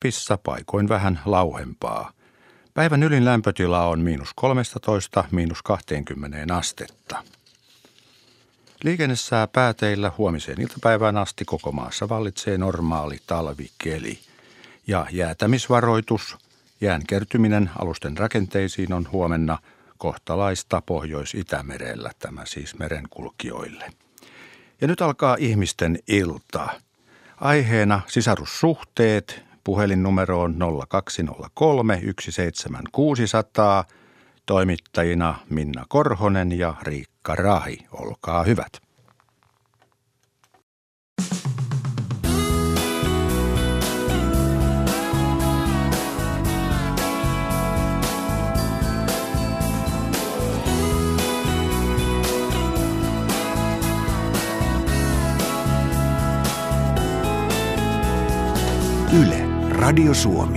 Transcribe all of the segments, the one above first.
Lappissa paikoin vähän lauhempaa. Päivän ylin lämpötila on -13, -20 astetta. Liikennesää pääteillä huomiseen iltapäivään asti koko maassa vallitsee normaali talvikeli. Ja jäätämisvaroitus, jään kertyminen alusten rakenteisiin on huomenna kohtalaista Pohjois-Itämerellä, tämä siis merenkulkijoille. Ja nyt alkaa ihmisten ilta. Aiheena sisarussuhteet, puhelinnumero on 0203 17600, toimittajina Minna Korhonen ja Riikka Rahi. Olkaa hyvät. Yle, Radio Suomi.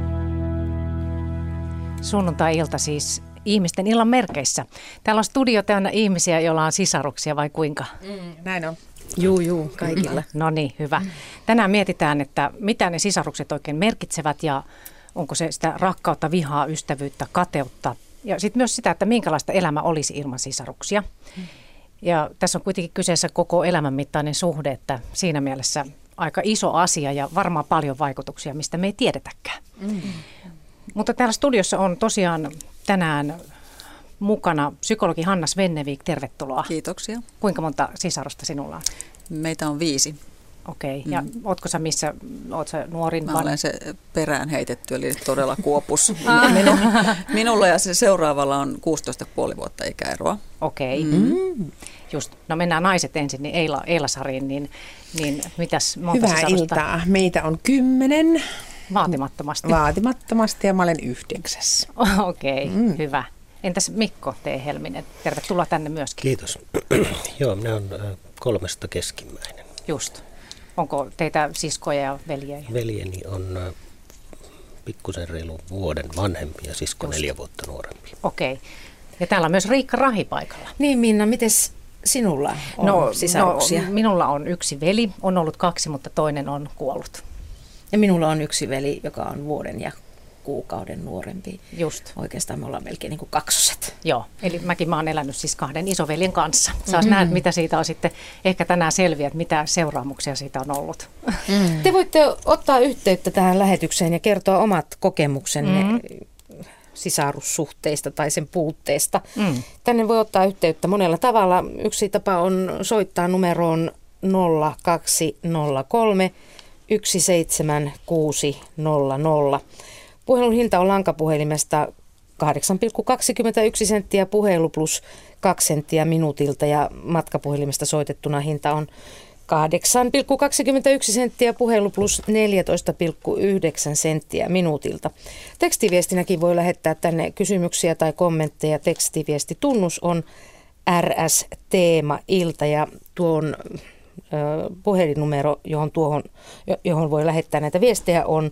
Sunnuntai-ilta siis ihmisten illan merkeissä. Täällä on studio täynnä ihmisiä, joilla on sisaruksia vai kuinka? Näin on. Juu, kaikilla. No niin, hyvä. Tänään mietitään, että mitä ne sisarukset oikein merkitsevät ja onko se sitä rakkautta, vihaa, ystävyyttä, kateutta. Ja sitten myös sitä, että minkälaista elämä olisi ilman sisaruksia. Ja tässä on kuitenkin kyseessä koko elämän mittainen suhde, että siinä mielessä aika iso asia ja varmaan paljon vaikutuksia, mistä me ei tiedetäkään. Mutta täällä studiossa on tosiaan tänään mukana psykologi Hanna Svennevik. Tervetuloa. Kiitoksia. Kuinka monta sisarusta sinulla on? Meitä on 5. Okei. Ja ootko sä missä? Oot sä nuorin? Mä olen se perään heitetty, eli todella kuopus. Minulla ja se seuraavalla on 16,5 vuotta ikäeroa. Okei. Just. No mennään naiset ensin, niin Eila-Sariin, niin mitäs monta Hyvää sisarusta? iltaa. Meitä on 10. Vaatimattomasti. Vaatimattomasti ja mä olen 9. Okei, hyvä. Entäs Mikko T. Helminen? Tervetuloa tänne myöskin. Kiitos. Joo, minä olen 3 keskimmäinen. Just. Onko teitä siskoja ja veljejä? Veljeni on pikkusen reilu vuoden vanhempi ja sisko 4 vuotta nuorempi. Okei. Ja täällä on myös Riikka Rahi paikalla. Niin Minna, mites sinulla on sisaruksia? No, minulla on 1 veli, on ollut 2, mutta toinen on kuollut. Ja minulla on 1 veli, joka on vuoden ja kuukauden nuorempi. Just. Oikeastaan me ollaan melkein niin kuin kaksoset. Joo, eli mä oon elänyt siis 2 isoveljen kanssa. Saas nähdä, mitä siitä on sitten ehkä tänään selviä, että mitä seuraamuksia siitä on ollut. Te voitte ottaa yhteyttä tähän lähetykseen ja kertoa omat kokemuksenne sisarussuhteista tai sen puutteesta. Tänne voi ottaa yhteyttä monella tavalla. Yksi tapa on soittaa numeroon 0203 17600. Puhelun hinta on lankapuhelimesta 8,21 senttiä puhelu plus 2 senttiä minuutilta ja matkapuhelimesta soitettuna hinta on 8,21 senttiä puhelu plus 14,9 senttiä minuutilta. Tekstiviestinäkin voi lähettää tänne kysymyksiä tai kommentteja. Tekstiviestitunnus on RS-teema-ilta ja tuon puhelinnumero, johon voi lähettää näitä viestejä, on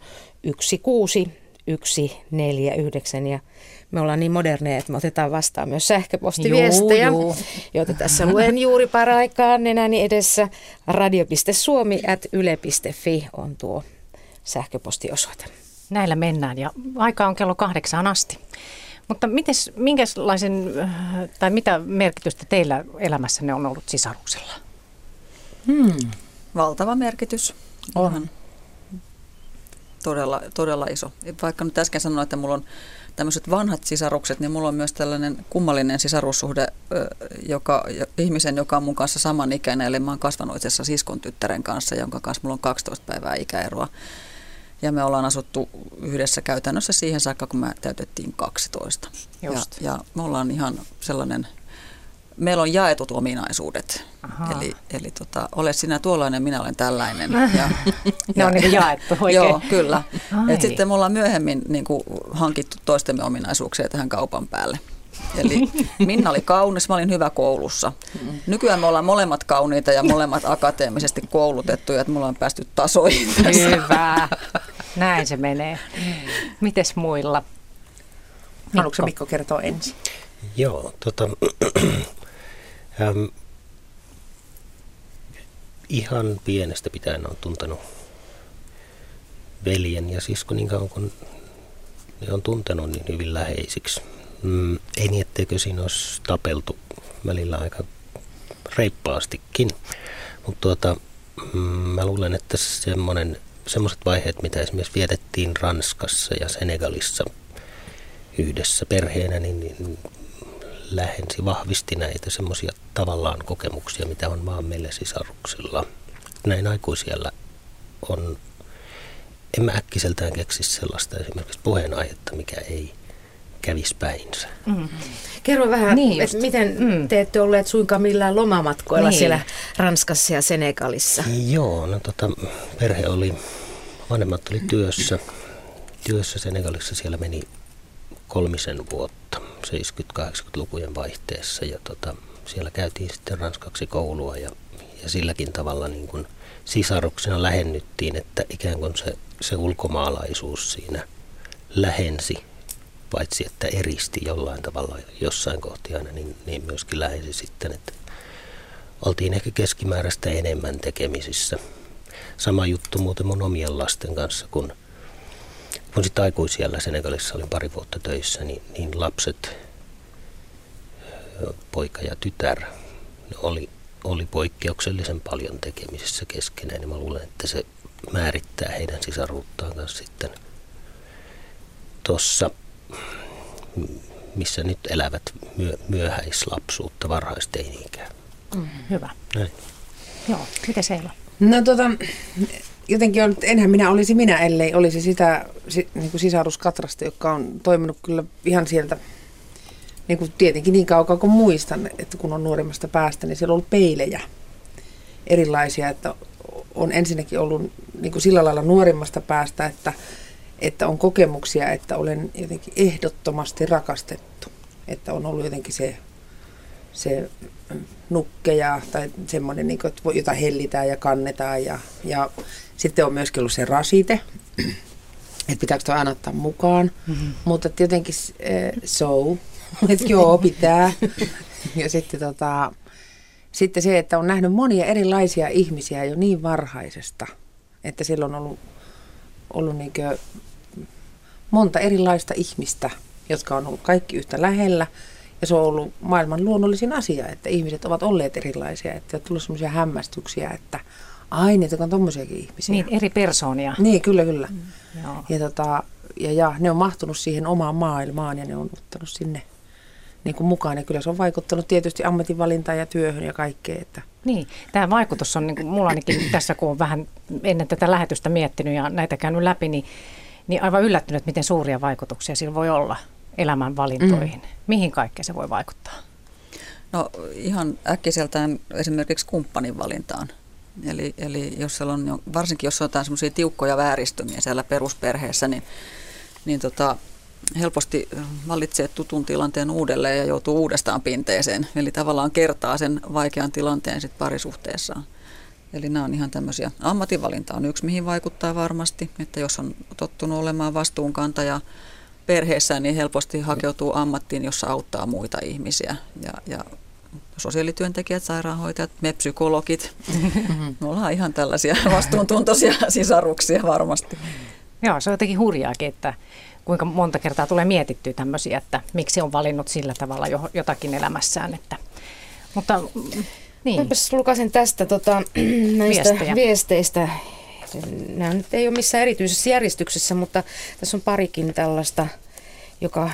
16149 ja me ollaan niin moderneja, että me otetaan vastaan myös sähköpostiviestejä, joita tässä luen juuri paraikaan nenäni edessä. radio.suomi@yle.fi on tuo sähköpostiosoite. Näillä mennään ja aika on kello 8 asti. Mutta mitä merkitystä teillä elämässänne on ollut sisaruksella? Valtava merkitys. Ihan todella iso. Vaikka nyt äsken sanoin, että mulla on tämmöiset vanhat sisarukset, niin mulla on myös tällainen kummallinen sisarussuhde ihmisen, joka on mun kanssa samanikäinen. Eli mä oon kasvanut itse asiassa siskon tyttären kanssa, jonka kanssa mulla on 12 päivää ikäeroa. Ja me ollaan asuttu yhdessä käytännössä siihen saakka, kun me täytettiin 12. Ja me ollaan ihan sellainen, meillä on jaetut ominaisuudet. Eli ole sinä tuollainen, minä olen tällainen. Ne on niin jaettu oikein. Joo, kyllä. Et sitten me ollaan myöhemmin niin kuin hankittu toistemme ominaisuuksia tähän kaupan päälle. Eli Minna oli kaunis, mä olin hyvä koulussa. Nykyään me ollaan molemmat kauniita ja molemmat akateemisesti koulutettuja, että me ollaan päästy tasoihin tässä. Hyvä. Näin se menee. Mites muilla? Haluatko Mikko kertoa ensin? Joo, ihan pienestä pitäen olen tuntenut veljen ja sisko niin kauan kun ne on tuntenut niin hyvin läheisiksi. Ei niin, etteikö siinä olisi tapeltu välillä aika reippaastikin, mutta mä luulen, että semmoiset vaiheet, mitä esimerkiksi vietettiin Ranskassa ja Senegalissa yhdessä perheenä, niin vahvisti näitä semmoisia tavallaan kokemuksia, mitä on vaan meillä sisaruksilla. Näin aikuisiellä on, en mä äkkiseltään keksi sellaista esimerkiksi puheenaihetta, mikä ei kävisi päinsä. Kerro vähän, että miten te ette olleet suinkaan millään lomamatkoilla siellä Ranskassa ja Senegalissa? Joo, no vanhemmat oli työssä Senegalissa, siellä meni 3 vuotta 70-80-lukujen vaihteessa ja siellä käytiin sitten ranskaksi koulua ja silläkin tavalla niin kuin sisaruksena lähennyttiin, että ikään kuin se ulkomaalaisuus siinä lähensi, paitsi että eristi jollain tavalla jossain kohti aina, niin myöskin lähensi sitten, että oltiin ehkä keskimääräistä enemmän tekemisissä. Sama juttu muuten mun omien lasten kanssa, kun sitten aikuisiellä Senegalissa olin 2 vuotta töissä, niin lapset, poika ja tytär, oli poikkeuksellisen paljon tekemisissä keskenään. Ja mä luulen, että se määrittää heidän sisaruuttaan kanssa sitten tuossa, missä nyt elävät myöhäislapsuutta, varhaisteini-ikää. Hyvä. Näin. Joo, miten se on? No jotenkin on, enhän minä olisi minä, ellei olisi sitä niin kuin sisaruskatrasta, joka on toiminut kyllä ihan sieltä, niin kuin tietenkin niin kauan kuin muistan, että kun on nuoremmasta päästä, niin siellä on ollut peilejä erilaisia, että on ensinnäkin ollut niin kuin sillä lailla nuorimmasta päästä, että on kokemuksia, että olen jotenkin ehdottomasti rakastettu, että on ollut jotenkin se nukkeja tai semmoinen, niin kuin, jota hellitään ja kannetaan ja sitten on myöskin ollut se rasite, että pitääkö toi aina ottaa mukaan, mutta jotenkin että joo, pitää. Ja sitten se, että on nähnyt monia erilaisia ihmisiä jo niin varhaisesta, että siellä on ollut niin kuin monta erilaista ihmistä, jotka on ollut kaikki yhtä lähellä. Ja se on ollut maailman luonnollisin asia, että ihmiset ovat olleet erilaisia, että on tullut sellaisia hämmästyksiä, että niitä on tommosiakin ihmisiä. Niin, eri persoonia. Niin, kyllä. Joo. Ja ne on mahtunut siihen omaan maailmaan ja ne on ottanut sinne niin kuin mukaan. Ja kyllä se on vaikuttanut tietysti ammatinvalintaan ja työhön ja kaikkeen. Että. Niin, tämä vaikutus on, niin kuin mulla ainakin tässä, kun on vähän ennen tätä lähetystä miettinyt ja näitä käynyt läpi, niin aivan yllättynyt, miten suuria vaikutuksia sillä voi olla elämän valintoihin. Mihin kaikkeen se voi vaikuttaa? No ihan äkkiseltään esimerkiksi kumppanin valintaan. Eli jos siellä on, varsinkin jos on jotain semmoisia tiukkoja vääristymiä siellä perusperheessä, niin helposti valitsee tutun tilanteen uudelleen ja joutuu uudestaan pinteeseen. Eli tavallaan kertaa sen vaikean tilanteen sit parisuhteessaan. Eli nämä on ihan tämmöisiä. Ammatinvalinta on yksi, mihin vaikuttaa varmasti, että jos on tottunut olemaan vastuunkantaja perheessään, niin helposti hakeutuu ammattiin, jossa auttaa muita ihmisiä. Ja sosiaalityöntekijät, sairaanhoitajat, me psykologit. Me ollaan ihan tällaisia vastuuntuntoisia sisaruksia varmasti. Joo, se on jotenkin hurjaakin, että kuinka monta kertaa tulee mietittyä tämmöisiä, että miksi on valinnut sillä tavalla jotakin elämässään. Mutta niin. Mäpäs lukasin tästä näistä viesteistä. Nämä nyt ei ole missään erityisessä järjestyksessä, mutta tässä on parikin tällaista, joka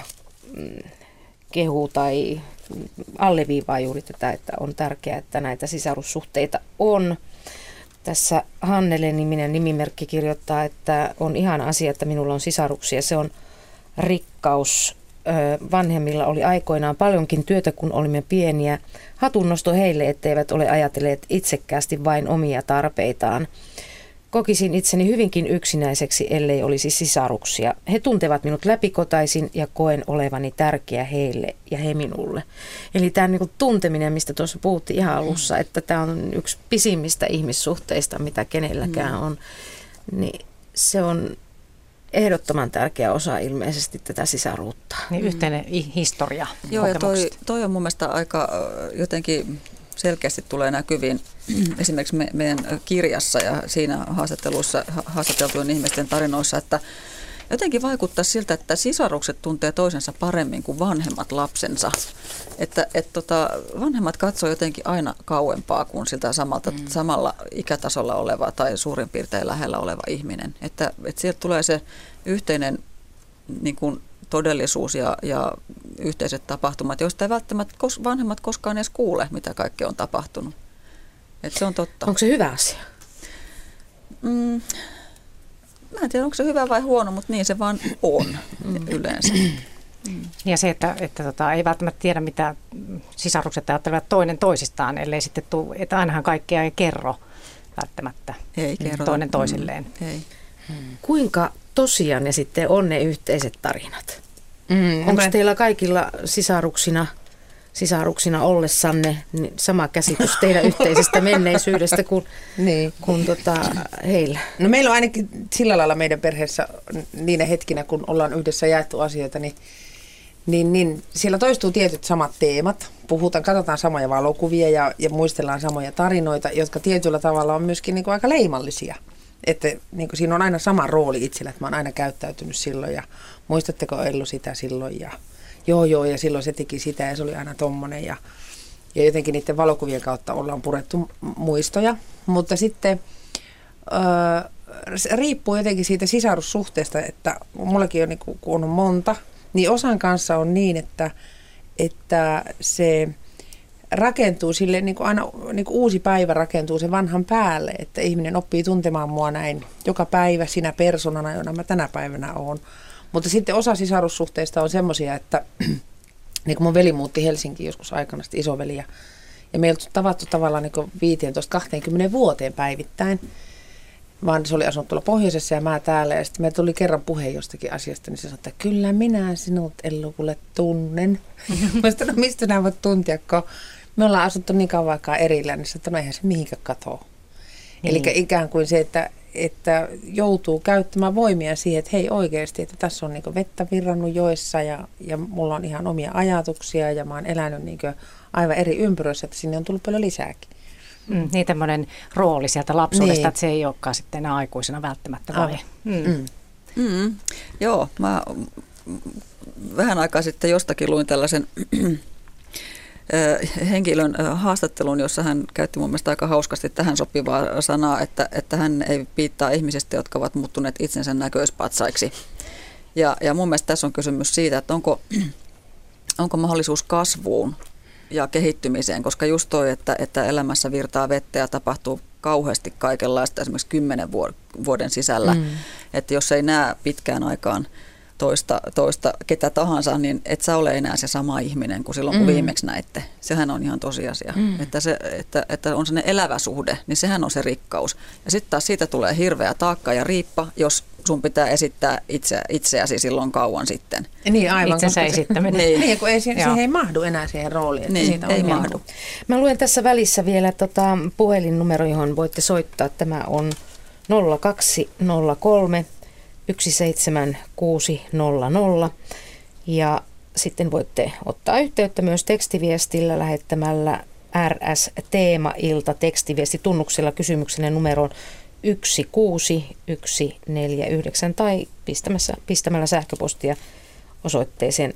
kehuu tai alleviivaa juuri tätä, että on tärkeää, että näitä sisarussuhteita on. Tässä Hannele-niminen nimimerkki kirjoittaa, että on ihana asia, että minulla on sisaruksia. Se on rikkaus. Vanhemmilla oli aikoinaan paljonkin työtä, kun olimme pieniä. Hatunnosto heille, etteivät ole ajatelleet itsekkäästi vain omia tarpeitaan. Kokisin itseni hyvinkin yksinäiseksi, ellei olisi sisaruksia. He tuntevat minut läpikotaisin ja koen olevani tärkeä heille ja he minulle. Eli tämä niin kuin tunteminen, mistä tuossa puhuttiin ihan alussa, että tämä on yksi pisimmistä ihmissuhteista, mitä kenelläkään on, niin se on ehdottoman tärkeä osa ilmeisesti tätä sisaruutta. Niin yhteinen historia. Joo, ja toi on mun mielestä aika jotenkin selkeästi tulee näkyviin esimerkiksi meidän kirjassa ja siinä haastateltujen ihmisten tarinoissa, että jotenkin vaikuttaa siltä, että sisarukset tuntee toisensa paremmin kuin vanhemmat lapsensa. Että vanhemmat katsoo jotenkin aina kauempaa kuin siltä samalla ikätasolla oleva tai suurin piirtein lähellä oleva ihminen. Että sieltä tulee se yhteinen niin kuin todellisuus ja yhteiset tapahtumat, joista ei välttämättä vanhemmat koskaan edes kuule, mitä kaikkea on tapahtunut. Että se on totta. Onko se hyvä asia? Mä en tiedä, onko se hyvä vai huono, mutta niin se vaan on yleensä. Ja se, että ei välttämättä tiedä, mitä sisarukset ajattelevat toinen toisistaan, ellei sitten tule, että ainahan kaikkea ei kerro välttämättä ei kerro toinen toisilleen. Ei. Kuinka tosiaan ne sitten on ne yhteiset tarinat? Onko teillä kaikilla sisaruksina ollessanne niin sama käsitys teidän yhteisestä menneisyydestä kuin, kuin heillä? No meillä on ainakin sillä lailla meidän perheessä niinä hetkinä, kun ollaan yhdessä jaettu asioita, niin siellä toistuu tietyt samat teemat. Katsotaan samoja valokuvia ja muistellaan samoja tarinoita, jotka tietyllä tavalla on myöskin niin kuin aika leimallisia. Että niin kuin siinä on aina sama rooli itsellä, että mä oon aina käyttäytynyt silloin ja muistatteko Ellu sitä silloin ja joo ja silloin se teki sitä ja se oli aina tommonen ja jotenkin niiden valokuvien kautta ollaan purettu muistoja, mutta sitten se riippuu jotenkin siitä sisarussuhteesta, että mullakin on, niin kun on monta, niin osan kanssa on niin, että se rakentuu sille, niin kuin aina niin kuin uusi päivä rakentuu sen vanhan päälle, että ihminen oppii tuntemaan mua näin joka päivä sinä persoonana, jona mä tänä päivänä oon. Mutta sitten osa sisarussuhteista on semmoisia, että niin kuin mun veli muutti Helsinkiin joskus aikana, isoveli, ja me ei oltu tavattu tavallaan niin 15-20 vuoteen päivittäin, vaan se oli asunut tuolla pohjoisessa ja mä täällä, ja sitten me tuli kerran puhe jostakin asiasta, niin se sanoi, että kyllä minä sinut Ellu kuule tunnen. Mä sanoin, no mistä nämä voit tuntia, kun me ollaan asuttu niin kauan aikaa erillään, niin sanoin, että no eihän se mihinkään katoa. Niin. Eli ikään kuin se, että joutuu käyttämään voimia siihen, että hei oikeasti, että tässä on niin vettä virrannut joessa ja mulla on ihan omia ajatuksia ja mä oon elänyt niin aivan eri ympyröissä, että sinne on tullut paljon lisääkin. Niin tämmöinen rooli sieltä lapsuudesta, niin. Että se ei olekaan sitten enää aikuisena välttämättä vai? Joo, mä vähän aikaa sitten jostakin luin tällaisen henkilön haastattelun, jossa hän käytti mun mielestä aika hauskasti tähän sopivaa sanaa, että hän ei piittaa ihmisistä, jotka ovat muuttuneet itsensä näköispatsaiksi. Ja mun mielestä tässä on kysymys siitä, että onko mahdollisuus kasvuun ja kehittymiseen, koska just toi, että elämässä virtaa vettä ja tapahtuu kauheasti kaikenlaista esimerkiksi 10 vuoden sisällä, että jos ei näe pitkään aikaan toista ketä tahansa, niin et sä ole enää se sama ihminen kuin silloin, kun viimeksi näitte. Sehän on ihan tosiasia. Että on sellainen elävä suhde, niin sehän on se rikkaus. Ja sitten taas siitä tulee hirveä taakka ja riippa, jos sun pitää esittää itseäsi silloin kauan sitten. Niin, aivan. Itsensä esittäminen. Niin, kun siihen ei mahdu enää siihen rooliin. Niin, siitä ei mahdu. Mä luen tässä välissä vielä puhelinnumero, johon voitte soittaa. Tämä on 0203 17600 ja sitten voitte ottaa yhteyttä myös tekstiviestillä lähettämällä RS-teemailta tekstiviestitunnuksella kysymyksenä numeroon 16149 tai pistämällä sähköpostia osoitteeseen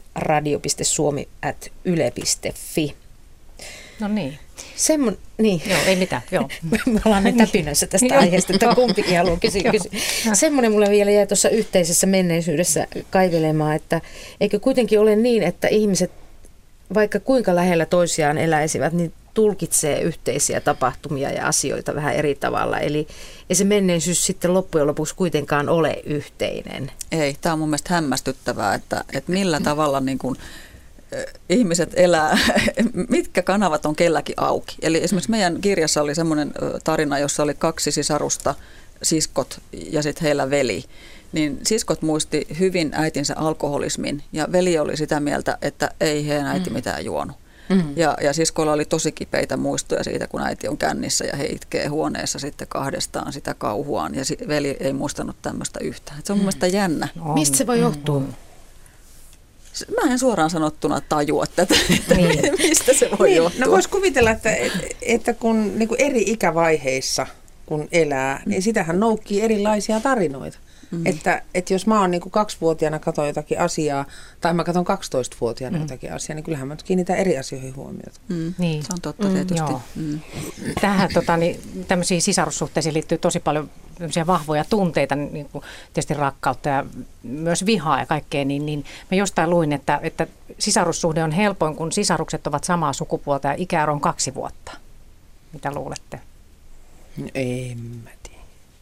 radio.suomi@yle.fi. No niin. Niin. Joo, ei mitään. Joo. Me ollaan nyt täpinössä tästä aiheesta, että kumpikin haluaa kysyä. Semmoinen mulle vielä jäi tuossa yhteisessä menneisyydessä kaivelemaan, että eikö kuitenkin ole niin, että ihmiset, vaikka kuinka lähellä toisiaan eläisivät, niin tulkitsee yhteisiä tapahtumia ja asioita vähän eri tavalla. Eli ei se menneisyys sitten loppujen lopuksi kuitenkaan ole yhteinen. Ei, tämä on mun mielestä hämmästyttävää, että millä tavalla niin kuin ihmiset elää, mitkä kanavat on kelläkin auki. Eli esimerkiksi meidän kirjassa oli semmoinen tarina, jossa oli 2 sisarusta, siskot ja sitten heillä veli. Niin siskot muisti hyvin äitinsä alkoholismin ja veli oli sitä mieltä, että ei heidän äiti mitään juonut. Ja siskoilla oli tosi kipeitä muistoja siitä, kun äiti on kännissä ja he itkee huoneessa sitten kahdestaan sitä kauhuaan ja veli ei muistanut tämmöistä yhtään. Et se on mun mielestä jännä. Mistä se voi johtua? mä en suoraan sanottuna tajua tätä, niin. Mistä se voi johtua. No vois kuvitella, että kun niin kuin eri ikävaiheissa kun elää, niin sitähän noukkii erilaisia tarinoita. Että jos mä oon niin kuin 2-vuotiaana katon jotakin asiaa, tai mä katon 12-vuotiaana jotakin asiaa, niin kyllähän mä kiinnitän eri asioihin huomiota. Niin. Se on totta tietysti. Tähän tämmöisiin sisarussuhteisiin liittyy tosi paljon vahvoja tunteita, niin kuin tietysti rakkautta ja myös vihaa ja kaikkea, niin mä jostain luin, että sisarussuhde on helpoin, kun sisarukset ovat samaa sukupuolta ja ikäero on 2 vuotta. Mitä luulette? En mä tiedä.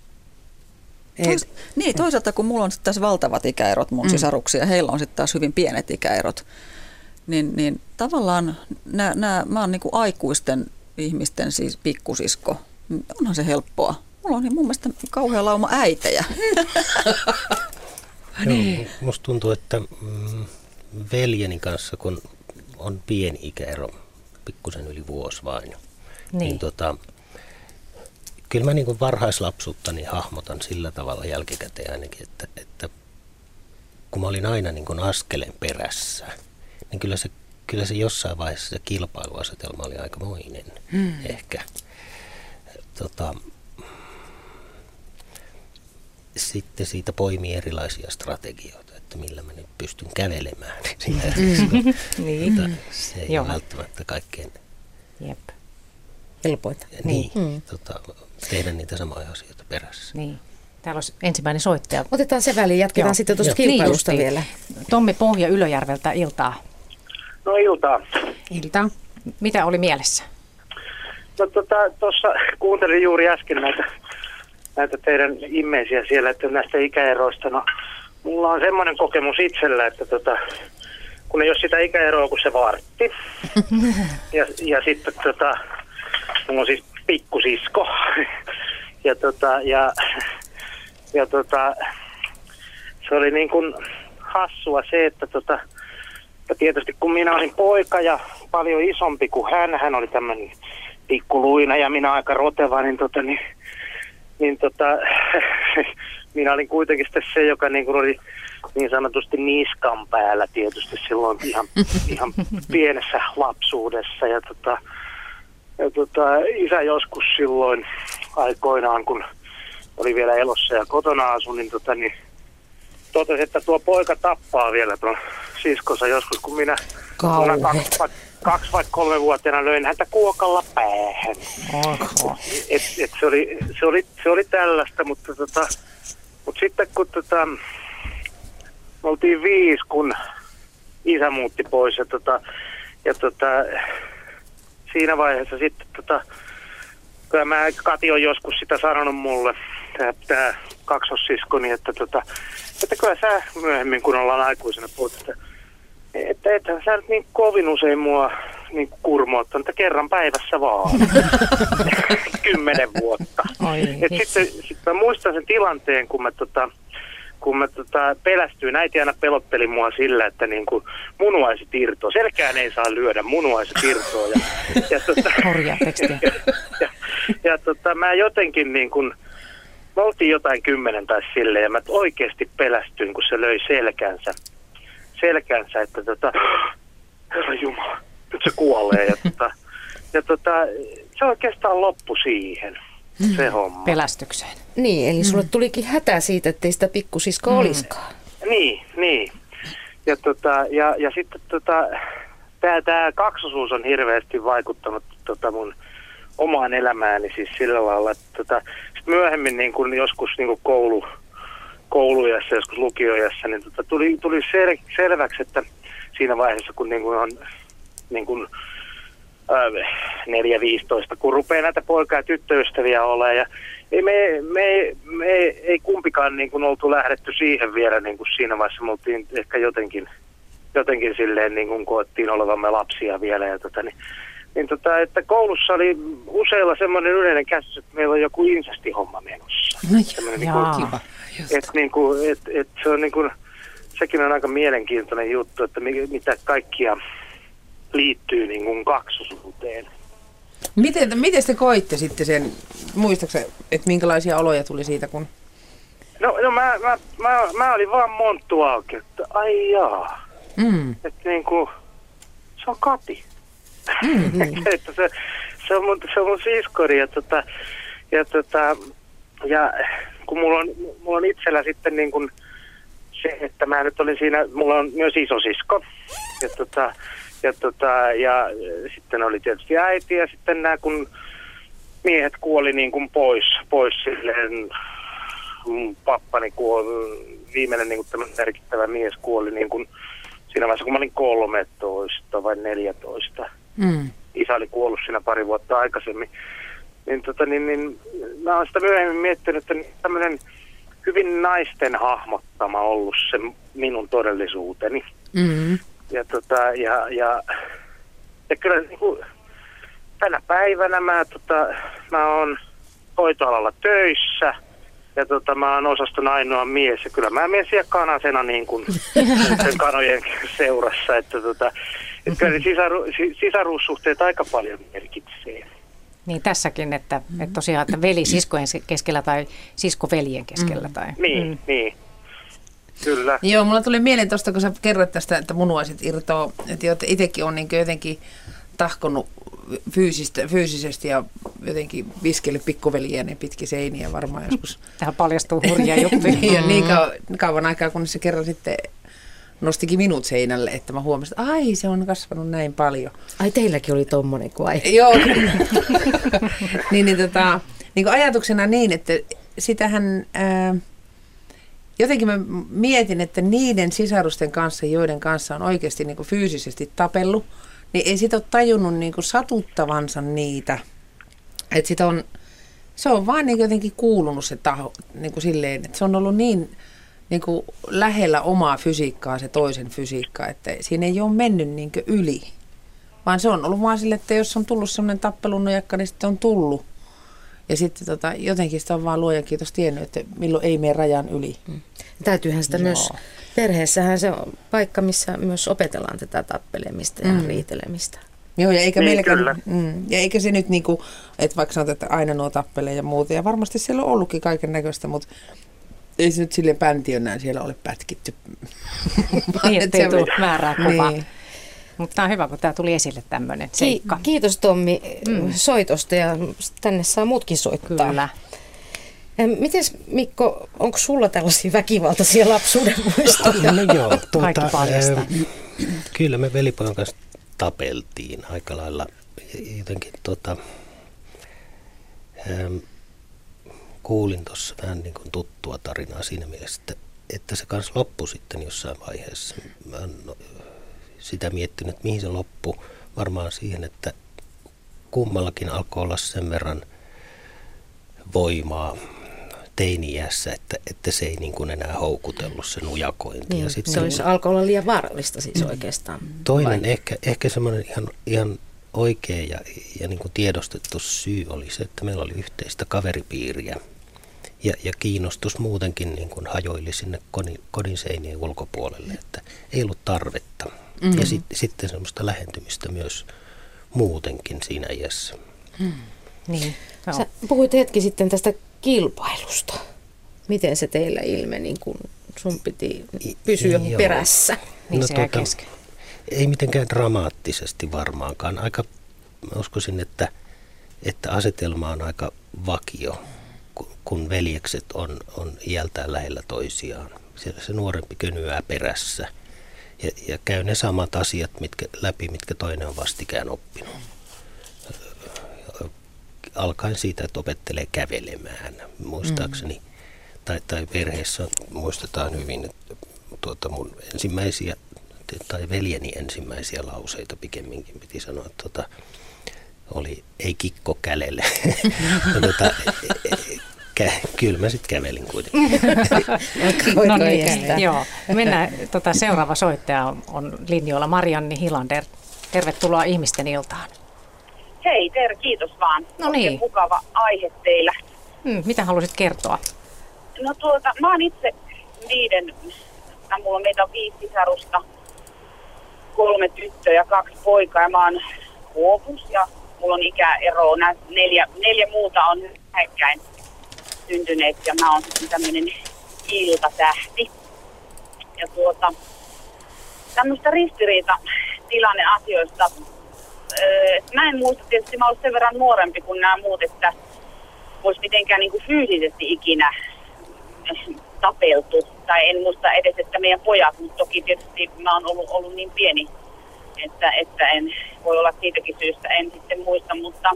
Niin, toisaalta kun mulla on sitten taas valtavat ikäerot mun sisaruksia, heillä on sitten taas hyvin pienet ikäerot, niin tavallaan mä oon niinku aikuisten ihmisten siis pikkusisko. Onhan se helppoa. Mulla on mun mielestä kauhea lauma äitejä. Joo, musta tuntuu, että veljeni kanssa, kun on pieni ikäero, pikkusen yli vuosi vain, niin kyllä mä niin kuin varhaislapsuuttani hahmotan sillä tavalla jälkikäteen ainakin, että kun mä olin aina niin kuin askeleen perässä, niin kyllä se jossain vaiheessa se kilpailuasetelma oli aikamoinen ehkä. Sitten siitä poimii erilaisia strategioita, että millä mä nyt pystyn kävelemään. Niin. Se ei ole välttämättä kaikkein helpointa. Niin. Tehdä niitä samoja asioita perässä. Niin. Täällä olisi ensimmäinen soittaja. Otetaan se väliin, jatketaan sitten tuosta kilpailusta vielä. Tommi Pohja Ylöjärveltä, iltaa. No iltaa. Iltaa. Mitä oli mielessä? No tuossa kuuntelin juuri äsken näitä teidän immeisiä siellä, että näistä ikäeroista. No, mulla on semmoinen kokemus itsellä, että kun ei ole sitä ikäeroa kuin se vartti. ja sitten mulla on siis pikkusisko. ja se oli niin kuin hassua se, että ja tietysti kun minä olin poika ja paljon isompi kuin hän oli tämmöinen pikkuluina ja minä aika roteva, niin minä olin kuitenkin sitten se, joka niin kuin oli niin sanotusti niskan päällä tietysti silloin ihan pienessä lapsuudessa. Ja isä joskus silloin aikoinaan, kun oli vielä elossa ja kotona asun, niin totesi, että tuo poika tappaa vielä tuon siskonsa joskus, kun minä 2 vai 3-vuotiaana löin häntä kuokalla päähän. Se oli tällaista, mutta sitten kun me oltiin 5, kun isä muutti pois ja siinä vaiheessa sitten kyllä Kati on joskus sitä sanonut mulle, tämä kaksossiskoni, että kyllä sä myöhemmin, kun ollaan aikuisena puhuttu, että ethän sä nyt niin kovin usein mua niin kurmoottanut, että kerran päivässä vaan. 10 vuotta. Sitten mä muistan sen tilanteen, kun mä pelästyin. Äiti aina pelotteli mua sillä, että niin kuin munuaiset irtoaa. Selkään ei saa lyödä, munuaiset irtoaa. Ja mä jotenkin niin kuin, me oltiin jotain 10 tai silleen, ja mä oikeasti pelästyin, kun se löi selkänsä, että herra Jumala, nyt se kuolee. Ja se oikeastaan loppui siihen, se homma. Pelästykseen. Niin, eli sulle tulikin hätä siitä, ettei sitä pikkusisko olisikaan. Niin. Ja sitten tämä kaksosuus on hirveästi vaikuttanut mun omaan elämääni siis sillä lailla, että myöhemmin niin kun joskus niin kun kouluiässä, joskus lukioiässä, niin tuli selväksi, että siinä vaiheessa, kun niin kun on niin kun 4-15, kun rupeaa näitä poika- ja tyttöystäviä olemaan, ja me ei kumpikaan niin kun oltu lähdetty siihen vielä, niin kun siinä vaiheessa me oltiin ehkä jotenkin silleen niin kun koettiin olevamme lapsia vielä, ja että koulussa oli useilla semmoinen yleinen käsitys, että meillä on joku insestihomma menossa. No kiva. Että se on niin kuin, sekin on aika mielenkiintoinen juttu, että mitä kaikkia liittyy niin kuin kaksosuuteen. Miten te koitte sitten sen, muistaakseni, että minkälaisia oloja tuli siitä, kun... No mä olin vaan monttu auki, että ai jaa. Että niin kuin, se on Kati. Että se on mun siskoni ja kun mulla on itsellä sitten niin kuin se, että mä nyt olin siinä, mulla on myös isosisko ja sitten oli tietysti äiti ja sitten nämä kun miehet kuoli niin kuin pois silleen, mun pappani kuoli, viimeinen niin kuin tämmöinen merkittävä mies kuoli niin kuin siinä vaiheessa, kun mä olin 13 vai 14. Isä oli kuollut siinä pari vuotta aikaisemmin. Niin mä oon sitä myöhemmin miettinyt, että tämmöinen hyvin naisten hahmottama ollut se minun todellisuuteni. Ja kyllä niin kuin, tänä päivänä mä oon hoitoalalla töissä ja mä oon osaston ainoa mies ja kyllä mä menen siellä kanasena niin kuin sen kanojen seurassa, että kyllä sisaruussuhteet aika paljon merkitsee. Niin tässäkin, että tosiaan että veli siskojen keskellä tai sisko veljen keskellä. Tai. Niin. Kyllä. Joo, mulla tuli mieleen tuosta, kun sä kerroit tästä, että munuaiset irtoaa, että itsekin on niin jotenkin tahkonut fyysisesti ja jotenkin viskellyt pikkuveljiäni pitkin seiniä varmaan joskus. Tähän paljastuu hurjia juttuja. Niin kauan aikaa, kun se kerran sitten nostikin minut seinälle, että mä huomasin, että ai se on kasvanut näin paljon. Ai teilläkin oli tommonen kuin ai. Joo. niin kuin ajatuksena niin, että sitähän jotenkin mä mietin, että niiden sisarusten kanssa, joiden kanssa on oikeasti niin kuin fyysisesti tapellut, niin ei sit ole tajunnut niin kuin satuttavansa niitä. Että se on vaan niin jotenkin kuulunut se taho niin kuin silleen, että se on ollut niin kuin lähellä omaa fysiikkaa se toisen fysiikkaa, että siinä ei ole mennyt niin kuin yli. Vaan se on ollut vaan sille, että jos on tullut semmoinen tappelunojakka, niin sitten on tullut. Ja sitten jotenkin sitä on vaan luojan kiitos tiennyt, että milloin ei mene rajan yli. Täytyyhän sitä myös, perheessähän se on paikka, missä myös opetellaan tätä tappelemista ja riitelemistä. Joo, ja eikä meilläkään, ja eikä se nyt niinku, että vaikka sanotaan, että aina nuo tappelee ja muuta, ja varmasti siellä on ollutkin kaiken näköistä, mutta ei se nyt silleen päntiönään siellä ole pätkitty. Niin, ettei tule väärää kuvaa. Niin. Mutta tämä on hyvä, kun tämä tuli esille tämmöinen seikka. Kiitos Tommi soitosta ja tänne saa muutkin soittaa. Kyllä. Mites Mikko, onko sulla tällaisia väkivaltaisia lapsuuden muistoja? No joo, Kyllä me velipojan kanssa tapeltiin aika lailla jotenkin kuulin tuossa vähän niin kuin tuttua tarinaa siinä mielessä, että se kanssa loppui sitten jossain vaiheessa. Mä oon sitä miettinyt, että mihin se loppui. Varmaan siihen, että kummallakin alkoi olla sen verran voimaa teini-iässä, että se ei niin kuin enää houkutellut se nujakointi. Niin, ja se alkoi olla liian vaarallista siis oikeastaan. Toinen ehkä semmoinen ihan oikea ja niin kuin tiedostettu syy oli se, että meillä oli yhteistä kaveripiiriä ja kiinnostus muutenkin niin kuin hajoili sinne kodin seinien ulkopuolelle, että ei ollut tarvetta. Ja sitten semmoista lähentymistä myös muutenkin siinä iässä. Niin, sä puhuit hetki sitten tästä kilpailusta. Miten se teillä ilmeni, kun sun piti pysyä perässä? Niin se kesken. Ei mitenkään dramaattisesti varmaankaan. Aika uskoisin, että asetelma on aika vakio, kun veljekset on iältään lähellä toisiaan. Siellä se nuorempi könyää perässä ja käy ne samat asiat mitkä toinen on vastikään oppinut. Alkaen siitä, että opettelee kävelemään, muistaakseni. Tai perheessä muistetaan hyvin, että mun ensimmäisiä tai veljeni ensimmäisiä lauseita pikemminkin piti sanoa, että oli ei kikko kävele. Kyllä mä sitten kävelin kuitenkin. No niin, joo. Mennään, seuraava soittaja on linjoilla Marianni Hilander. Tervetuloa Ihmisten iltaan. Hei, kiitos vaan. No niin. Oikein mukava aihe teillä. Mitä haluaisit kertoa? No mä oon itse meitä on 5 sisarusta, 3 tyttöä ja 2 poikaa ja mä oon huopus ja mulla on ikäero. Nämä 4 muuta on lähekkäin syntyneet ja mä oon sitten tämmönen iltatähti. Ja tämmöistä ristiriitatilanneasioista. Mä en muista, tietysti mä olen sen verran nuorempi kuin nämä muut, että voisi mitenkään niin kuin fyysisesti ikinä tapeltu. Tai en muista edes, että meidän pojat, mutta toki tietysti mä oon ollut niin pieni, että en voi olla siitäkin syystä, en sitten muista, mutta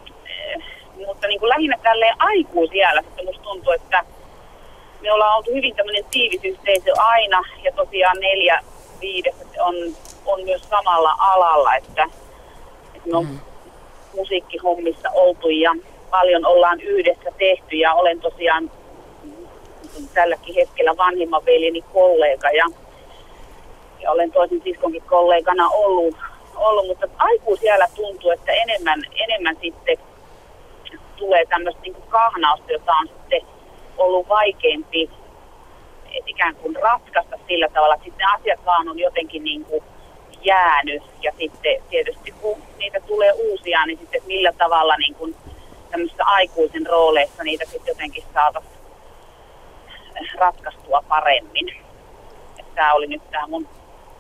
niin kuin lähinnä tälleen aikuisiällä, että musta tuntuu, että me ollaan oltu hyvin tämmöinen tiivis yhteisö aina, ja tosiaan 4/5 on myös samalla alalla, että me on musiikkihommissa oltu ja paljon ollaan yhdessä tehty, ja olen tosiaan tälläkin hetkellä vanhimman veljeni kollega, ja olen toisen siskonkin kollegana ollut, mutta aikuisiällä tuntuu, että enemmän sitten tulee tämmöistä niin kuin kahnausta, jota on sitten ollut vaikeampi ikään kuin ratkaista sillä tavalla, että sitten ne asiat vaan on jotenkin niin kuin jäänyt, ja sitten tietysti kun niitä tulee uusia, niin sitten millä tavalla niin kuin tämmöisissä aikuisen rooleissa niitä sitten jotenkin saataisiin ratkaistua paremmin. Tämä oli nyt tämä mun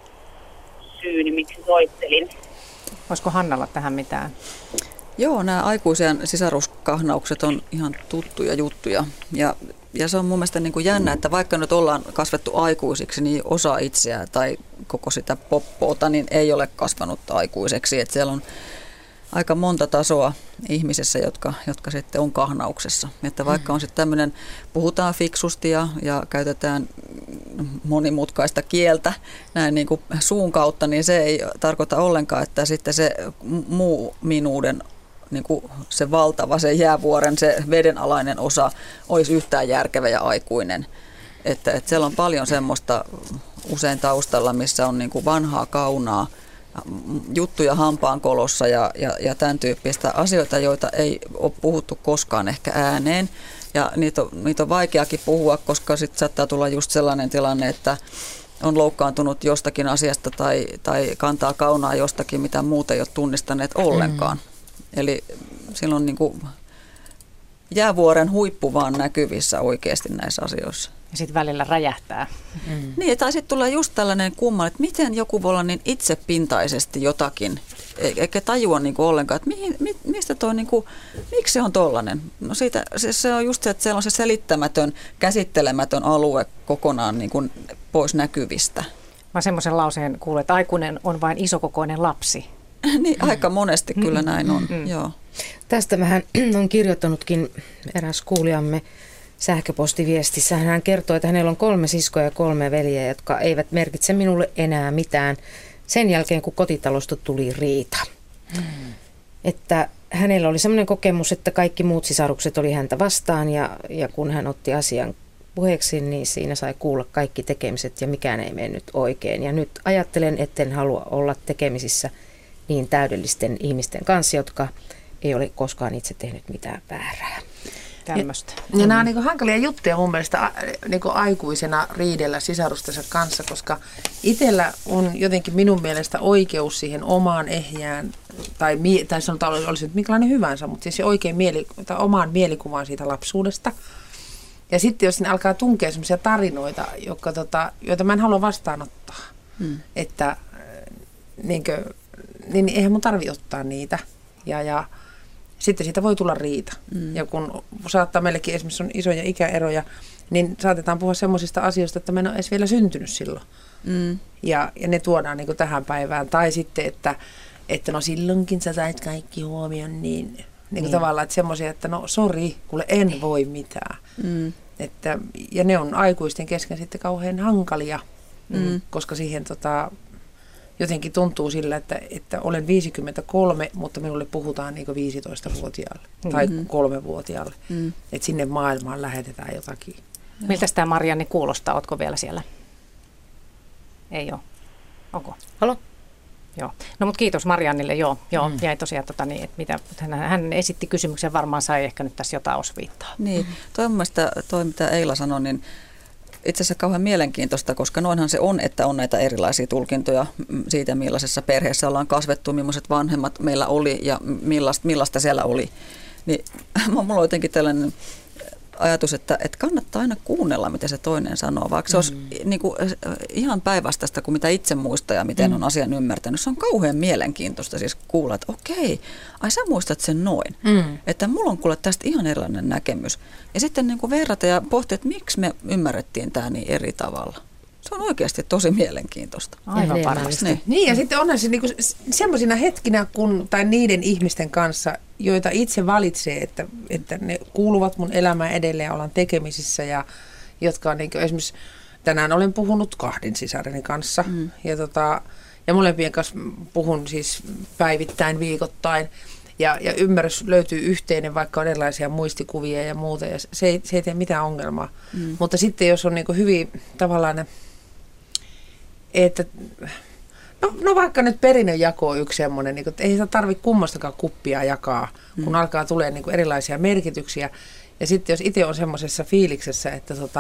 syyni, miksi soittelin. Voisiko Hannalla tähän mitään? Joo, nämä aikuisen sisaruskahnaukset on ihan tuttuja juttuja. Ja se on mun mielestä niin kuin jännä, että vaikka nyt ollaan kasvettu aikuisiksi, niin osa itseä tai koko sitä poppoota niin ei ole kasvanut aikuiseksi. Että siellä on aika monta tasoa ihmisessä, jotka sitten on kahnauksessa. Että vaikka on sitten tämmöinen, puhutaan fiksusti ja käytetään monimutkaista kieltä näin niin kuin suun kautta, niin se ei tarkoita ollenkaan, että sitten se muu minuuden, niin kuin se valtava, se jäävuoren, se vedenalainen osa olisi yhtään järkevä ja aikuinen. Että siellä on paljon semmoista usein taustalla, missä on niin kuin vanhaa kaunaa, juttuja hampaankolossa ja tämän tyyppistä asioita, joita ei ole puhuttu koskaan ehkä ääneen. Ja niitä on vaikeakin puhua, koska sitten saattaa tulla just sellainen tilanne, että on loukkaantunut jostakin asiasta tai kantaa kaunaa jostakin, mitä muuta ei ole tunnistaneet ollenkaan. Eli silloin niin kuin jäävuoren huippu vaan näkyvissä oikeasti näissä asioissa. Ja sitten välillä räjähtää. Niin, tai sitten tulee just tällainen kumma, että miten joku voi olla niin itsepintaisesti jotakin, eikä tajua niin kuin ollenkaan, että mistä toi, niin kuin, miksi se on tollainen. No siitä, se on just se, että siellä on se selittämätön, käsittelemätön alue kokonaan niin kuin pois näkyvistä. Mä semmoisen lauseen kuulin, että aikuinen on vain isokokoinen lapsi. Niin, aika monesti kyllä näin on, joo. Tästä vähän on kirjoittanutkin eräs kuulijamme sähköpostiviestissä. Hän kertoo, että hänellä on 3 siskoa ja 3 veljeä, jotka eivät merkitse minulle enää mitään sen jälkeen, kun kotitalosta tuli riita. Että hänellä oli sellainen kokemus, että kaikki muut sisarukset oli häntä vastaan ja kun hän otti asian puheeksi, niin siinä sai kuulla kaikki tekemiset ja mikään ei mennyt oikein. Ja nyt ajattelen, etten halua olla tekemisissä niin täydellisten ihmisten kanssa, jotka ei ole koskaan itse tehnyt mitään väärää. Tämmöistä. Ja nämä on niin hankalia juttuja mun mielestä niin aikuisena riidellä sisarustensa kanssa, koska itsellä on jotenkin minun mielestä oikeus siihen omaan ehjään, tai sanotaan olisi nyt minkälainen hyvänsä, mutta siis oikein omaan mielikuvaan siitä lapsuudesta. Ja sitten jos ne alkaa tunkea sellaisia tarinoita, joita mä en halua vastaanottaa, että niin eihän mun tarvitse ottaa niitä. Ja sitten siitä voi tulla riita. Ja kun saattaa meillekin esimerkiksi on isoja ikäeroja, niin saatetaan puhua semmoisista asioista, että mä en ole edes vielä syntynyt silloin. Ja ne tuodaan niin kuin tähän päivään. Tai sitten, että no silloinkin sä sait kaikki huomioon, niin kuin tavallaan, että semmoisia, että no sori, kuule en voi mitään. Ja ne on aikuisten kesken sitten kauhean hankalia, koska siihen jotenkin tuntuu sillä, että olen 53, mutta minulle puhutaan niin kuin 15-vuotiaalle tai 3-vuotiaalle. Että sinne maailmaan lähetetään jotakin. Miltä tämä Marianne kuulostaa? Ootko vielä siellä? Ei ole. Onko? Halo? Joo. No mutta kiitos Mariannille. Joo. Jäi tosiaan, että hän esitti kysymyksen, varmaan sai ehkä nyt tässä jotain osviittaa. Niin, toi mitä Eila sanoi, niin itse asiassa kauhean mielenkiintoista, koska noinhan se on, että on näitä erilaisia tulkintoja siitä, millaisessa perheessä ollaan kasvettu, millaiset vanhemmat meillä oli ja millaista siellä oli. Niin mulla on jotenkin tällainen ajatus, että kannattaa aina kuunnella, mitä se toinen sanoo, vaikka se olisi niin kuin, ihan päinvastaista kuin mitä itse muistaa ja miten on asian ymmärtänyt. Se on kauhean mielenkiintoista siis kuulla, että okei, ai sä muistat sen noin. Että mulla on kuule tästä ihan erilainen näkemys. Ja sitten niin kuin verrata ja pohtia, että miksi me ymmärrettiin tämä niin eri tavalla. Se on oikeasti tosi mielenkiintoista. Aivan varmasti. Niin, ja sitten onhan se niinku semmoisina hetkinä, tai niiden ihmisten kanssa, joita itse valitsee, että ne kuuluvat mun elämään edelleen ja ollaan tekemisissä, ja jotka on niinku, esimerkiksi tänään olen puhunut 2 sisareni kanssa, ja molempien kanssa puhun siis päivittäin, viikoittain, ja ymmärrys löytyy yhteinen, vaikka on erilaisia muistikuvia ja muuta, ja se ei tee mitään ongelmaa. Mutta sitten jos on niinku hyvin tavallaan että no vaikka nyt perinnönjako on yksi semmoinen, niin että ei sitä tarvitse kummastakaan kuppia jakaa, kun alkaa tulee niin kuin erilaisia merkityksiä. Ja sitten jos itse on semmoisessa fiiliksessä,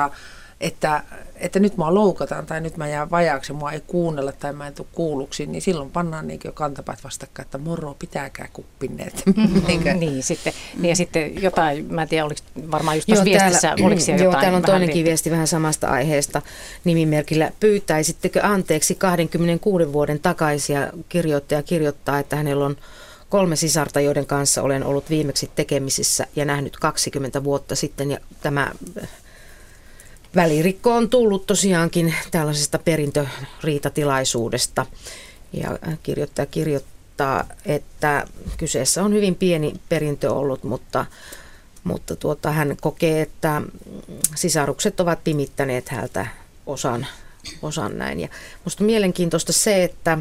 että nyt mua loukataan tai nyt mä jään vajaaksi, mua ei kuunnella tai mä en tule kuulluksi, niin silloin pannaan niin jo kantapäät vastakkain, että moro, pitääkää kuppinne. Niin, sitten, ja sitten jotain, mä en tiedä, oliko varmaan just tuossa viestissä, oliko siellä jotain? Joo, täällä on toinenkin viesti vähän samasta aiheesta nimimerkillä. Pyytäisittekö anteeksi 26 vuoden takaisia? Kirjoittaja kirjoittaa, että hänellä on 3 sisarta, joiden kanssa olen ollut viimeksi tekemisissä ja nähnyt 20 vuotta sitten, ja tämä välirikko on tullut tosiaankin tällaisesta perintöriitatilaisuudesta, ja kirjoittaja kirjoittaa, että kyseessä on hyvin pieni perintö ollut, mutta hän kokee, että sisarukset ovat pimittäneet häneltä osan näin. Ja musta on mielenkiintoista se, että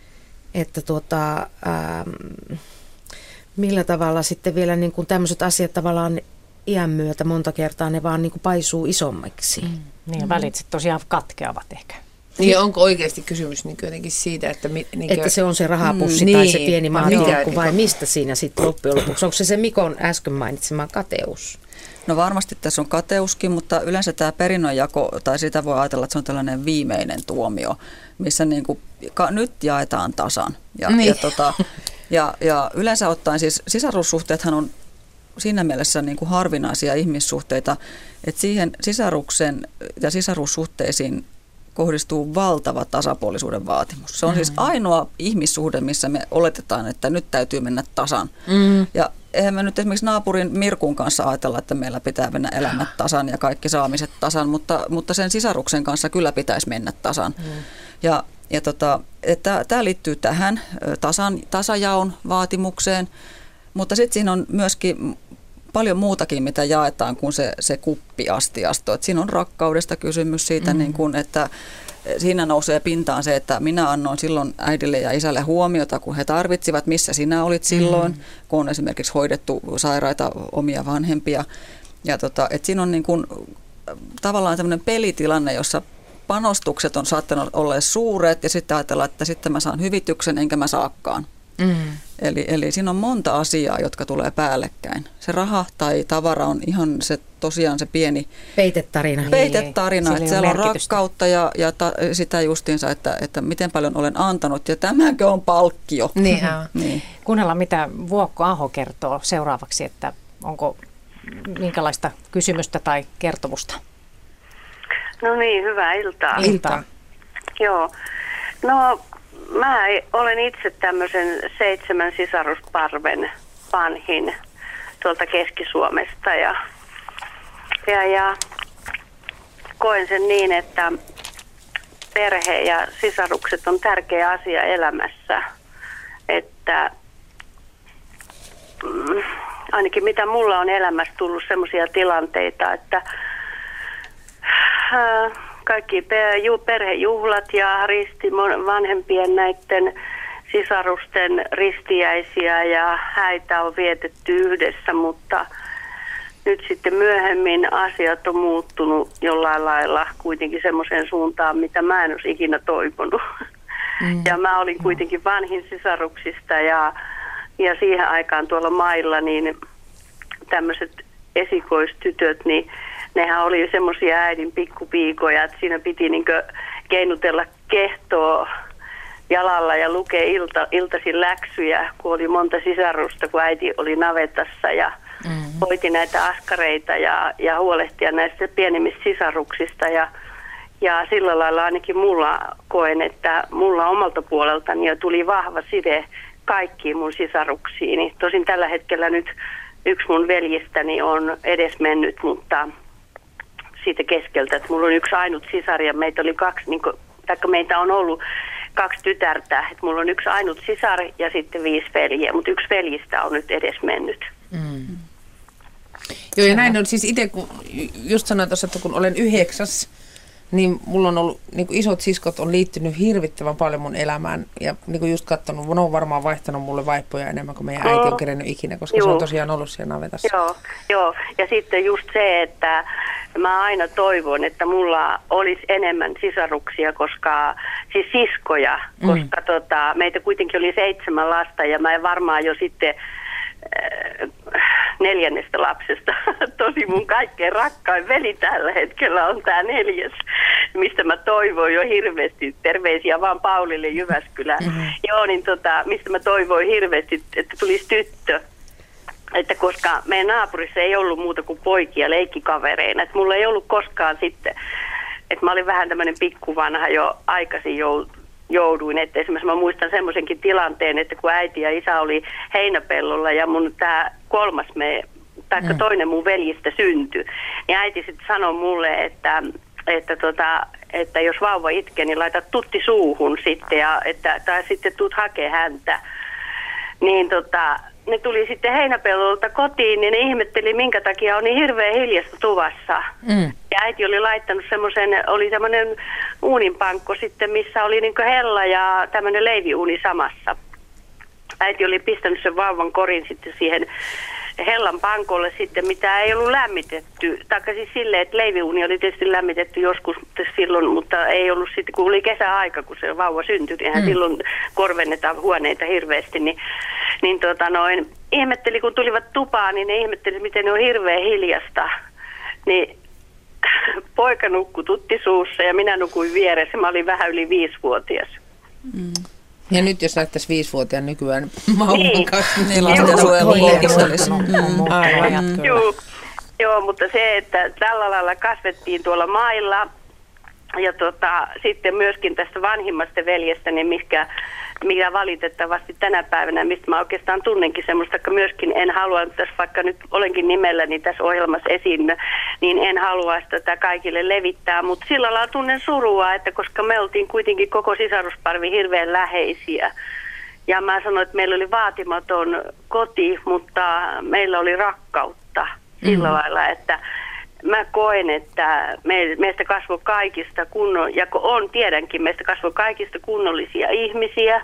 millä tavalla sitten vielä niin kuin tämmöiset asiat tavallaan iän myötä monta kertaa ne vaan niin kuin paisuu isommiksi. Niin, välit sitten tosiaan katkeavat ehkä. Niin, onko oikeasti kysymys niin jotenkin siitä, että että se on se rahapussi tai se pieni maatolkku vai mistä siinä sitten loppujen lopuksi? Onko se Mikon äsken mainitsema kateus? No varmasti tässä on kateuskin, mutta yleensä tämä perinnönjako, tai sitä voi ajatella, että se on tällainen viimeinen tuomio, missä niin kuin, nyt jaetaan tasan. Ja yleensä ottaen siis sisarussuhteethan on siinä mielessä niin kuin harvinaisia ihmissuhteita, että siihen sisaruksen ja sisarussuhteisiin kohdistuu valtava tasapuolisuuden vaatimus. Se on siis ainoa ihmissuhde, missä me oletetaan, että nyt täytyy mennä tasan. Ja eihän me nyt esimerkiksi naapurin Mirkun kanssa ajatella, että meillä pitää mennä elämät tasan ja kaikki saamiset tasan, mutta sen sisaruksen kanssa kyllä pitäisi mennä tasan. Ja tämä liittyy tähän tasajaon vaatimukseen, mutta sitten siinä on myöskin paljon muutakin, mitä jaetaan kuin se kuppiastiasto. Et siinä on rakkaudesta kysymys siitä, niin kun, että siinä nousee pintaan se, että minä annoin silloin äidille ja isälle huomiota, kun he tarvitsivat, missä sinä olit silloin, kun on esimerkiksi hoidettu sairaita omia vanhempia. Ja että siinä on niin kun, tavallaan tämmöinen pelitilanne, jossa panostukset on saattanut olla suuret ja sitten ajatellaan, että sitten mä saan hyvityksen enkä mä saakaan. Eli siinä on monta asiaa, jotka tulee päällekkäin. Se raha tai tavara on ihan se tosiaan se pieni peitetarina, että siellä on rakkautta ja sitä justiinsa, että miten paljon olen antanut ja tämäkö on palkkio. Niin. Kuunnellaan, mitä Vuokko Aho kertoo seuraavaksi, että onko minkälaista kysymystä tai kertomusta. No niin, hyvää iltaa. Iltaa. Joo, no mä olen itse tämmöisen 7 sisarusparven vanhin tuolta Keski-Suomesta ja koen sen niin, että perhe ja sisarukset on tärkeä asia elämässä, että ainakin mitä mulla on elämässä tullut semmoisia tilanteita, että kaikki perhejuhlat ja vanhempien näiden sisarusten ristiäisiä ja häitä on vietetty yhdessä, mutta nyt sitten myöhemmin asiat on muuttunut jollain lailla kuitenkin semmoiseen suuntaan, mitä mä en olisi ikinä toivonut. Ja mä olin kuitenkin vanhin sisaruksista ja siihen aikaan tuolla mailla niin tämmöiset esikoistytöt, niin nehän oli semmoisia äidin pikkupiikoja, että siinä piti niinkö keinutella kehtoa jalalla ja lukea iltaisin läksyjä, kun oli monta sisarusta, kun äiti oli navetassa. hoiti näitä askareita ja huolehtia näistä pienimmistä sisaruksista ja sillä lailla ainakin mulla koen, että mulla omalta puoleltani jo tuli vahva side kaikkiin mun sisaruksiini. Tosin tällä hetkellä nyt yksi mun veljistäni on edesmennyt, mutta siitä keskeltä, että mulla on yksi ainut sisari ja meitä oli meitä on ollut 2 tytärtä. Että mulla on yksi ainut sisar ja sitten 5 veljeä, mutta yksi veljistä on nyt edesmennyt. Joo, ja näin on siis itse, kun just sanoin tuossa, että kun olen 9, niin mulla on ollut, niin kuin isot siskot on liittynyt hirvittävän paljon mun elämään. Ja niin kuin just katsonut, ne on varmaan vaihtanut mulle vaippoja enemmän kuin meidän äiti on kerennyt ikinä, koska se on tosiaan ollut siellä navetassa. Joo, ja sitten just se, että mä aina toivon, että mulla olisi enemmän sisaruksia, siis siskoja, koska meitä kuitenkin oli 7 lasta ja mä en varmaan jo sitten 4. lapsesta. Tosi mun kaikkein rakkain veli tällä hetkellä on tämä 4, mistä mä toivoin jo hirveästi, terveisiä vaan Paulille Jyväskylään. Joo, niin mistä mä toivoin hirveästi, että tulisi tyttö. Että koska meidän naapurissa ei ollut muuta kuin poikia leikkikavereina. Että mulla ei ollut koskaan sitten, että mä olin vähän tämmöinen pikkuvanha jo aikaisin jouduin. Että esimerkiksi mä muistan semmoisenkin tilanteen, että kun äiti ja isä oli heinäpellolla ja mun tämä 3. toinen mun veljistä syntyi, niin äiti sitten sanoi mulle, että jos vauva itkee, niin laita tutti suuhun sitten tai sitten tuut hakee häntä. Niin ne tuli sitten heinäpellolta kotiin, niin ne ihmetteli, minkä takia on niin hirveän hiljasta tuvassa. Ja äiti oli laittanut oli tämmöinen uuninpankko sitten, missä oli niin kuin hella ja tämmöinen leiviuuni samassa. Äiti oli pistänyt sen vauvan korin sitten siihen hellan pankolle sitten, mitä ei ollut lämmitetty. Taikka siis silleen, että leiviuuni oli tietysti lämmitetty joskus silloin, mutta ei ollut sitten, kun oli kesäaika, kun se vauva syntyi, niin silloin korvennetaan huoneita hirveästi, niin ihmetteli, kun tulivat tupaan, niin ne ihmetteli, miten ne on hirveän hiljasta. Niin poika nukkui tutti suussa ja minä nukuin vieressä. Mä olin vähän yli 5-vuotias. Ja nyt jos näyttäisi 5-vuotiaan nykyään vauvan kanssa, niin lastensuojelukoulussa olisi. Joo, mutta se, että tällä lailla kasvettiin tuolla mailla ja sitten myöskin tästä vanhimmasta veljestä, niin mikä valitettavasti tänä päivänä, mistä mä oikeastaan tunnenkin semmoista, että myöskin en halua, tässä vaikka nyt olenkin nimelläni tässä ohjelmassa esiin, niin en halua tätä kaikille levittää, mutta sillä lailla tunnen surua, että koska me oltiin kuitenkin koko sisarusparvi hirveän läheisiä. Ja mä sanoin, että meillä oli vaatimaton koti, mutta meillä oli rakkautta sillä lailla, että mä koen, että meistä kasvoi kaikista tiedänkin, meistä kasvoi kaikista kunnollisia ihmisiä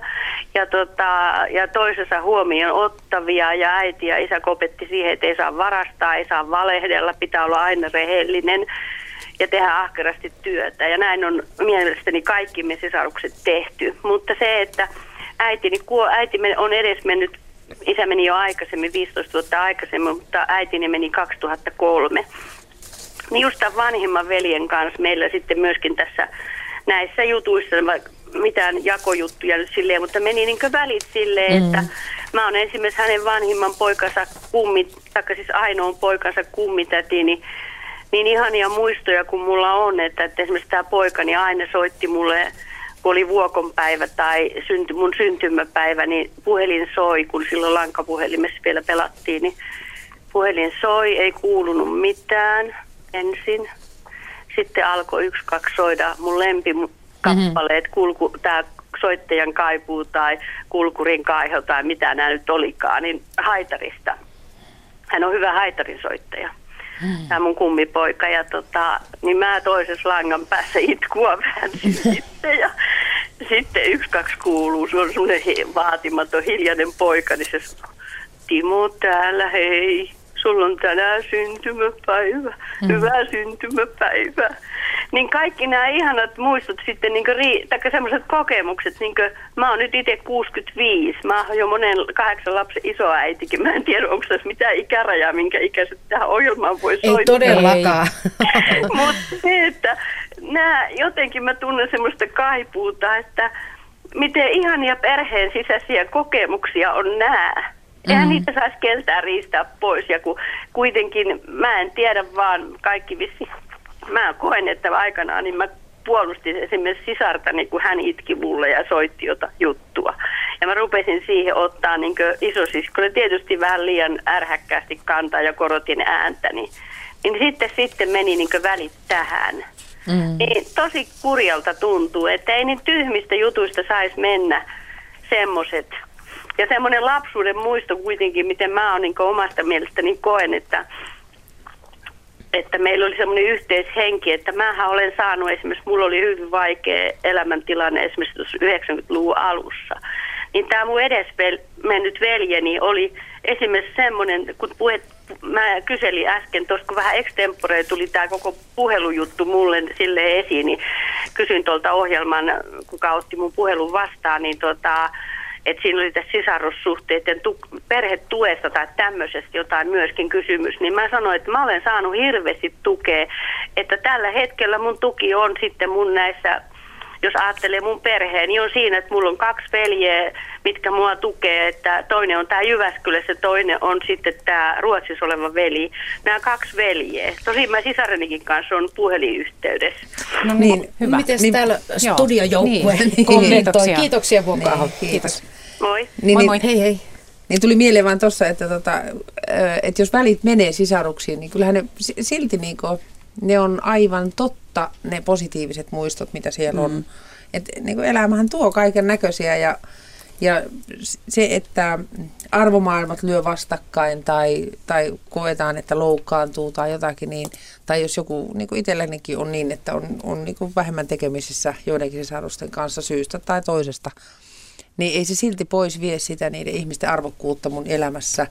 ja toisensa huomioon ottavia ja äiti ja isä opetti siihen, että ei saa varastaa, ei saa valehdella, pitää olla aina rehellinen ja tehdä ahkerasti työtä ja näin on mielestäni kaikki me sisarukset tehty, mutta se, että äiti on edesmennyt, isä meni jo aikaisemmin, 15 vuotta aikaisemmin, mutta äitini meni 2003. Niin just tämän vanhimman veljen kanssa meillä sitten myöskin tässä näissä jutuissa, mitään jakojuttuja nyt silleen, mutta meni niin kuin välit silleen, että mä oon esimerkiksi hänen vanhimman poikansa siis ainoan poikansa kummitäti, niin ihania muistoja kun mulla on, että esimerkiksi tämä poikani aina soitti mulle, kun oli vuokonpäivä tai mun syntymäpäivä, niin puhelin soi, kun silloin lankapuhelimessa vielä pelattiin, niin puhelin soi, ei kuulunut mitään ensin. Sitten alkoi 1-2 soida mun lempikappaleet, tää soittajan kaipuu tai kulkurin kaiho tai mitä nämä nyt olikaan, niin haitarista. Hän on hyvä haitarinsoittaja. Tämä mun kummipoika ja niin mä toisessa langan päässä itkua väänsin sitten ja sitten 1-2 kuuluu, se on semmoinen vaatimaton hiljainen poika, niin se sanoo, Timo täällä, hei, sulla on tänään syntymäpäivä, hyvää syntymäpäivää. Niin kaikki nämä ihanat muistot sitten, tai semmoiset kokemukset, mä oon nyt itse 65, mä oon jo monen 8 lapsen isoäitikin, mä en tiedä, onko tässä mitään ikärajaa, minkä ikäiset tähän ohjelmaan voi soittaa. Ei todellakaan. Mutta se, että jotenkin mä tunnen semmoista kaipuuta, että miten ihania perheen sisäisiä kokemuksia on nämä. Eihän niitä saisi keltään riistää pois. Ja kun kuitenkin mä en tiedä vaan kaikki vissi. Mä koen, että aikanaan niin mä puolustin esimerkiksi sisartani, kun hän itki mulle ja soitti juttua. Ja mä rupesin siihen ottaa niin isosiskolle tietysti vähän liian ärhäkkäästi kantaa ja korotin ääntäni. Niin sitten meni niin välit tähän. Niin tosi kurjalta tuntuu, että ei niin tyhmistä jutuista saisi mennä semmoiset. Ja semmoinen lapsuuden muisto kuitenkin, miten mä oon niin omasta mielestäni koen, että meillä oli semmoinen yhteishenki, että mähän olen saanut esimerkiksi, mulla oli hyvin vaikea elämäntilanne esimerkiksi 90-luvun alussa. Niin tämä mun mennyt veljeni oli esimerkiksi semmoinen, kun mä kyselin äsken, tuossa kun vähän extempore tuli tämä koko puhelujuttu mulle sille esiin, niin kysyin tuolta ohjelman, kuka otti mun puhelun vastaan, niin että siinä oli tässä sisarussuhteiden perhetuesta tai tämmöisestä jotain myöskin kysymys, niin mä sanoin, että mä olen saanut hirveästi tukea, että tällä hetkellä mun tuki on sitten mun näissä, jos ajattelee mun perheen, niin on siinä, että mulla on 2 veljeä, mitkä mua tukee, että toinen on tää Jyväskylässä, toinen on sitten tää Ruotsissa oleva veli. Nämä 2 veljeä. Tosin mä sisarenikin kanssa on puhelinyhteydessä. No niin, hyvä. Miten täällä studiojoukkue kommentoi? Kiitoksia Vuokka. Kiitos. Moi. Moi. Hei. Niin tuli mieleen vaan tuossa, että jos välit menee sisaruksiin, niin kyllähän ne silti ne on aivan totta, ne positiiviset muistot, mitä siellä on. Että elämähän tuo kaiken näköisiä ja se, että arvomaailmat lyö vastakkain tai koetaan, että loukkaantuu tai jotakin, niin, tai jos joku itsellänikin on niin, että on vähemmän tekemisissä joidenkin sisarusten kanssa syystä tai toisesta, niin ei se silti pois vie sitä niiden ihmisten arvokkuutta mun elämässä.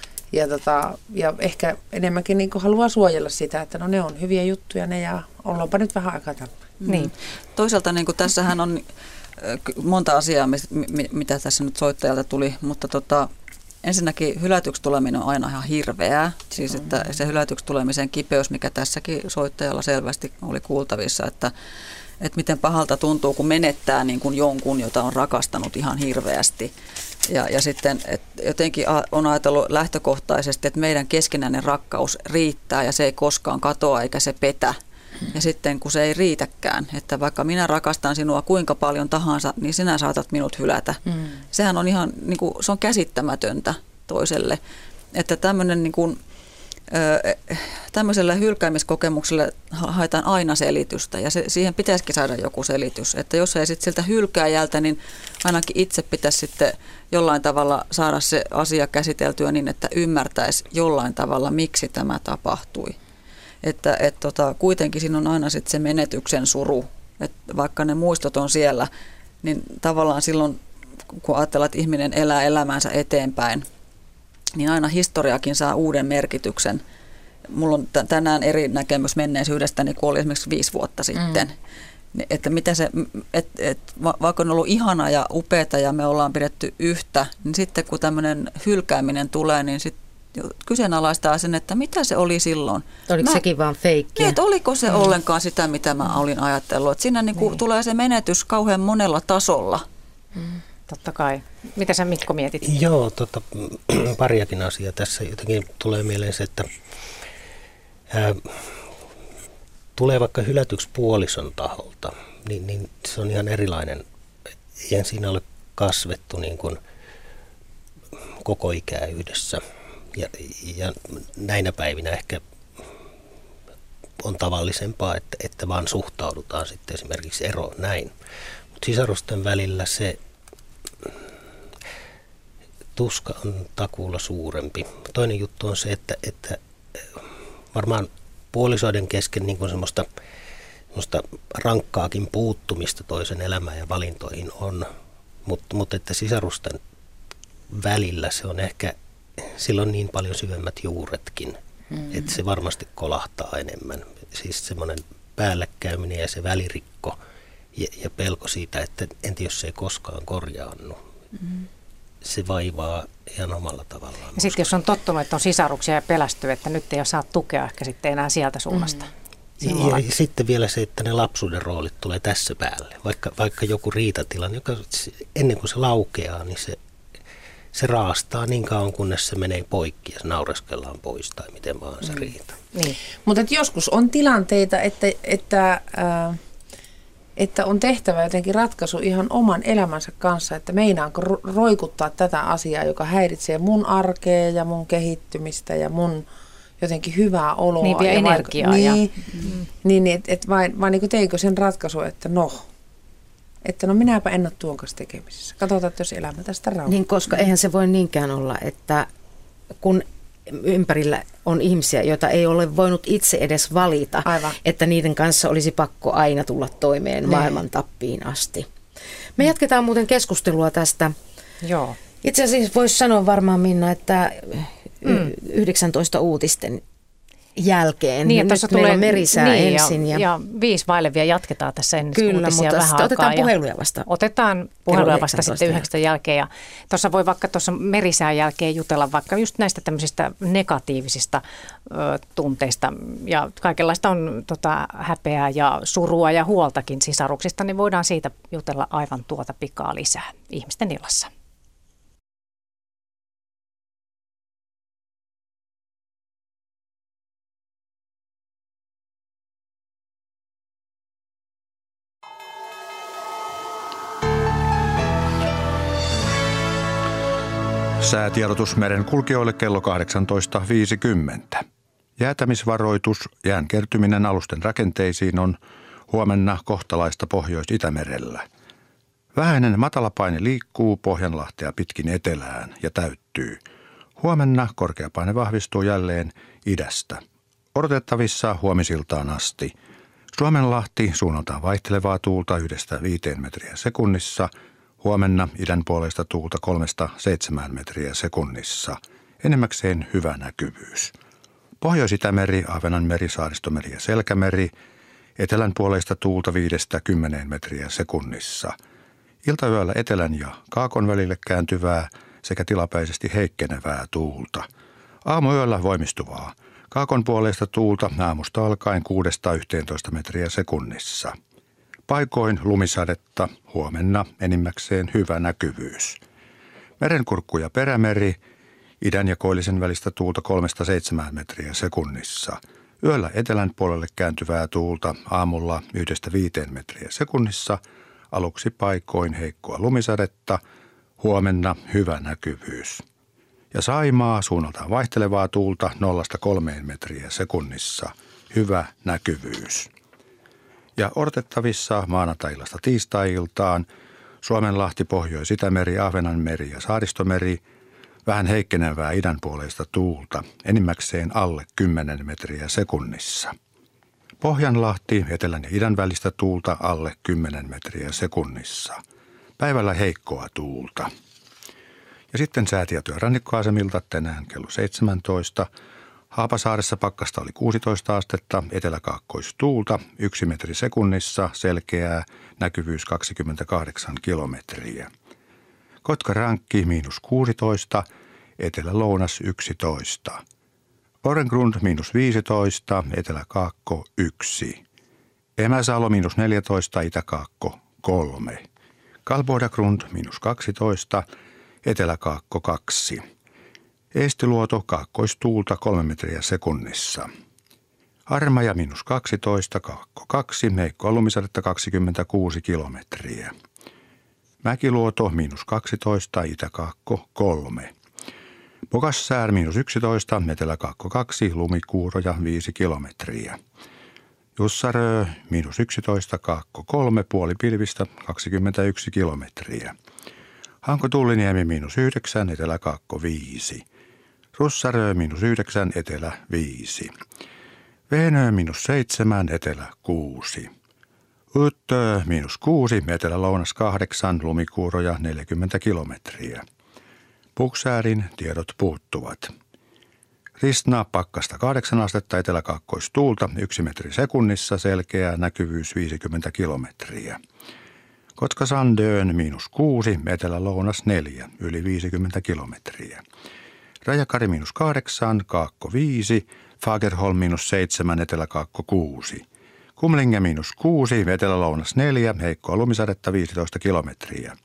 Ja ehkä enemmänkin haluaa suojella sitä, että ne on hyviä juttuja ne ja ollaanpa nyt vähän aikaa tällä. Niin. Toisaalta tässähän on monta asiaa, mitä tässä nyt soittajalta tuli, mutta ensinnäkin hylätyksi tuleminen on aina ihan hirveää. Siis että se hylätyksi tulemisen kipeys, mikä tässäkin soittajalla selvästi oli kuultavissa, että miten pahalta tuntuu, kun menettää niin kuin jonkun, jota on rakastanut ihan hirveästi. Ja sitten jotenkin on ajatellut lähtökohtaisesti, että meidän keskinäinen rakkaus riittää ja se ei koskaan katoa eikä se petä. Ja sitten kun se ei riitäkään, että vaikka minä rakastan sinua kuinka paljon tahansa, niin sinä saatat minut hylätä. Sehän on ihan, se on käsittämätöntä toiselle. Että tämmöiselle hylkäämiskokemukselle haetaan aina selitystä ja siihen pitäisikin saada joku selitys. Että jos ei sitten siltä hylkääjältä, niin ainakin itse pitäisi sitten jollain tavalla saada se asia käsiteltyä niin, että ymmärtäisi jollain tavalla, miksi tämä tapahtui. Että kuitenkin siinä on aina sitten se menetyksen suru, että vaikka ne muistot on siellä, niin tavallaan silloin, kun ajatellaan, että ihminen elää elämänsä eteenpäin, niin aina historiakin saa uuden merkityksen. Mulla on tänään eri näkemys menneisyydestäni, kun oli esimerkiksi 5 vuotta sitten. Että mitä se, vaikka on ollut ihana ja upeata ja me ollaan pidetty yhtä, niin sitten kun tämmöinen hylkääminen tulee, niin sitten kyseenalaistaa sen, että mitä se oli silloin. Oliko sekin vaan feikkiä? Että oliko se ollenkaan sitä, mitä mä olin ajatellut. Että siinä tulee se menetys kauhean monella tasolla. Totta kai. Mitä sä Mikko mietit? Joo, pariakin asiaa tässä. Jotenkin tulee mieleen se, että tulee vaikka hylätyksi puolison taholta, niin se on ihan erilainen. Eihän siinä ole kasvettu niin kuin koko ikää yhdessä. Ja näinä päivinä ehkä on tavallisempaa, että vaan suhtaudutaan sitten esimerkiksi eroon näin. Mutta sisarusten välillä se tuska on takuulla suurempi. Toinen juttu on se, että varmaan puolisoiden kesken niin kuin semmoista rankkaakin puuttumista toisen elämään ja valintoihin on, mutta että sisarusten välillä se on ehkä, sillä on niin paljon syvemmät juuretkin, että se varmasti kolahtaa enemmän. Siis semmoinen päällekäyminen ja se välirikko ja pelko siitä, että entä jos se ei koskaan korjaannu. Se vaivaa ihan omalla tavallaan. Ja sitten jos on tottunut, että on sisaruksia ja pelästyy, että nyt ei saa tukea ehkä sitten enää sieltä suunnasta. Ja sitten vielä se, että ne lapsuuden roolit tulee tässä päälle. Vaikka joku riitatilanne, joka ennen kuin se laukeaa, niin se raastaa niin kauan, kunnes se menee poikki ja se naureskellaan pois tai miten vaan se riitaa. Niin. Mutta joskus on tilanteita, että on tehtävä jotenkin ratkaisu ihan oman elämänsä kanssa, että meinaanko roikuttaa tätä asiaa, joka häiritsee mun arkea ja mun kehittymistä ja mun jotenkin hyvää oloa. Niin, ja energiaa. Vai niin teinkö sen ratkaisu, että minäpä en ole tuon kanssa tekemisissä. Katsotaan, että jos elämä tästä rauhoittuu. Niin, koska eihän se voi niinkään olla, että kun ympärillä on ihmisiä, joita ei ole voinut itse edes valita, aivan, että niiden kanssa olisi pakko aina tulla toimeen maailman tappiin asti. Me jatketaan muuten keskustelua tästä. Joo. Itse asiassa voisi sanoa varmaan, Minna, että 19 uutisten jälkeen. Niin, nyt meillä on merisää ensin. Ja 5 vailevia jatketaan tässä ennen kyllä, uutisia mutta vähän otetaan puheluja vasta. Otetaan puheluja vasta sitten 9 jälkeen. Ja tuossa voi vaikka tuossa merisään jälkeen jutella vaikka just näistä tämmöisistä negatiivisista tunteista. Ja kaikenlaista on häpeää ja surua ja huoltakin sisaruksista, niin voidaan siitä jutella aivan tuota pikaa lisää ihmisten illassa. Säätiedotus merenkulkijoille kello 18.50. Jäätämisvaroitus, jään kertyminen alusten rakenteisiin on huomenna kohtalaista Pohjois-Itämerellä. Vähäinen matalapaine liikkuu Pohjanlahtea pitkin etelään ja täyttyy. Huomenna korkeapaine vahvistuu jälleen idästä. Odotettavissa huomisiltaan asti. Suomenlahti suunnaltaan vaihtelevaa tuulta 1-5 metriä sekunnissa. Huomenna idän puolesta tuulta 3-7 metriä sekunnissa. Enimmäkseen hyvä näkyvyys. Pohjois-Itämeri, Ahvenanmeri, Saaristomeri ja Selkämeri. Etelän puolesta tuulta 5-10 metriä sekunnissa. Iltayöllä etelän ja kaakon välille kääntyvää sekä tilapäisesti heikkenevää tuulta. Aamuyöllä voimistuvaa. Kaakon puolesta tuulta aamusta alkaen 6-11 metriä sekunnissa. Paikoin lumisadetta, huomenna enimmäkseen hyvä näkyvyys. Merenkurkku ja perämeri, idän ja koillisen välistä tuulta 3-7 metriä sekunnissa. Yöllä etelän puolelle kääntyvää tuulta, aamulla 1-5 metriä sekunnissa. Aluksi paikoin heikkoa lumisadetta, huomenna hyvä näkyvyys. Ja Saimaa suunnaltaan vaihtelevaa tuulta 0-3 metriä sekunnissa, hyvä näkyvyys. Ja odotettavissa maanantai-illasta tiistai-iltaan Suomenlahti, Pohjois-Itämeri, Ahvenanmeri ja Saaristomeri, vähän heikkenevää idänpuoleista tuulta, enimmäkseen alle 10 metriä sekunnissa. Pohjanlahti, etelän ja idän välistä tuulta alle 10 metriä sekunnissa. Päivällä heikkoa tuulta. Ja sitten säätietoja rannikkoasemilta tänään kello 17. Haapasaaressa pakkasta oli 16 astetta, eteläkaakkoistuulta 1 metri sekunnissa, selkeää, näkyvyys 28 kilometriä. Kotkarankki -16, etelä-lounas 11. Orengrund -15, eteläkaakko 1. Emäsalo -14, itäkaakko 3. Kalbodagrund -12, eteläkaakko 2. Eestiluoto kaakkoistuulta 3 metriä sekunnissa. Armaja -12, kaakko 2, heikkoa lumisadetta 26 kilometriä. Mäkiluoto -12, itäkaakko 3. Pokassäär -11, eteläkaakko 2, lumikuuroja 5 kilometriä. Jussarö -11, kaakko 3, puolipilvistä 21 kilometriä. Hanko-Tulliniemi -9, eteläkaakko 5. Russarö -9, etelä 5. Veenö -7, etelä 6. Uttö -6, etelä-lounas 8, lumikuuroja 40 kilometriä. Puksäärin tiedot puuttuvat. Ristna pakkasta 8 astetta, eteläkaakkoistuulta 1 metri sekunnissa, selkeä näkyvyys 50 kilometriä. Kotka-Sandön -6, etelä-lounas 4, yli 50 kilometriä. Rajakari -8, kaakko 5, Fagerholm -7, eteläkaakko 6. Kumlinge -6, etelä-lounas 4, heikkoa lumisadetta 15 kilometriä.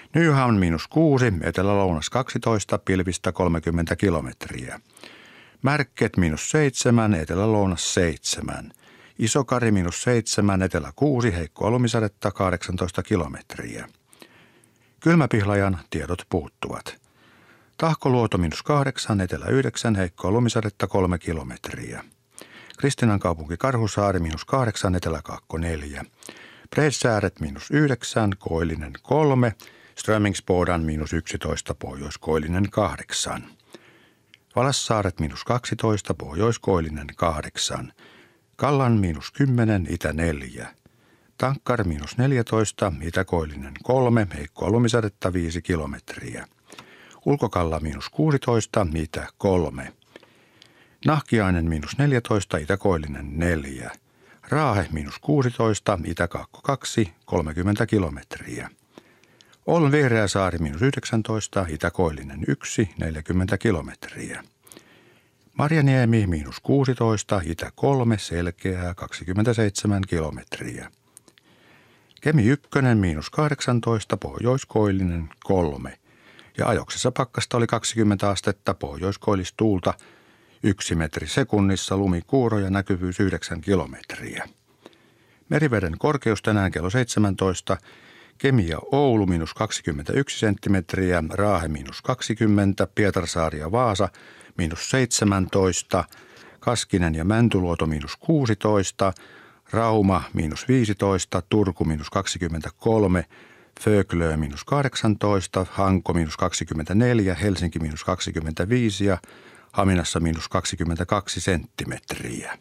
Nyhamn -6, etelä-lounas 12, pilvistä 30 kilometriä. Märket -7, etelä-lounas 7. Isokari -7, etelä 6, heikkoa lumisadetta 18 kilometriä. Kylmäpihlajan tiedot puuttuvat. Tahkoluoto -8, etelä 9, heikkoa lumisadetta 3 kilometriä. Kristiinankaupunki Karhusaari -8, etelä-kaakko 4. Bredsääret -9, koillinen 3. Strömingsbodan -11, pohjoiskoillinen 8. Valassaaret -12, pohjoiskoillinen 8. Kallan -10, itä 4. Tankkar -14, itäkoillinen 3, heikkoa lumisadetta 5 kilometriä. Ulkokalla -16, itä 3. Nahkiainen -14, itäkoillinen 4. Raahe -16, itäkaakko 2, 30 kilometriä. Oln Vihreäsaari -19, itäkoillinen 1, 40 kilometriä. Marjaniemi -16, itä 3, selkeää 27 kilometriä. Kemi 1 -18, pohjoiskoillinen 3. Ja ajoksessa pakkasta oli 20 astetta, pohjoiskoillistuulta 1 metri sekunnissa, lumikuuro ja näkyvyys 9 kilometriä. Meriveden korkeus tänään kello 17. Kemi ja Oulu -21 senttimetriä, Raahe -20, Pietarsaari ja Vaasa -17, Kaskinen ja Mäntyluoto -16, Rauma -15, Turku -23, Föglö -18, Hanko -24, Helsinki -25 ja Haminassa -22 senttimetriä.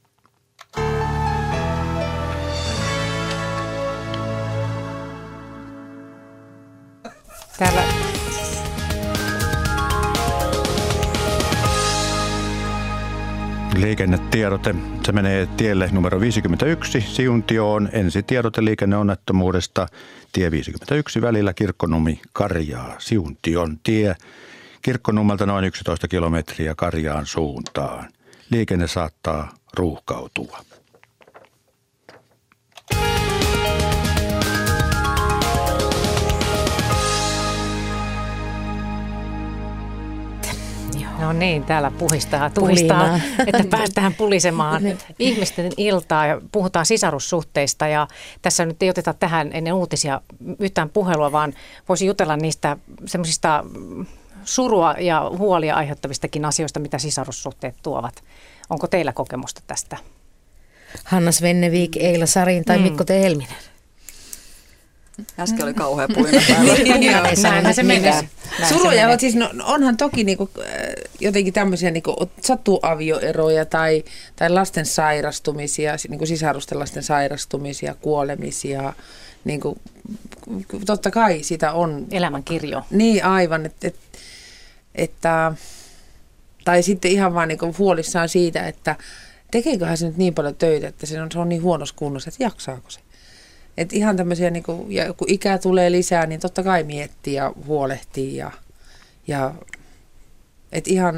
Täällä liikennetiedote. Se menee tielle numero 51 Siuntioon. Ensi tiedote liikenneonnettomuudesta. Tie 51 välillä Kirkkonummi-Karjaa. Siuntion tie. Kirkkonummelta noin 11 kilometriä Karjaan suuntaan. Liikenne saattaa ruuhkautua. No niin, täällä puhistaa, että päästään pulisemaan ihmisten iltaa ja puhutaan sisarussuhteista. Ja tässä nyt ei oteta tähän ennen uutisia yhtään puhelua, vaan voisi jutella niistä semmoisista surua ja huolia aiheuttavistakin asioista, mitä sisarussuhteet tuovat. Onko teillä kokemusta tästä? Hanna Svennevik, Eila Sarin tai Mikko T. Helminen. Äsken oli kauhea puina täällä. Näinhän se menee. Suruja, siis onhan toki niinku, jotenkin tämmöisiä niinku, sattuu avioeroja tai lasten sairastumisia, niinku sisarusten lasten sairastumisia, kuolemisia. Niinku, totta kai sitä on. Elämänkirjo. Niin aivan, että tai sitten ihan vaan niinku huolissaan siitä, että tekeeköhän se nyt niin paljon töitä, että se on niin huonossa kunnossa, että jaksaako se. Että ihan tämmöisiä, niinku, ja kun ikää tulee lisää, niin totta kai miettii ja huolehtii ja että ihan,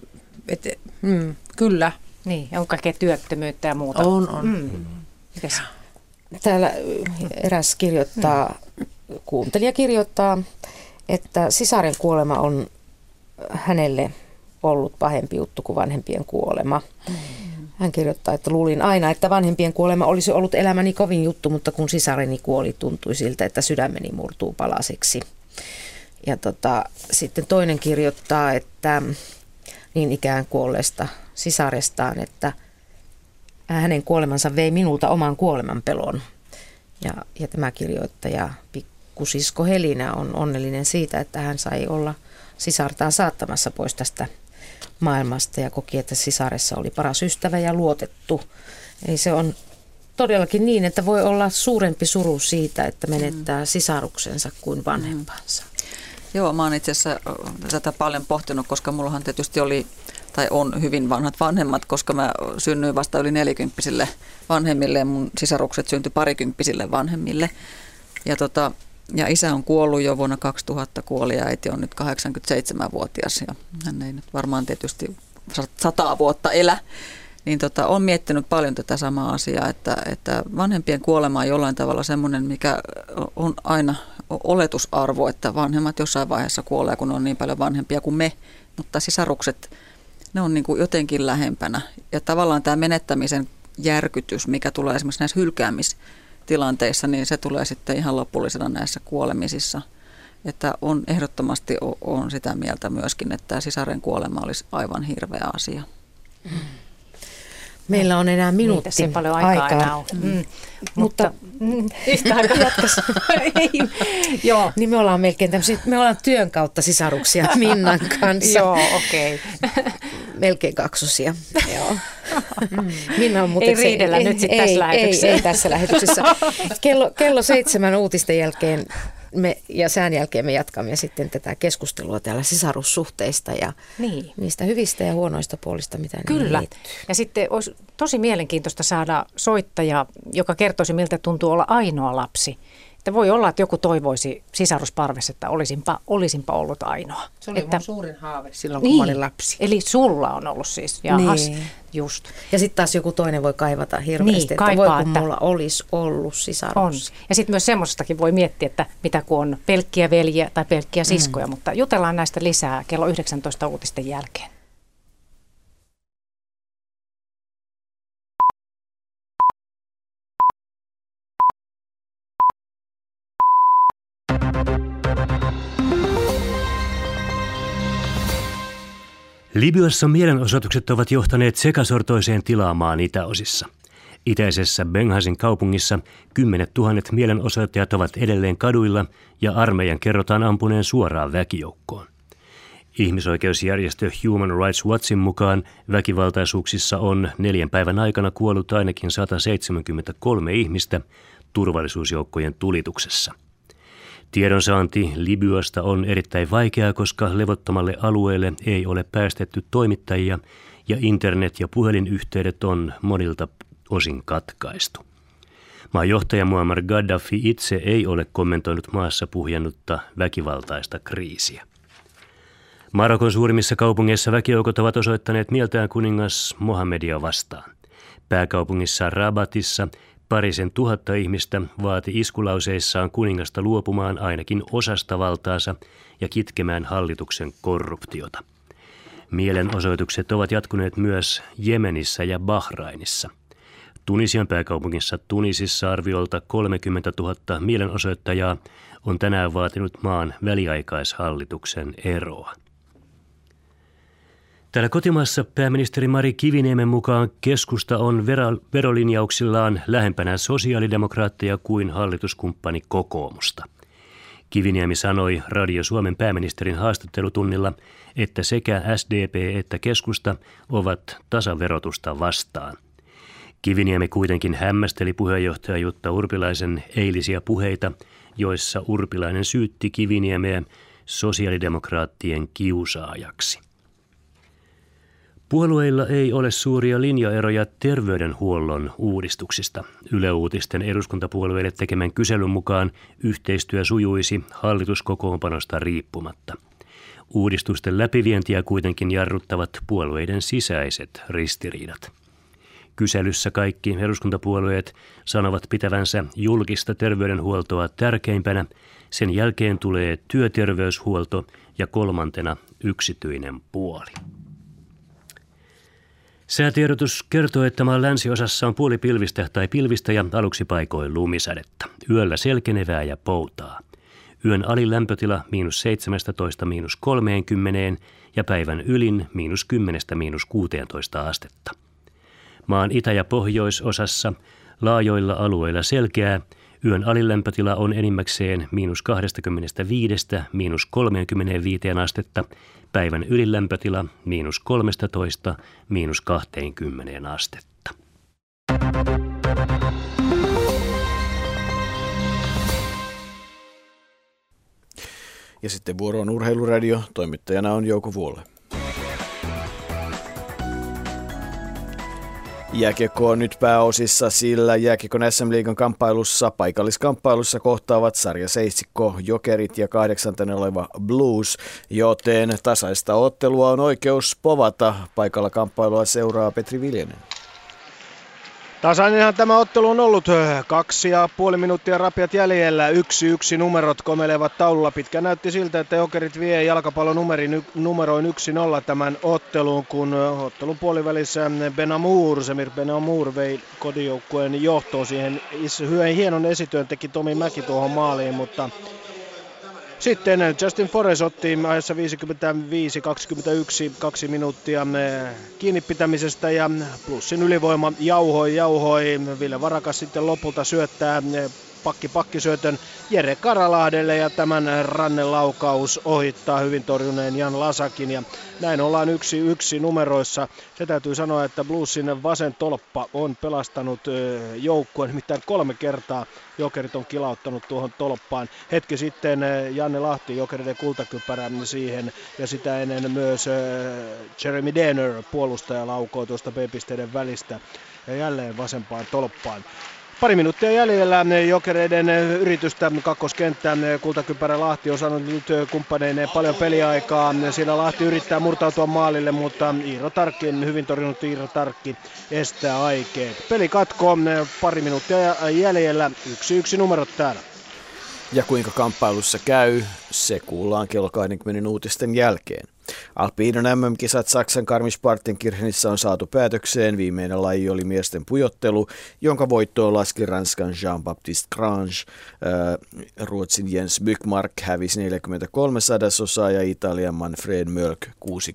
kyllä. Niin, on kaikkea työttömyyttä ja muuta. On. Mites? Täällä eräs kuuntelija kirjoittaa, että sisaren kuolema on hänelle ollut pahempi juttu kuin vanhempien kuolema. Hän kirjoittaa, että luulin aina, että vanhempien kuolema olisi ollut elämäni kovin juttu, mutta kun sisareni kuoli, tuntui siltä, että sydämeni murtuu palasiksi. Ja sitten toinen kirjoittaa, että niin ikään kuolleesta sisarestaan, että hänen kuolemansa vei minulta oman kuolemanpelon. Ja tämä kirjoittaja, pikkusisko Helina, on onnellinen siitä, että hän sai olla sisartaan saattamassa pois tästä maailmasta ja koki, että sisaressa oli paras ystävä ja luotettu. Eli se on todellakin niin, että voi olla suurempi suru siitä, että menettää sisaruksensa kuin vanhempansa. Joo, mä oon itse asiassa tätä paljon pohtinut, koska mullahan tietysti oli tai on hyvin vanhat vanhemmat, koska mä synnyin vasta yli 40-vuotiaille vanhemmille ja mun sisarukset syntyi parikymppisille vanhemmille. Ja isä on kuollut jo vuonna 2000 kuoli ja äiti on nyt 87-vuotias ja hän ei nyt varmaan tietysti 100 vuotta elä. Niin olen miettinyt paljon tätä samaa asiaa, että vanhempien kuolema on jollain tavalla semmoinen, mikä on aina oletusarvo, että vanhemmat jossain vaiheessa kuolee, kun on niin paljon vanhempia kuin me, mutta sisarukset, ne on niin kuin jotenkin lähempänä. Ja tavallaan tämä menettämisen järkytys, mikä tulee esimerkiksi näissä hylkäämistilanteissa, niin se tulee sitten ihan lopullisena näissä kuolemisissa. Että on ehdottomasti on sitä mieltä myöskin, että sisaren kuolema olisi aivan hirveä asia. Meillä on enää minuutti niin, paljon aikaa. Enää on. Mutta yhtä aikaa jatkas. Joo. Niin me ollaan melkein tämmöisiä, me ollaan työn kautta sisaruksia Minnan kanssa. Joo, okei. Melkein kaksosia. Joo. Minna on ei riidellä nyt sitten tässä lähetyksessä. Ei tässä lähetyksessä. Kello 7 uutisten jälkeen ja sään jälkeen me jatkamme sitten tätä keskustelua täällä sisarussuhteista ja niistä hyvistä ja huonoista puolista, mitä Kyllä. Liittyy. Ja sitten olisi tosi mielenkiintoista saada soittaja, joka kertoisi, miltä tuntuu olla ainoa lapsi. Että voi olla, että joku toivoisi sisarusparvessa, että olisinpa ollut ainoa. Se oli mun suurin haave silloin, kun mä olin lapsi. Eli sulla on ollut siis. Jahas, just. Ja sitten taas joku toinen voi kaivata hirveästi, että voi kun mulla olisi ollut sisarus. Ja sitten myös semmoisestakin voi miettiä, että mitä kun on pelkkiä veljiä tai pelkkiä siskoja, mutta jutellaan näistä lisää kello 19 uutisten jälkeen. Libyassa mielenosoitukset ovat johtaneet sekasortoiseen tilaan maan itäosissa. Itäisessä Benghazin kaupungissa 10 000 mielenosoittajat ovat edelleen kaduilla ja armeijan kerrotaan ampuneen suoraan väkijoukkoon. Ihmisoikeusjärjestö Human Rights Watchin mukaan väkivaltaisuuksissa on 4 päivän aikana kuollut ainakin 173 ihmistä turvallisuusjoukkojen tulituksessa. Tiedonsaanti Libyasta on erittäin vaikeaa, koska levottomalle alueelle ei ole päästetty toimittajia ja internet- ja puhelinyhteydet on monilta osin katkaistu. Maan johtaja Muammar Gaddafi itse ei ole kommentoinut maassa puhjennutta väkivaltaista kriisiä. Marokon suurimmissa kaupungeissa väkijoukot ovat osoittaneet mieltään kuningas Mohammedia vastaan. Pääkaupungissa Rabatissa 200 ihmistä vaati iskulauseissaan kuningasta luopumaan ainakin osasta valtaansa ja kitkemään hallituksen korruptiota. Mielenosoitukset ovat jatkuneet myös Jemenissä ja Bahrainissa. Tunisian pääkaupungissa Tunisissa arviolta 30 000 mielenosoittajaa on tänään vaatinut maan väliaikaishallituksen eroa. Täällä kotimaassa pääministeri Mari Kiviniemen mukaan keskusta on verolinjauksillaan lähempänä sosiaalidemokraatteja kuin hallituskumppani kokoomusta. Kiviniemi sanoi Radio Suomen pääministerin haastattelutunnilla, että sekä SDP että keskusta ovat tasaverotusta vastaan. Kiviniemi kuitenkin hämmästeli puheenjohtaja Jutta Urpilaisen eilisiä puheita, joissa Urpilainen syytti Kiviniemeä sosiaalidemokraattien kiusaajaksi. Puolueilla ei ole suuria linjaeroja terveydenhuollon uudistuksista. Yle Uutisten eduskuntapuolueille tekemän kyselyn mukaan yhteistyö sujuisi hallituskokoonpanosta riippumatta. Uudistusten läpivientiä kuitenkin jarruttavat puolueiden sisäiset ristiriidat. Kyselyssä kaikki eduskuntapuolueet sanovat pitävänsä julkista terveydenhuoltoa tärkeimpänä, sen jälkeen tulee työterveyshuolto ja kolmantena yksityinen puoli. Säätiedotus kertoo, että maan länsiosassa on puolipilvistä tai pilvistä ja aluksi paikoin lumisadetta. Yöllä selkenevää ja poutaa. Yön alilämpötila -17 -30 ja päivän ylin -10 -16 astetta. Maan itä- ja pohjoisosassa laajoilla alueilla selkeää. Yön alilämpötila on enimmäkseen -25 -35 astetta. Päivän ylilämpötila -13 -20 astetta. Ja sitten vuoro on Urheiluradio. Toimittajana on Jouko Vuolle. Jääkiekko on nyt pääosissa, sillä jääkiekon SM-liigan kamppailussa, paikalliskamppailussa kohtaavat sarjaseisikko Jokerit ja 8. oleva Blues, joten tasaista ottelua on oikeus povata. Paikalla kamppailua seuraa Petri Viljanen. Tasainenhan tämä ottelu on ollut 2,5 minuuttia rapiat jäljellä. 1-1 numerot komelevat taululla. Pitkään näytti siltä, että Jokerit vie jalkapallonumeroin 1-0 tämän ottelun, kun ottelun puolivälissä Semir Ben Amour vei kotijoukkueen johtoon. Siihen hienon esityön teki Tomi Mäki tuohon maaliin, mutta sitten Justin Forrest otti ajassa 55-21 2 minuuttia kiinni pitämisestä ja Plussin ylivoima jauhoi. Ville Varakas sitten lopulta syöttää pakkisyötön Jere Karalahdelle ja tämän rannelaukaus ohittaa hyvin torjuneen Jan Lasakin ja näin ollaan 1-1 numeroissa. Se täytyy sanoa, että Bluesin vasen tolppa on pelastanut joukkueen, nimittäin 3 kertaa Jokerit on kilauttanut tuohon tolppaan. Hetki sitten Janne Lahti Jokeriden kultakypärän siihen ja sitä ennen myös Jeremy Denner puolustaja laukoo tuosta B-pisteiden välistä ja jälleen vasempaan tolppaan. Pari minuuttia jäljellä Jokereiden yritystä kakkoskenttään. Kultakypärä Lahti on saanut nyt kumppaneineen paljon peliaikaa. Siinä Lahti yrittää murtautua maalille, mutta hyvin torjunut Iiro Tarkki estää aikeet. Peli katkoo, pari minuuttia jäljellä, 1-1 numerot täällä. Ja kuinka kamppailussa käy, se kuullaan kello 20 uutisten jälkeen. Alppiidon MM-kisat Saksan Garmisch-Partenkirchenissä on saatu päätökseen. Viimeinen laji oli miesten pujottelu, jonka voittoon laski Ranskan Jean-Baptiste Grange. Ruotsin Jens Bykmark hävisi 43% ja Italian Manfred Mölk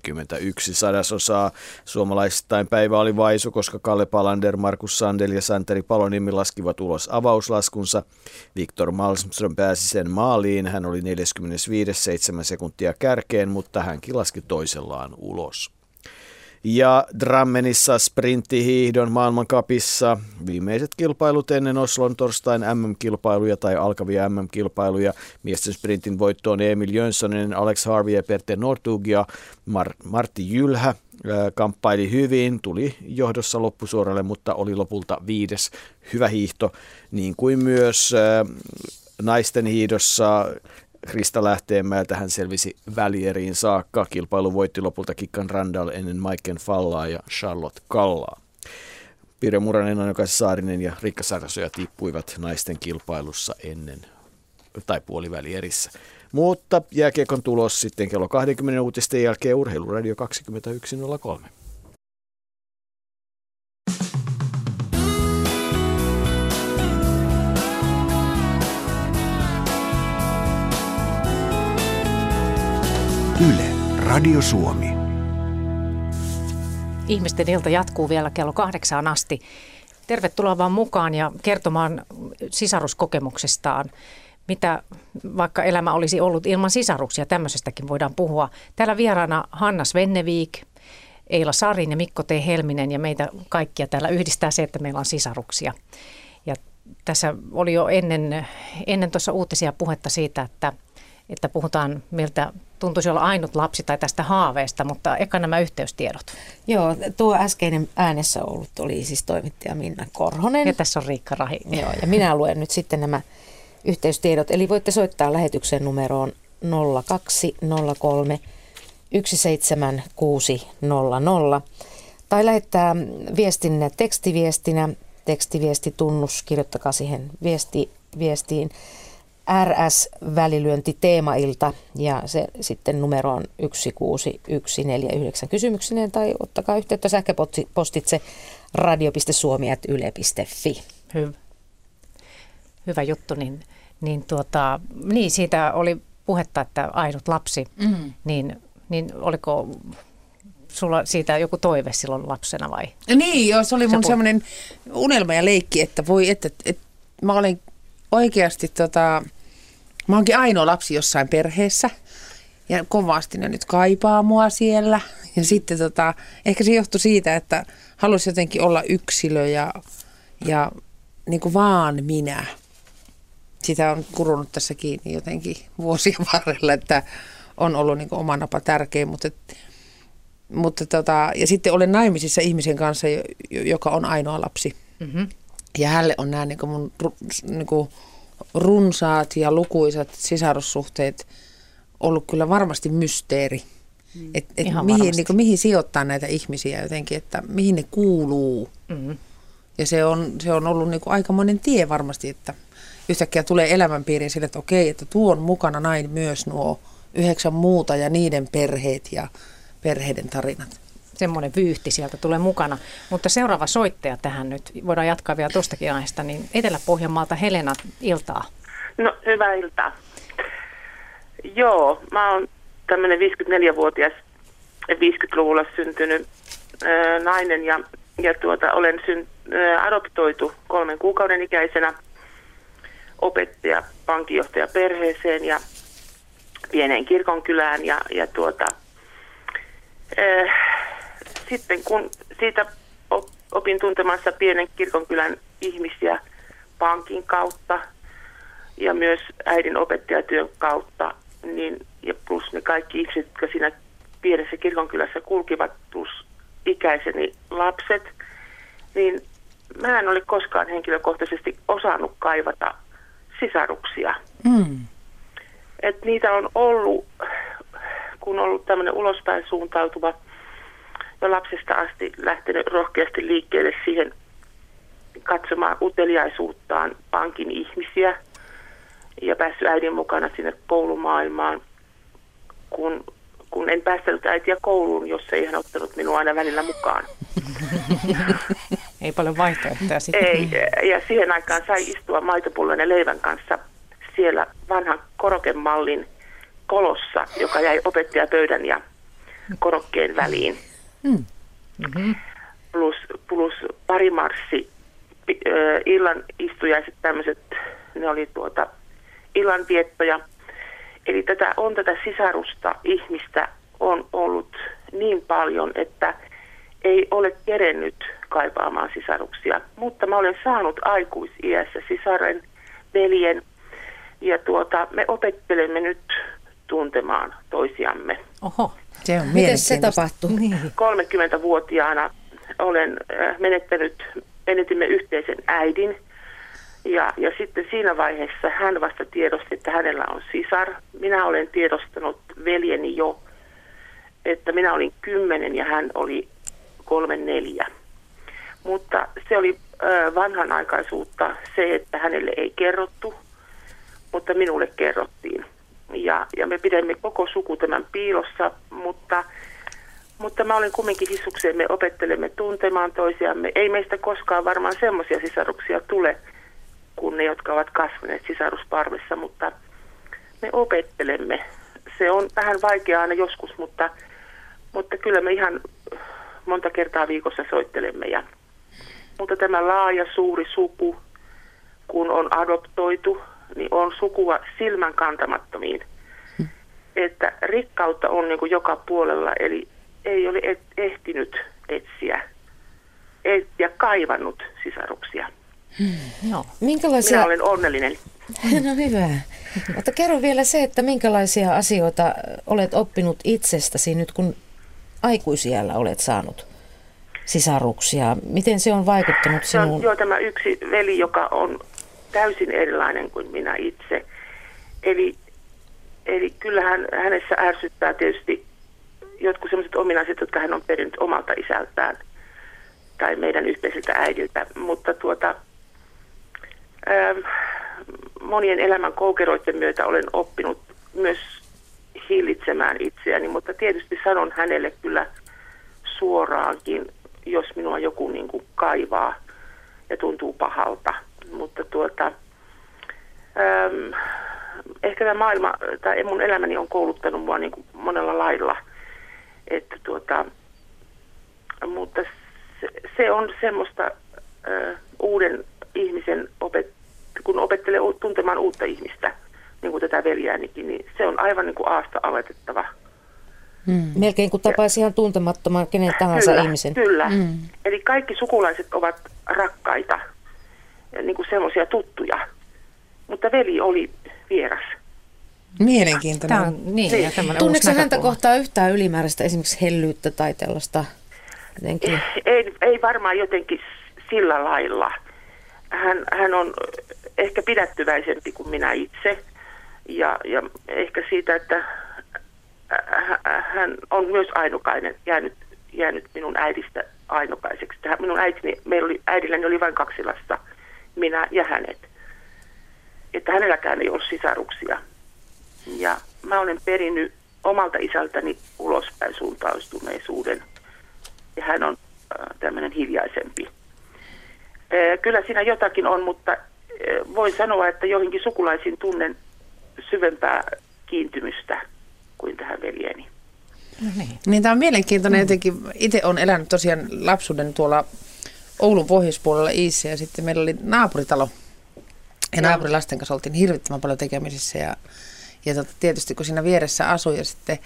61%. Suomalaistain päivä oli vaisu, koska Kalle Palander, Markus Sandel ja Santeri Paloniemi laskivat ulos avauslaskunsa. Viktor Malmström pääsi sen maaliin. Hän oli 45 7 sekuntia kärkeen, mutta hänkin laski toisellaan ulos. Ja Drammenissa sprinttihiihdon maailmancupissa viimeiset kilpailut ennen Oslon torstain MM-kilpailuja tai alkavia MM-kilpailuja. Miesten sprintin voittoon Emil Jönssonen, Alex Harvey ja Perte Northug ja Martti Jylhä kamppaili hyvin, tuli johdossa loppusuoralle, mutta oli lopulta 5. Hyvä hiihto, niin kuin myös naisten hiihdossa Krista Lähteenmäeltä hän selvisi välieriin saakka. Kilpailu voitti lopulta Kikkan Randall ennen Maiken Fallaa ja Charlotte Kallaa. Pirjo Muranen, Anna-Kaisa Saarinen ja Riikka Sarasoja tippuivat naisten kilpailussa ennen tai puolivälierissä. Mutta jääkiekon tulos sitten kello 20 uutisten jälkeen Urheiluradio 21.03. Yle, Radio Suomi. Ihmisten ilta jatkuu vielä kello 8 asti. Tervetuloa vaan mukaan ja kertomaan sisaruskokemuksestaan. Mitä vaikka elämä olisi ollut ilman sisaruksia, tämmöisestäkin voidaan puhua. Täällä vieraana Hanna Svennevik, Eila Sarin ja Mikko T. Helminen ja meitä kaikkia täällä yhdistää se, että meillä on sisaruksia. Ja tässä oli jo ennen tuossa uutisia puhetta siitä, että puhutaan miltä tuntuisi olla ainut lapsi tai tästä haaveesta, mutta eka nämä yhteystiedot. Joo, tuo äskeinen äänessä ollut oli siis toimittaja Minna Korhonen. Ja tässä on Riikka Rahi. Joo, ja minä luen nyt sitten nämä yhteystiedot. Eli voitte soittaa lähetyksen numeroon 0203 17600 tai lähettää viestinne tekstiviestinä. Tekstiviestitunnus, kirjoittakaa siihen viestiin RS-välilyönti teemailta ja se sitten numero on 16149 kysymyksineen tai ottakaa yhteyttä sähköpostitse radio.suomi@yle.fi. Hyvä juttu, niin siitä oli puhetta, että ainut lapsi, niin oliko sulla siitä joku toive silloin lapsena vai? Niin, joo, se oli mun semmoinen unelma ja leikki, että voi, että mä olen oikeasti mä oonkin ainoa lapsi jossain perheessä ja kovasti ne nyt kaipaa mua siellä. Ja sitten ehkä se johtui siitä, että halusi jotenkin olla yksilö ja niin kuin vaan minä. Sitä on kurunut tässä kiinni jotenkin vuosien varrella, että on ollut niin kuin oma napa tärkeä, mutta ja sitten olen naimisissa ihmisen kanssa, joka on ainoa lapsi. Mm-hmm. Ja hänelle on nämä niin kuin mun niin kuin runsaat ja lukuisat sisarussuhteet ollut kyllä varmasti mysteeri. Mihin sijoittaa näitä ihmisiä jotenkin, että mihin ne kuuluu. Mm. Ja se on ollut niin kuin aikamoinen tie varmasti, että yhtäkkiä tulee elämänpiiriin sille, että okei, että tuon mukana näin myös nuo 9 muuta ja niiden perheet ja perheiden tarinat. Semmoinen vyyhti sieltä tulee mukana. Mutta seuraava soittaja tähän nyt, voidaan jatkaa vielä tuostakin aiheesta, niin Etelä-Pohjanmaalta Helena, iltaa. No, hyvää iltaa. Joo, mä oon tämmöinen 54-vuotias 50-luvulla syntynyt nainen ja olen adoptoitu 3 kuukauden ikäisenä opettaja, pankinjohtaja perheeseen ja pieneen kirkonkylään sitten kun siitä opin tuntemassa pienen kirkonkylän ihmisiä pankin kautta ja myös äidin opettajatyön kautta, niin, ja plus ne kaikki ihmiset, jotka siinä pienessä kirkonkylässä kulkivat, plus ikäiseni lapset, niin mä en ole koskaan henkilökohtaisesti osannut kaivata sisaruksia. Et niitä on ollut, kun on ollut tämmöinen ulospäin suuntautuva jo lapsesta asti lähtenyt rohkeasti liikkeelle siihen katsomaan uteliaisuuttaan pankin ihmisiä ja päässyt äidin mukana sinne koulumaailmaan, kun en päästänyt äitiä kouluun, jos ei hän ottanut minua aina välillä mukaan. Ei paljon vaihtoehtoja sitten. Ei, ja siihen aikaan sai istua maitopullon ja leivän kanssa siellä vanhan korokemallin kolossa, joka jäi opettajapöydän ja korokkeen väliin. Plus parimarssi, illan istujaiset tämmöiset, ne oli illanviettoja. Eli tätä sisarusta ihmistä on ollut niin paljon, että ei ole kerennyt kaipaamaan sisaruksia. Mutta mä olen saanut aikuisiässä sisaren, veljen ja me opettelemme nyt tuntemaan toisiamme. Oho, se on miten se tapahtuu? 30-vuotiaana olen menetimme yhteisen äidin. Ja sitten siinä vaiheessa hän vasta tiedosti, että hänellä on sisar. Minä olen tiedostanut veljeni jo, että minä olin 10 ja hän oli 3-4. Mutta se oli vanhanaikaisuutta se, että hänelle ei kerrottu, mutta minulle kerrottiin. Ja me pidämme koko suku tämän piilossa, mutta mä olen kumminkin hissukseen, me opettelemme tuntemaan toisiamme. Ei meistä koskaan varmaan semmoisia sisaruksia tule, kuin ne, jotka ovat kasvaneet sisarusparvessa, mutta me opettelemme. Se on vähän vaikeaa aina joskus, mutta kyllä me ihan monta kertaa viikossa soittelemme. Mutta tämä laaja, suuri suku, kun on adoptoitu, niin on sukua silmän kantamattomiin. Että rikkautta on niin kuin joka puolella, eli ei ole ehtinyt etsiä ja kaivannut sisaruksia. No. Minä olen onnellinen. No hyvä. Mutta kerro vielä se, että minkälaisia asioita olet oppinut itsestäsi nyt, kun aikuisiällä olet saanut sisaruksia. Miten se on vaikuttanut sinuun? Se on tämä yksi veli, joka on täysin erilainen kuin minä itse. Eli kyllähän hänessä ärsyttää tietysti jotkut sellaiset ominaiset, jotka hän on perinnyt omalta isältään tai meidän yhteiseltä äidiltä, mutta monien elämän koukeroiden myötä olen oppinut myös hillitsemään itseäni, mutta tietysti sanon hänelle kyllä suoraankin, jos minua joku niin kuin kaivaa ja tuntuu pahalta. Mutta ehkä tämä maailma tai mun elämäni on kouluttanut mua niin kuin monella lailla, että mutta se on semmoista uuden ihmisen kun opettelee tuntemaan uutta ihmistä, niin kuin tätä veljäänikin, niin se on aivan niin kuin aasta aloitettava. Melkein kuin tapaisi ihan tuntemattoman kenen tahansa ihmisen. Kyllä. Eli kaikki sukulaiset ovat rakkaita, niin kuin semmoisia tuttuja, mutta veli oli vieras. Mielenkiintoinen. Niin. Tunneeko häntä kohtaa yhtään ylimääräistä esimerkiksi hellyyttä tai tällaista? Ei varmaan jotenkin sillä lailla. Hän on ehkä pidättyväisempi kuin minä itse ja ehkä siitä, että hän on myös ainukainen jäänyt minun äidistä ainokaiseksi. Minun äidilläni oli vain 2 lasta, minä ja hänet. Että hänelläkään ei ollut sisaruksia. Ja mä olen perinnyt omalta isältäni ulospäin suuntautuneisuuden. Ja hän on tämmöinen hiljaisempi. Kyllä siinä jotakin on, mutta voin sanoa, että joihinkin sukulaisiin tunnen syvempää kiintymystä kuin tähän veljeeni. No niin, tämä on mielenkiintoinen jotenkin. Itse olen elänyt tosiaan lapsuuden tuolla Oulun pohjoispuolella Iissä ja sitten meillä oli naapuritalo. Ja naapurilasten kanssa oltiin hirvittävän paljon tekemisissä ja tietysti kun siinä vieressä asui ja sitten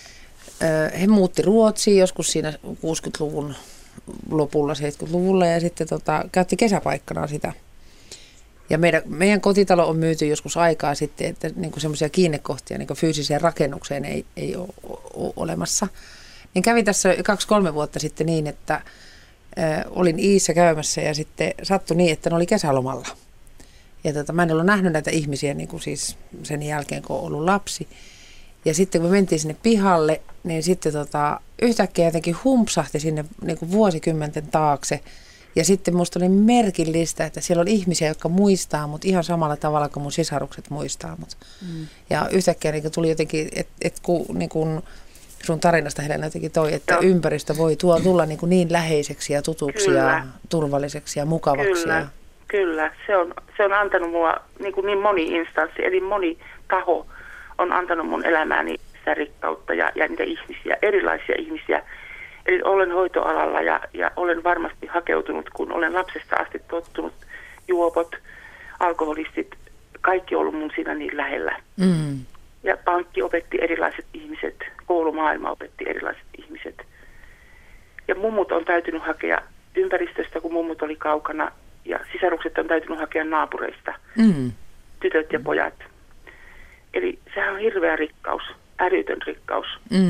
he muutti Ruotsiin joskus siinä 60-luvun lopulla, 70-luvulla ja sitten käytti kesäpaikkana sitä. Ja meidän kotitalo on myyty joskus aikaa sitten, että niin semmoisia kiinnekohtia niin fyysiseen rakennukseen ei ole olemassa. Niin kävi tässä 2-3 vuotta sitten niin, että olin Iissä käymässä ja sitten sattui niin, että ne oli kesälomalla. Ja mä en ollut nähnyt näitä ihmisiä niin kuin siis sen jälkeen, kun on ollut lapsi. Ja sitten kun me mentiin sinne pihalle, niin sitten yhtäkkiä jotenkin humpsahti sinne niin kuin vuosikymmenten taakse. Ja sitten musta oli merkillistä, että siellä on ihmisiä, jotka muistaa mut ihan samalla tavalla kuin mun sisarukset muistaa mut. Ja yhtäkkiä niin tuli jotenkin, että niin kuin sun tarinasta Helena jotenkin toi, että ympäristö voi tulla niin läheiseksi ja tutuksi ja turvalliseksi ja mukavaksi. Kyllä. Se on antanut mua niin moni instanssi, eli moni taho on antanut mun elämääni sitä rikkautta ja niitä ihmisiä, erilaisia ihmisiä. Eli olen hoitoalalla ja olen varmasti hakeutunut, kun olen lapsesta asti tottunut, juopot, alkoholistit, kaikki on ollut mun siinä niin lähellä. Ja pankki opetti erilaiset ihmiset, koulumaailma opetti erilaiset ihmiset. Ja mummut on täytynyt hakea ympäristöstä, kun mummut oli kaukana, ja sisarukset on täytynyt hakea naapureista, tytöt ja pojat. Eli sehän on hirveä rikkaus, älytön rikkaus.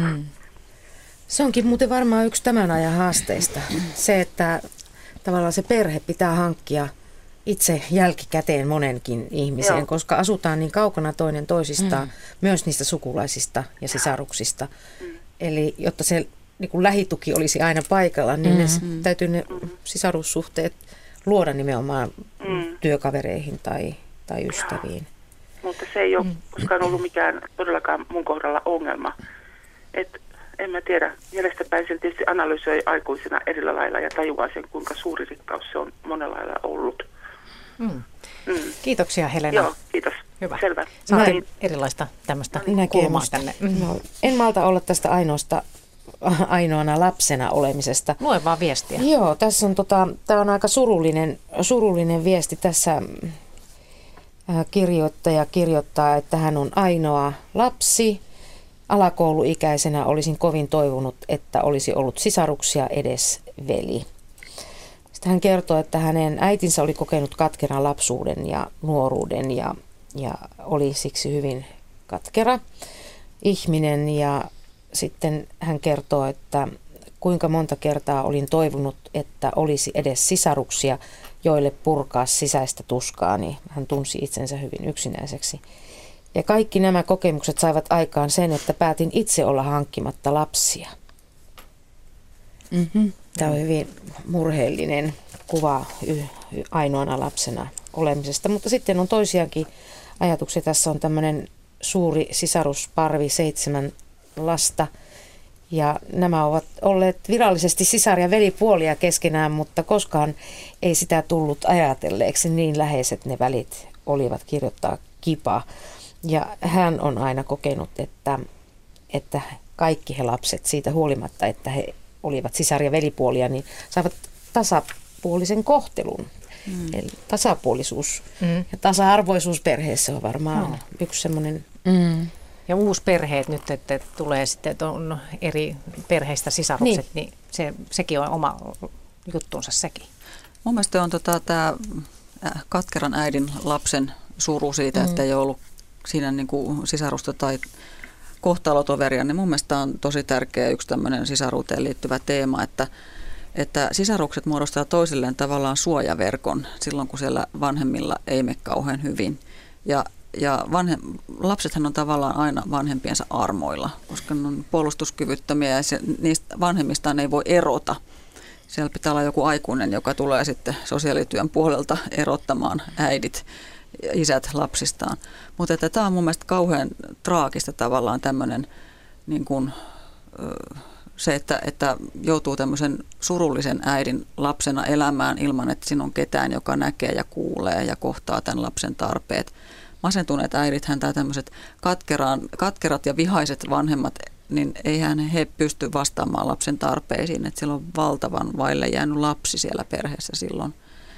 Se onkin muuten varmaan yksi tämän ajan haasteista. Se, että tavallaan se perhe pitää hankkia itse jälkikäteen monenkin ihmiseen, koska asutaan niin kaukana toinen toisistaan, myös niistä sukulaisista ja sisaruksista. Eli jotta se niin kuin lähituki olisi aina paikalla, niin täytyy ne sisarussuhteet luoda nimenomaan työkavereihin tai ystäviin. Mutta se ei ole koskaan ollut mikään todellakaan mun kohdalla ongelma. En mä tiedä, jäljestäpäin sen tietysti analysoi aikuisena erillä lailla ja tajuaa sen, kuinka suuri rikkaus se on monella lailla ollut. Kiitoksia Helena. Joo, kiitos. Hyvä. Selvä. Saatiin erilaista tämmöistä kulmaa tänne. No, en malta olla tästä ainoana lapsena olemisesta. Lue vaan viestiä. Joo, tässä on tämä on aika surullinen viesti. Tässä kirjoittaja kirjoittaa, että hän on ainoa lapsi. Alakouluikäisenä olisin kovin toivonut, että olisi ollut sisaruksia, edes veli. Sitten hän kertoo, että hänen äitinsä oli kokenut katkeran lapsuuden ja nuoruuden ja oli siksi hyvin katkera ihminen. Ja sitten hän kertoo, että kuinka monta kertaa olin toivonut, että olisi edes sisaruksia, joille purkaa sisäistä tuskaa, niin hän tunsi itsensä hyvin yksinäiseksi. Ja kaikki nämä kokemukset saivat aikaan sen, että päätin itse olla hankkimatta lapsia. Tämä on hyvin murheellinen kuva ainoana lapsena olemisesta, mutta sitten on toisiakin ajatuksia. Tässä on tämmöinen suuri sisarusparvi, 7 lasta. Ja nämä ovat olleet virallisesti sisar- ja velipuolia keskenään, mutta koskaan ei sitä tullut ajatelleeksi. Niin läheiset ne välit olivat, kirjoittaa Kipa. Ja hän on aina kokenut, että kaikki he lapset siitä huolimatta, että he olivat sisar- ja velipuolia, niin saivat tasapuolisen kohtelun. Eli tasapuolisuus ja tasa-arvoisuus perheessä on varmaan yksi semmoinen. Ja uusperheet nyt, että tulee sitten, että on eri perheistä sisarukset, niin sekin on oma juttunsa sekin. Mun mielestä on tämä katkeran äidin lapsen suru siitä, että ei ole ollut siinä niin kuin sisarusta tai kohtalotoveria, niin mun mielestä on tosi tärkeä yksi tämmöinen sisaruuteen liittyvä teema, että sisarukset muodostaa toisilleen tavallaan suojaverkon silloin, kun siellä vanhemmilla ei mene kauhean hyvin. Ja lapsethan on tavallaan aina vanhempiensa armoilla, koska ne on puolustuskyvyttömiä ja niistä vanhemmistaan ei voi erota. siellä pitää olla joku aikuinen, joka tulee sitten sosiaalityön puolelta erottamaan äidit ja isät lapsistaan. Mutta tämä on mun mielestä kauhean traagista tavallaan tämmöinen niin kuin, se, että joutuu tämmöisen surullisen äidin lapsena elämään ilman, että siinä on ketään, joka näkee ja kuulee ja kohtaa tämän lapsen tarpeet. Masentuneet äidithän tai tämmöiset katkerat ja vihaiset vanhemmat, niin eihän he pysty vastaamaan lapsen tarpeisiin. Että siellä on valtavan vaille jäänyt lapsi siellä perheessä silloin.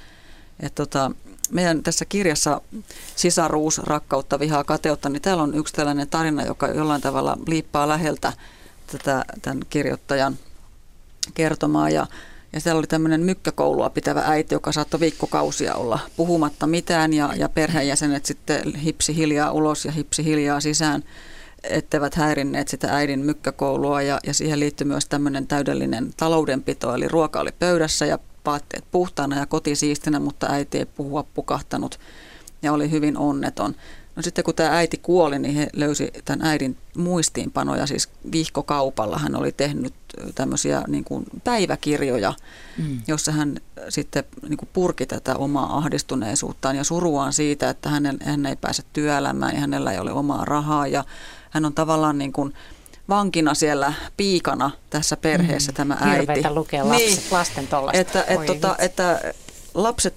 Meidän tässä kirjassa Sisaruus, rakkautta, vihaa, kateutta, niin täällä on yksi tällainen tarina, joka jollain tavalla liippaa läheltä tämän kirjoittajan kertomaa. Ja siellä oli tämmöinen mykkäkoulua pitävä äiti, joka saattoi viikkokausia olla puhumatta mitään ja perheenjäsenet sitten hipsi hiljaa ulos ja hipsi hiljaa sisään, etteivät häirinneet sitä äidin mykkäkoulua ja siihen liittyi myös tämmöinen täydellinen taloudenpito, eli ruoka oli pöydässä ja vaatteet puhtaana ja koti siistinä, mutta äiti ei puhua pukahtanut ja oli hyvin onneton. No sitten kun tämä äiti kuoli, niin he löysi tämän äidin muistiinpanoja, siis vihkokaupalla hän oli tehnyt tämmöisiä niin kuin päiväkirjoja, jossa hän sitten niin kuin purki tätä omaa ahdistuneisuuttaan ja suruaan siitä, että hän ei pääse työelämään ja hänellä ei ole omaa rahaa ja hän on tavallaan niin kuin vankina siellä piikana tässä perheessä tämä äiti. Hirveätä lukea lasten tollaista. Että lapset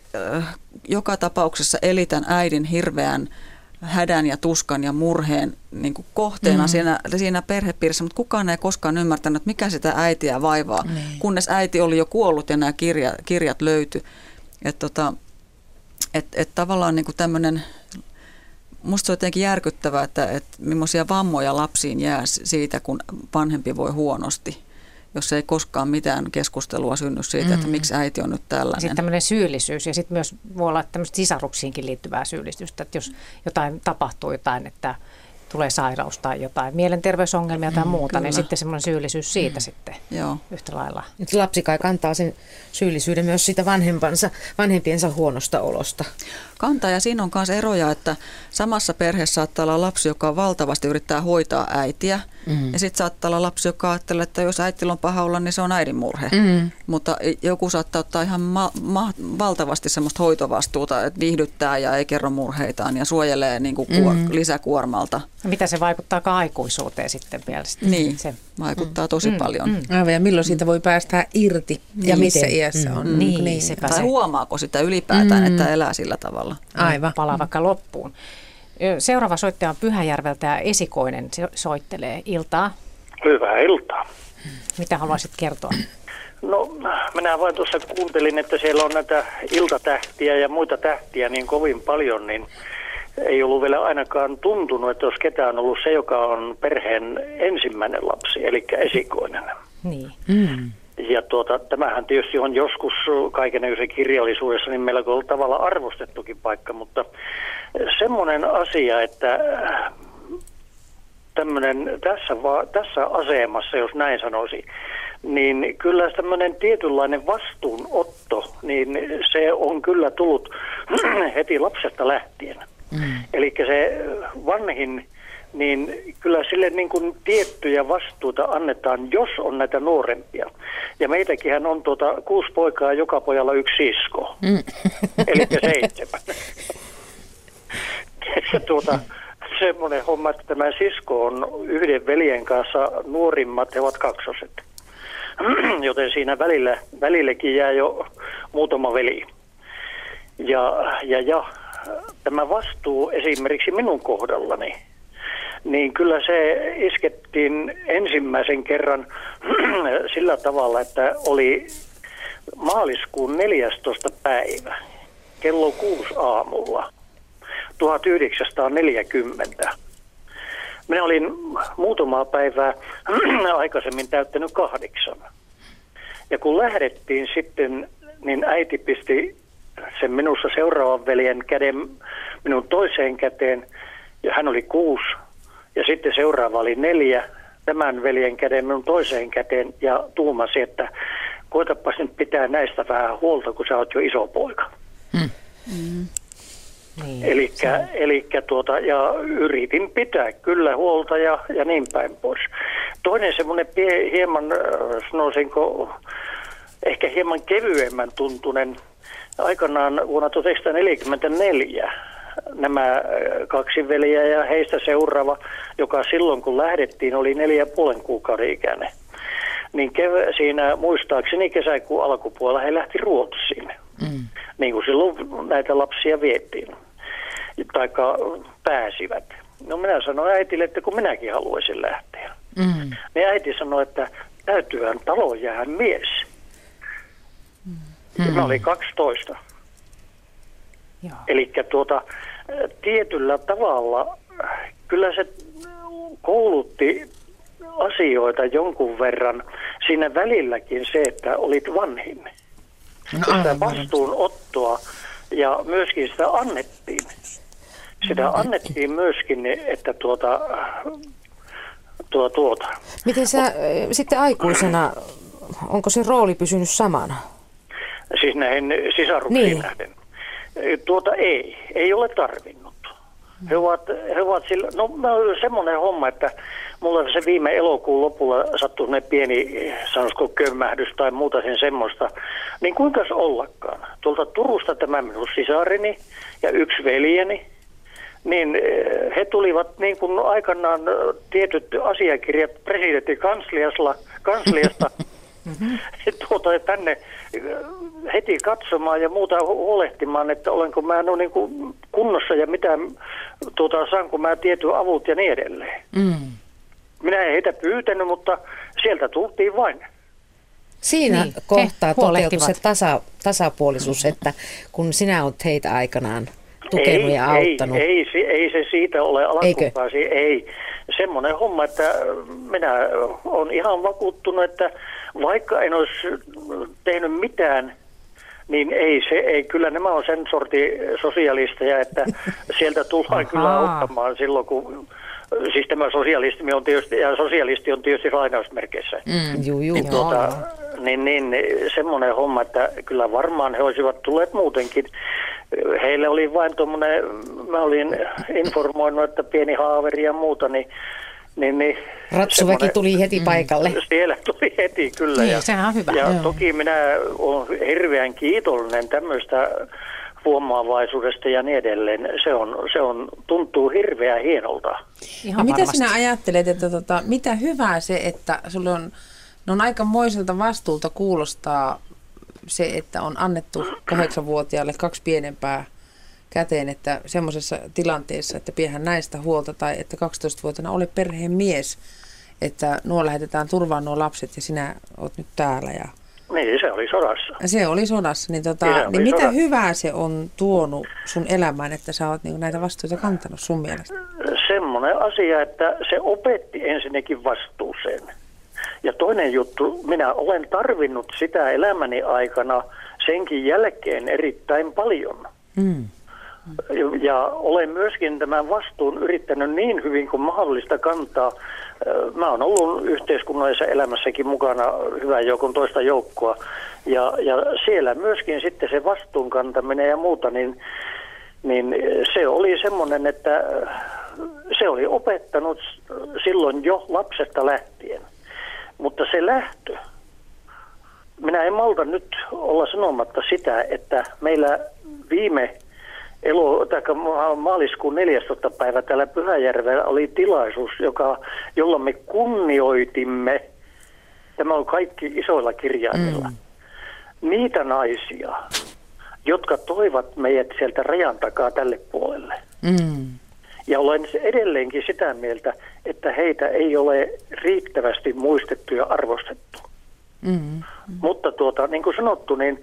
joka tapauksessa eli tämän äidin hirveän hädän ja tuskan ja murheen niin kuin kohteena siinä perhepiirissä, mutta kukaan ei koskaan ymmärtänyt, mikä sitä äitiä vaivaa, kunnes äiti oli jo kuollut ja nämä kirjat löytyi. Että tavallaan niin kuin tämmöinen, musta se on jotenkin järkyttävää, että millaisia vammoja lapsiin jää siitä, kun vanhempi voi huonosti, jos ei koskaan mitään keskustelua synny siitä, että miksi äiti on nyt tällainen. Sitten tämmöinen syyllisyys ja sitten myös voi olla tämmöistä sisaruksiinkin liittyvää syyllistystä, että jos jotain tapahtuu, että tulee sairaus tai jotain mielenterveysongelmia tai muuta, kyllä, niin sitten semmoinen syyllisyys siitä sitten yhtä lailla. Nyt lapsi kai kantaa sen syyllisyyden myös siitä vanhempiensa huonosta olosta. Kantaa ja siinä on myös eroja, että samassa perheessä saattaa olla lapsi, joka valtavasti yrittää hoitaa äitiä. Ja sitten saattaa olla lapsi, joka ajattelee, että jos äitillä on paha olla, niin se on äidin murhe. Mutta joku saattaa ottaa ihan valtavasti semmoista hoitovastuuta, että viihdyttää ja ei kerro murheitaan ja suojelee niin kuin lisäkuormalta. Mitä se vaikuttaa aikuisuuteen sitten vielä? Niin, se vaikuttaa tosi paljon. Aivan, ja milloin siitä voi päästää irti ja missä iässä on. Tai huomaako sitä ylipäätään, että elää sillä tavalla. Aivan. Palaa vaikka loppuun. Seuraava soittaja on Pyhäjärveltä ja Esikoinen soittelee. Iltaa. Hyvää iltaa. Mitä haluaisit kertoa? No, minä vain tuossa kuuntelin, että siellä on näitä iltatähtiä ja muita tähtiä niin kovin paljon, niin ei ollut vielä ainakaan tuntunut, että jos ketään on ollut se, joka on perheen ensimmäinen lapsi, eli esikoinen. Niin. Ja tämähän tietysti on joskus kaikennäköisen kirjallisuudessa niin melko tavalla arvostettukin paikka, mutta semmoinen asia, että tässä asemassa, jos näin sanoisi, niin kyllä tämmöinen tietynlainen vastuunotto, niin se on kyllä tullut heti lapsesta lähtien. Eli se vanhin, niin kyllä sille niin kuin tiettyjä vastuuta annetaan, jos on näitä nuorempia. Ja meitäkinhän on 6 poikaa, joka pojalla 1 sisko. Eli 7. Semmoinen homma, että tämä sisko on yhden veljen kanssa nuorimmat, he ovat kaksoset. Joten siinä välillekin jää jo muutama veli. Ja tämä vastuu esimerkiksi minun kohdallani, niin kyllä se iskettiin ensimmäisen kerran sillä tavalla, että oli maaliskuun 14. päivä, kello 6 aamulla, 1940. Minä olin muutamaa päivää aikaisemmin täyttänyt 8. Ja kun lähdettiin sitten, niin äiti pisti sen minussa seuraavan veljen käden minun toiseen käteen, ja hän oli 6. Ja sitten seuraava oli 4, tämän veljen käden minun toiseen käteen, ja tuumasi, että koetapas nyt pitää näistä vähän huolta, kun sä oot jo iso poika. Niin, ja yritin pitää kyllä huolta ja niin päin pois. Toinen semmoinen hieman, sanoisinko, ehkä hieman kevyemmän tuntunen. Aikanaan vuonna 1944 nämä 2 veljeä ja heistä seuraava, joka silloin kun lähdettiin oli 4,5 kuukauden ikäinen. Niin siinä muistaakseni kesäkuun alkupuolella he lähti Ruotsiin. Niin kuin silloin näitä lapsia vietiin. Taikka pääsivät. No minä sanoin äitille, että kun minäkin haluaisin lähteä. Niin äiti sanoi, että täytyyhän taloon jäädä mies. Mä olin 12. Eli tietyllä tavalla kyllä se koulutti asioita jonkun verran. Siinä välilläkin se, että olit vanhin. Sitä vastuunottoa ja myöskin sitä annettiin. Sitä annettiin myöskin, että Miten sä sitten aikuisena, onko se rooli pysynyt samana? Siis näihin sisaruksiin nähden. Ei ole tarvinnut. He ovat sillä, no semmoinen homma, että mulla se viime elokuun lopulla sattui ne pieni, sanoisiko kömmähdys tai muuta sen semmoista, niin kuinkas ollakaan. Tuolta Turusta tämä minun sisarini ja 1 veljeni, niin he tulivat niin kuin aikanaan tietyt asiakirjat presidentin kansliasta tänne heti katsomaan ja muuta huolehtimaan, että olenko mä niin kuin kunnossa ja mitä saanko mä tietyn avut ja niin edelleen. Minä en heitä pyytänyt, mutta sieltä tultiin vain. Siinä kohtaa toteutui se tasapuolisuus, että kun sinä olet heitä aikanaan tukenut ja auttanut. Ei se siitä ole alkuperäisi. Ei. Semmoinen homma, että minä olen ihan vakuuttunut, että vaikka en olisi tehnyt mitään, niin ei kyllä nämä on sen sortin sosialisteja, että sieltä tullaan kyllä auttamaan silloin, kun siis tämä sosialismi on tietysti, ja sosialisti on tietysti lainausmerkeissä. Niin semmoinen homma, että kyllä varmaan he olisivat tulleet muutenkin. Heille oli vain tuommoinen, mä olin informoinut, että pieni haaveri ja muuta, niin Ratsuväki tuli heti paikalle. Siellä tuli heti, kyllä. Niin, sehän on hyvä. Ja toki minä olen hirveän kiitollinen tämmöistä huomaavaisuudesta ja niin edelleen. Se tuntuu hirveän hienolta. Ihan mitä sinä ajattelet, että mitä hyvää se, että sulle on aikamoiselta vastuulta kuulostaa se, että on annettu 8-vuotiaalle 2 pienempää käteen, että semmoisessa tilanteessa, että pidähän näistä huolta tai että 12-vuotiaana ole perheen mies, että nuo lähetetään turvaan nuo lapset ja sinä oot nyt täällä. Ja niin, se oli sodassa. Se oli sodassa. Niin mitä hyvää se on tuonut sun elämään, että sä oot niin näitä vastuuta kantanut sun mielestä? Semmoinen asia, että se opetti ensinnäkin vastuuseen. Ja toinen juttu, minä olen tarvinnut sitä elämäni aikana senkin jälkeen erittäin paljon. Ja olen myöskin tämän vastuun yrittänyt niin hyvin kuin mahdollista kantaa. Mä oon ollut yhteiskunnallisessa elämässäkin mukana hyvän joukon toista joukkoa. Ja siellä myöskin sitten se vastuun kantaminen ja muuta, niin se oli semmoinen, että se oli opettanut silloin jo lapsesta lähtien. Mutta se lähtö, minä en malta nyt olla sanomatta sitä, että meillä viime maaliskuun 14. päivä täällä Pyhäjärvellä oli tilaisuus, jolla me kunnioitimme, tämä on kaikki isoilla kirjaimilla, niitä naisia, jotka toivat meidät sieltä rajan takaa tälle puolelle. Ja olen edelleenkin sitä mieltä, että heitä ei ole riittävästi muistettu ja arvostettu. Mutta niin kuin sanottu, niin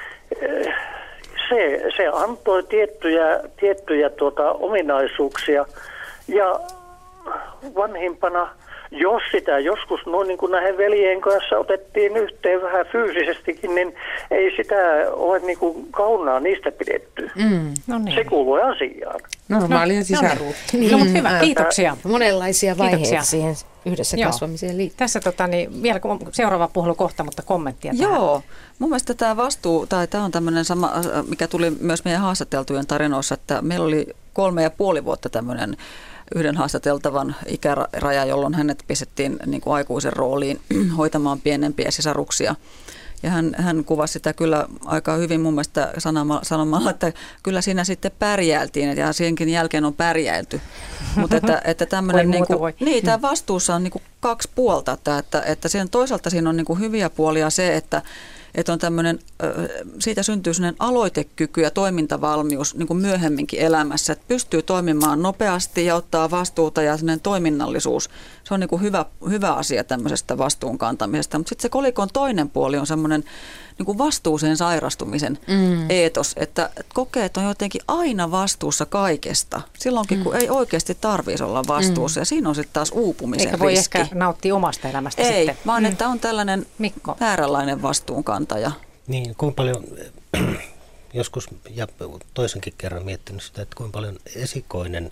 se antoi tiettyjä ominaisuuksia ja vanhimpana, jos sitä joskus noin niin kuin näiden veljien kanssa otettiin yhteen vähän fyysisestikin, niin ei sitä ole niin kuin kaunaa niistä pidetty. No niin. Se kuuluu asiaan. Normaalia sisaruutta. No, mutta hyvä, kiitoksia. Monenlaisia vaiheita siihen yhdessä kasvamiseen liittyy. Tässä vielä seuraava puhelu kohta, mutta kommenttia tähän. Joo, mun mielestä tämä vastuu, tämä on tämmöinen sama, mikä tuli myös meidän haastateltujen tarinoissa, että meillä oli 3,5 vuotta tämmöinen yhden haastateltavan ikäraja, jolloin hänet pistettiin niin kuin aikuisen rooliin hoitamaan pienempiä sisaruksia. Ja hän kuvasi sitä kyllä aika hyvin mun mielestä sanomalla, että kyllä siinä sitten pärjäiltiin ja senkin jälkeen on pärjäilty. Mutta että tämmöinen tämä vastuussa on kaksi puolta, että toisaalta siinä on hyviä puolia se, että on tämmöinen, siitä syntyy sellainen aloitekyky ja toimintavalmius myöhemminkin elämässä, että pystyy toimimaan nopeasti ja ottaa vastuuta ja sellainen toiminnallisuus. Se on hyvä asia tämmöisestä vastuun kantamisesta, mutta sitten se kolikon toinen puoli on semmoinen vastuuseen sairastumisen eetos, että kokeet on jotenkin aina vastuussa kaikesta, silloinkin kun ei oikeasti tarvitsisi olla vastuussa ja siinä on sitten taas uupumisen riski. Eikä voi ehkä nauttia omasta elämästä ei, sitten. vaan että on tällainen vääränlainen vastuunkantaja. Niin, kuinka paljon, joskus ja toisenkin kerran miettinyt sitä, että kuinka paljon esikoinen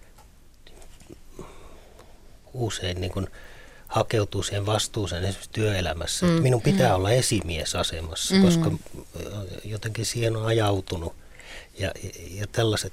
usein hakeutuu siihen vastuuseen esimerkiksi työelämässä. Että minun pitää olla esimiesasemassa, koska jotenkin siihen on ajautunut. Ja tällaiset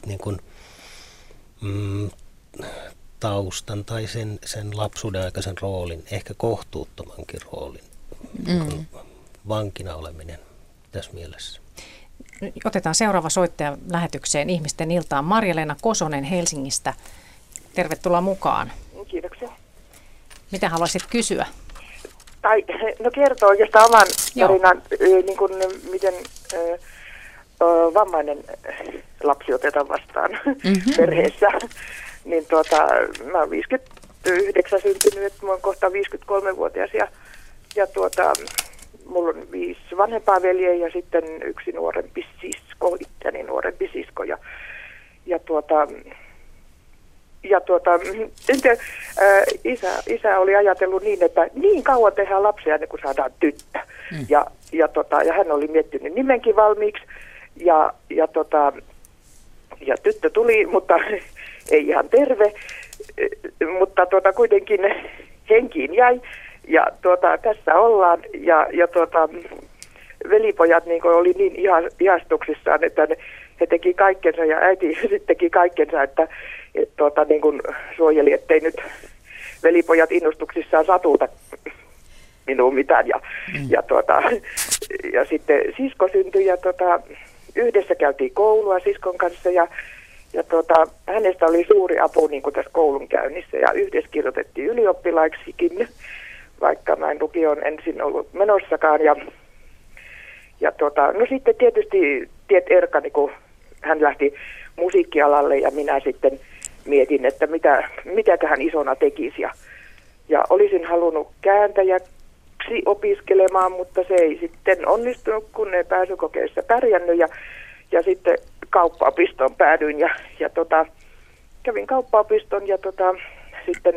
taustan tai sen lapsuuden aikaisen roolin, ehkä kohtuuttomankin roolin, vankina oleminen tässä mielessä. Otetaan seuraava soittaja lähetykseen Ihmisten iltaan. Marja-Leena Kosonen Helsingistä. Tervetuloa mukaan. Kiitoksia. Mitä haluaisit kysyä? Kertoo oikeastaan oman tarinan, miten vammainen lapsi otetaan vastaan perheessä. Niin mä oon 59 syntynyt, että mä oon kohta 53-vuotias ja mulla on 5 vanhempaa veljeä ja sitten 1 nuorempi sisko, itteni nuorempi sisko isä oli ajatellut niin, että niin kauan tehdään lapsia ennen kuin saadaan tyttö. Ja hän oli miettinyt nimenkin valmiiksi ja tyttö tuli, mutta ei ihan terve, mutta kuitenkin henkiin jäi ja tässä ollaan ja velipojat oli niin ihastuksissaan, että he teki kaikkensa ja äiti sitten teki kaikkensa, että suojeli, ettei nyt velipojat innostuksissaan satuta minuun mitään. Ja sitten sisko syntyi ja yhdessä käytiin koulua siskon kanssa ja hänestä oli suuri apu tässä koulun käynnissä ja yhdessä kirjoitettiin ylioppilaiksikin, vaikka mä en lukioon ensin ollut menossakaan. No sitten tietysti tiet erkani, kun hän lähti musiikkialalle ja minä sitten mietin, että mitä tähän isona tekisi. Ja olisin halunnut kääntäjäksi opiskelemaan, mutta se ei sitten onnistunut, kun ei pääsykokeessa pärjännyt. Ja sitten kauppaopistoon päädyin ja kävin kauppaopiston ja sitten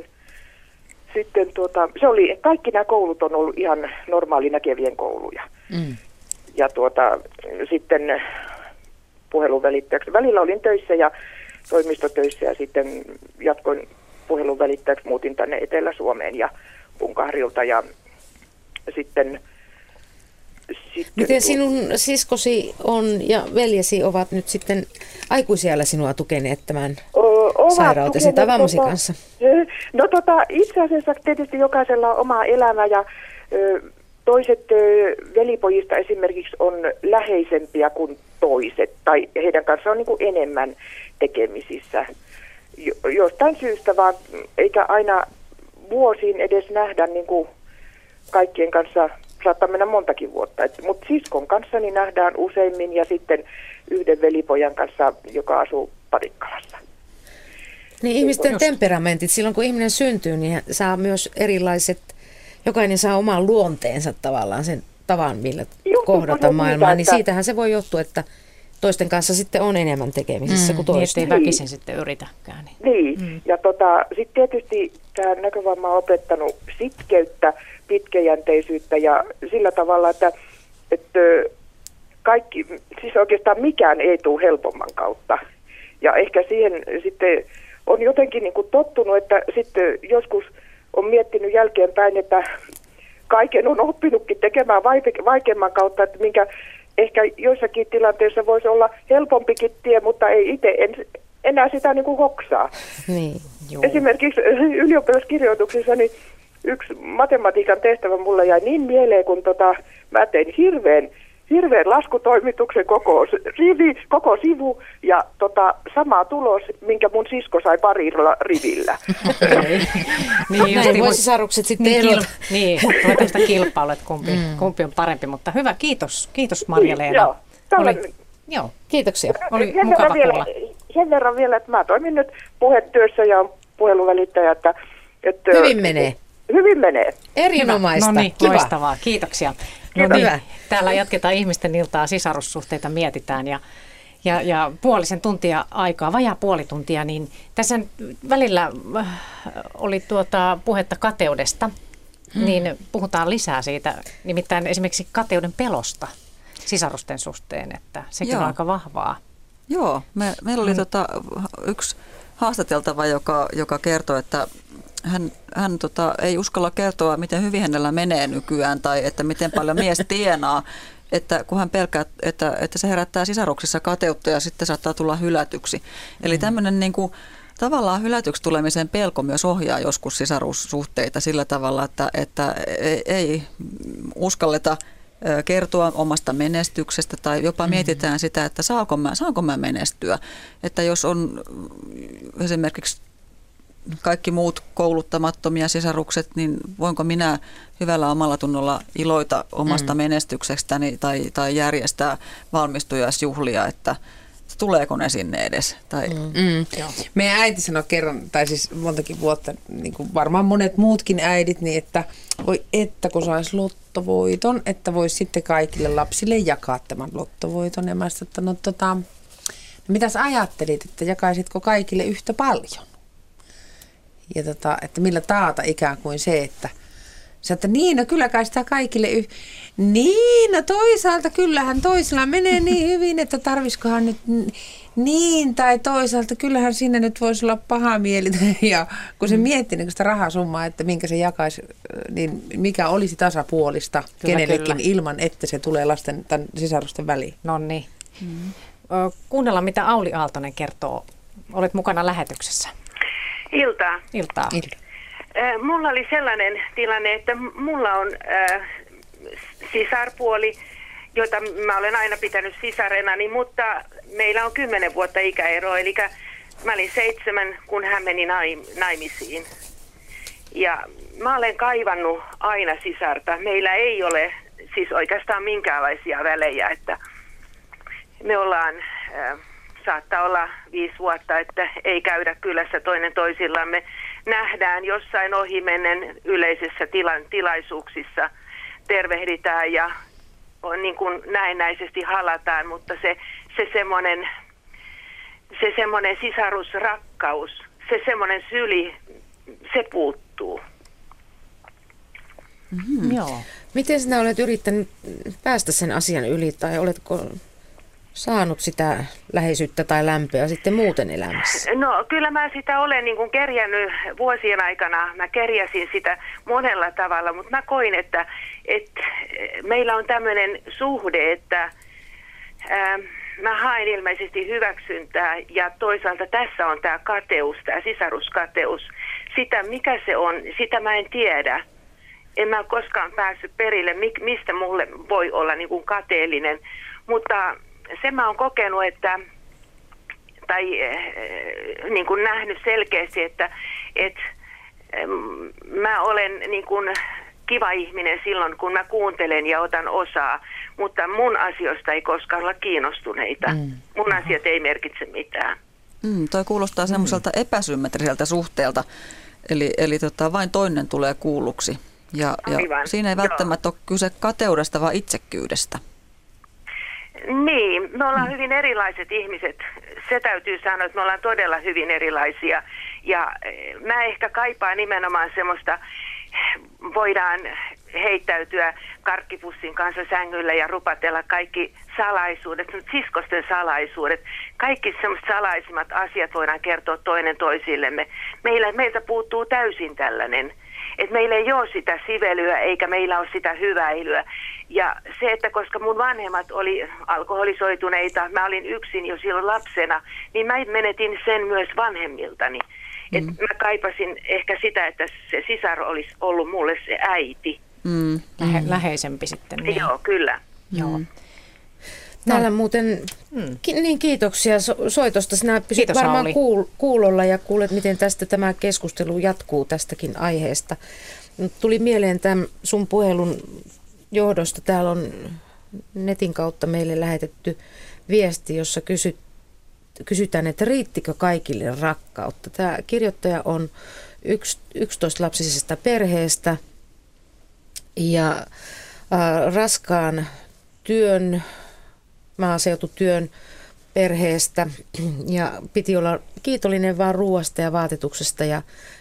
se oli, kaikki nämä koulut on ollut ihan normaali näkevien kouluja. Ja sitten puhelun välittäjäksi. Välillä olin töissä ja toimistotöissä ja sitten jatkoin puhelun välittäjäksi, muutin tänne Etelä-Suomeen ja Punkahrilta ja sitten miten sinun siskosi on ja veljesi ovat nyt sitten aikuisiällä sinua tukeneet tämän sairautesi tai vammasi kanssa? No itse asiassa tietysti jokaisella on oma elämä ja toiset velipojista esimerkiksi on läheisempiä kuin toiset tai heidän kanssaan on enemmän tekemisissä. Jostain syystä vaan, eikä aina vuosiin edes nähdä kaikkien kanssa, saattaa mennä montakin vuotta. Mutta siskon kanssa niin nähdään useimmin ja sitten yhden velipojan kanssa, joka asuu Parikkalassa. Niin ihmisten temperamentit, silloin kun ihminen syntyy, niin saa myös erilaiset, jokainen saa oman luonteensa tavallaan, sen tavan, millä kohdata maailmaa, niin siitähän se voi johtua, että toisten kanssa sitten on enemmän tekemisissä kuin toisten. Niin, ettei väkisin sitten yritäkään. Niin. Ja sitten tietysti tämä näkövamma on opettanut sitkeyttä, pitkäjänteisyyttä ja sillä tavalla, että kaikki, siis oikeastaan mikään ei tule helpomman kautta. Ja ehkä siihen sitten on jotenkin tottunut, että sitten joskus on miettinyt jälkeenpäin, että kaiken on oppinutkin tekemään vaikeamman kautta, että minkä ehkä joissakin tilanteissa voisi olla helpompikin tie, mutta ei itse enää sitä hoksaa. Niin, esimerkiksi ylioppilaskirjoituksissa niin yksi matematiikan tehtävä mulle jäi niin mieleen, kun mä tein hirveän laskutoimituksen koko sivu ja sama tulos, minkä mun sisko sai parilla rivillä. Niin, näin voi sisarukset sitten erota. Niin, ruvetaan sitä kilpailua, että kumpi on parempi, mutta hyvä, kiitos Marja-Leena. Joo, kiitoksia. Oli mukava kuulla. Sen verran vielä, että mä toimin nyt puhetyössä ja puheluvälittäjä, että hyvin menee. Hyvin menee. Erinomaista. No niin, loistavaa. Kiitoksia. No niin, täällä jatketaan ihmisten iltaa, sisarussuhteita mietitään ja puolisen tuntia aikaa, vajaa puoli tuntia, niin tässä välillä oli puhetta kateudesta, niin puhutaan lisää siitä, nimittäin esimerkiksi kateuden pelosta sisarusten suhteen, että sekin on aika vahvaa. Joo, meillä oli yksi haastateltava, joka kertoi, että hän ei uskalla kertoa, miten hyvin hänellä menee nykyään tai että miten paljon mies tienaa, että kun hän pelkää, että se herättää sisaruksissa kateutta ja sitten saattaa tulla hylätyksi. Eli tämmöinen niin kuin, tavallaan hylätyksi tulemisen pelko myös ohjaa joskus sisarussuhteita sillä tavalla, että ei uskalleta kertoa omasta menestyksestä tai jopa mietitään sitä, että saanko mä menestyä. Että jos on esimerkiksi kaikki muut kouluttamattomia sisarukset, niin voinko minä hyvällä omalla tunnolla iloita omasta menestyksestäni tai järjestää valmistujaisjuhlia, että tuleeko ne sinne edes? Meidän äiti sanoi kerran, tai siis montakin vuotta, niin kuin varmaan monet muutkin äidit, niin että kun saisi lottovoiton, että voisi sitten kaikille lapsille jakaa tämän lottovoiton. Ja mä sanoin, että mitäs ajattelit, että jakaisitko kaikille yhtä paljon? Ja että millä taata ikään kuin se, että niin, no kyllä kai sitä kaikille niin, no toisaalta kyllähän toisella menee niin hyvin, että tarvisikohan nyt niin, tai toisaalta kyllähän siinä nyt voisi olla paha mieli. Ja kun se miettii niin sitä rahasummaa, että minkä se jakaisi, niin mikä olisi tasapuolista kenellekin ilman, että se tulee lasten tai sisarusten väliin. No niin. Kuunnellaan, mitä Auli Aaltonen kertoo. Olet mukana lähetyksessä. Iltaa. Mulla oli sellainen tilanne, että mulla on sisarpuoli, jota mä olen aina pitänyt sisarenani, mutta meillä on 10 vuotta ikäero, eli mä olin 7, kun hän meni naimisiin. Ja mä olen kaivannut aina sisarta. Meillä ei ole siis oikeastaan minkäänlaisia välejä, että me ollaan... Saattaa olla 5 vuotta, että ei käydä kylässä toinen toisillamme. Nähdään jossain ohimennen yleisissä tilaisuuksissa, tervehditään ja on niin kuin näennäisesti halataan, mutta se semmoinen sisarusrakkaus, se semmoinen syli, se puuttuu. Joo. Miten sinä olet yrittänyt päästä sen asian yli tai oletko saanut sitä läheisyyttä tai lämpöä sitten muuten elämässä? No kyllä mä sitä olen niin kuin kerjännyt vuosien aikana. Mä kerjäsin sitä monella tavalla, mutta mä koin, että meillä on tämmöinen suhde, että mä haen ilmeisesti hyväksyntää ja toisaalta tässä on tämä kateus, tämä sisaruskateus. Sitä mikä se on, sitä mä en tiedä. En mä koskaan päässyt perille, mistä mulle voi olla niin kuin kateellinen, mutta sen mä oon kokenut, tai niin kuin nähnyt selkeästi, että mä olen niin kuin kiva ihminen silloin, kun mä kuuntelen ja otan osaa, mutta mun asioista ei koskaan olla kiinnostuneita. Mun asiat ei merkitse mitään. Toi kuulostaa semmoiselta epäsymmetriseltä suhteelta, eli vain toinen tulee kuulluksi. Ja siinä ei välttämättä ole kyse kateudesta, vaan itsekkyydestä. Niin, me ollaan hyvin erilaiset ihmiset. Se täytyy sanoa, että me ollaan todella hyvin erilaisia. Ja mä ehkä kaipaan nimenomaan semmoista, voidaan heittäytyä karkkipussin kanssa sängyllä ja rupatella kaikki salaisuudet, siskosten salaisuudet. Kaikki semmoiset salaisimmat asiat voidaan kertoa toinen toisillemme. Meiltä puuttuu täysin tällainen. Että meillä ei ole sitä sivelyä eikä meillä ole sitä hyväilyä. Ja se, että koska mun vanhemmat oli alkoholisoituneita, mä olin yksin jo silloin lapsena, niin mä menetin sen myös vanhemmiltani. Että mä kaipasin ehkä sitä, että se sisar olisi ollut mulle se äiti. läheisempi sitten. Niin. Joo, kyllä. Joo. Täällä muuten, niin kiitoksia soitosta. Sinä pysyt varmaan kuulolla ja kuulet, miten tästä tämä keskustelu jatkuu tästäkin aiheesta. Tuli mieleen tämän sun puhelun johdosta. Täällä on netin kautta meille lähetetty viesti, jossa kysytään, että riittikö kaikille rakkautta. Tämä kirjoittaja on 11-lapsisesta perheestä ja raskaan työn, maaseututyön perheestä ja piti olla kiitollinen vaan ruoasta ja vaatetuksesta ja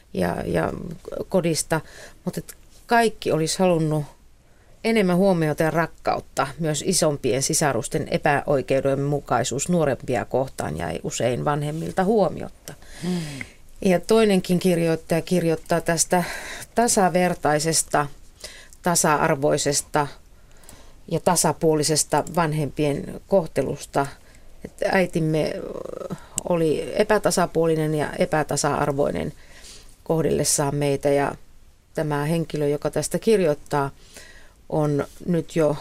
kodista, mutta kaikki olisi halunnut enemmän huomiota ja rakkautta. Myös isompien sisarusten epäoikeudenmukaisuus nuorempia kohtaan jäi usein vanhemmilta huomiotta. Ja toinenkin kirjoittaja kirjoittaa tästä tasavertaisesta, tasa-arvoisesta ja tasapuolisesta vanhempien kohtelusta. Että äitimme oli epätasapuolinen ja epätasa-arvoinen kohdellessaan meitä ja tämä henkilö, joka tästä kirjoittaa, on nyt jo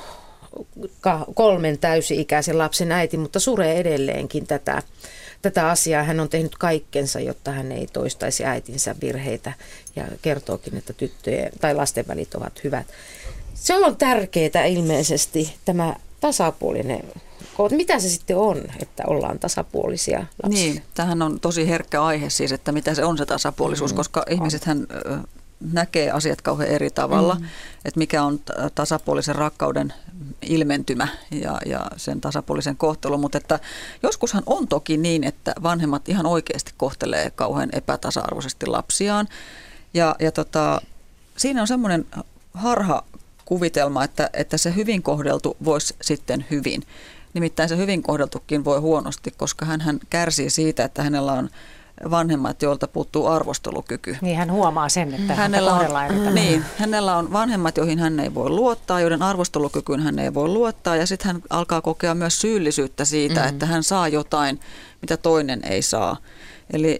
3 täysi-ikäisen lapsen äiti, mutta suree edelleenkin tätä asiaa. Hän on tehnyt kaikkensa, jotta hän ei toistaisi äitinsä virheitä ja kertookin, että tyttöjen tai lasten välit ovat hyvät. Se on tärkeää ilmeisesti, tämä tasapuolinen. Mitä se sitten on, että ollaan tasapuolisia lapsia? Niin, tämähän on tosi herkkä aihe siis, että mitä se on se tasapuolisuus, koska ihmisethän näkee asiat kauhean eri tavalla, että mikä on tasapuolisen rakkauden ilmentymä ja sen tasapuolisen kohtelun, mutta että joskushan on toki niin, että vanhemmat ihan oikeasti kohtelee kauhean epätasa-arvoisesti lapsiaan ja siinä on semmoinen harha kuvitelma, että se hyvin kohdeltu voisi sitten hyvin. Nimittäin se hyvin kohdeltukin voi huonosti, koska hän kärsii siitä, että hänellä on vanhemmat, joilta puuttuu arvostelukyky. Niin hän huomaa sen, että hänellä on vanhemmat, joihin hän ei voi luottaa, joiden arvostelukykyyn hän ei voi luottaa. Ja sitten hän alkaa kokea myös syyllisyyttä siitä, että hän saa jotain, mitä toinen ei saa. Eli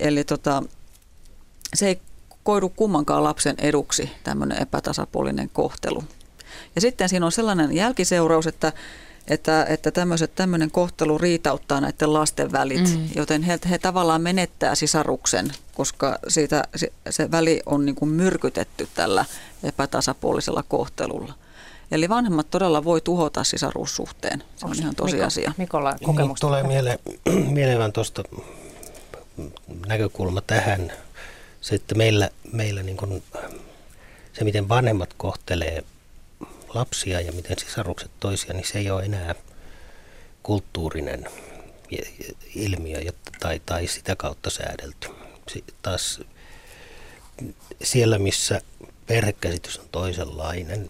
se ei koidu kummankaan lapsen eduksi, tämmöinen epätasapuolinen kohtelu. Ja sitten siinä on sellainen jälkiseuraus, että tämmöinen kohtelu riitauttaa näiden lasten välit, joten he tavallaan menettää sisaruksen, koska se väli on niin kuin myrkytetty tällä epätasapuolisella kohtelulla. Eli vanhemmat todella voi tuhota sisaruussuhteen. Se on ihan tosiasia. Mikolla kokemusta. Tulee mieleen tuosta näkökulma tähän. Se, että meillä niin kuin, se, miten vanhemmat kohtelee lapsia ja miten sisarukset toisia, niin se ei ole enää kulttuurinen ilmiö tai sitä kautta säädelty. Taas siellä, missä perhekäsitys on toisenlainen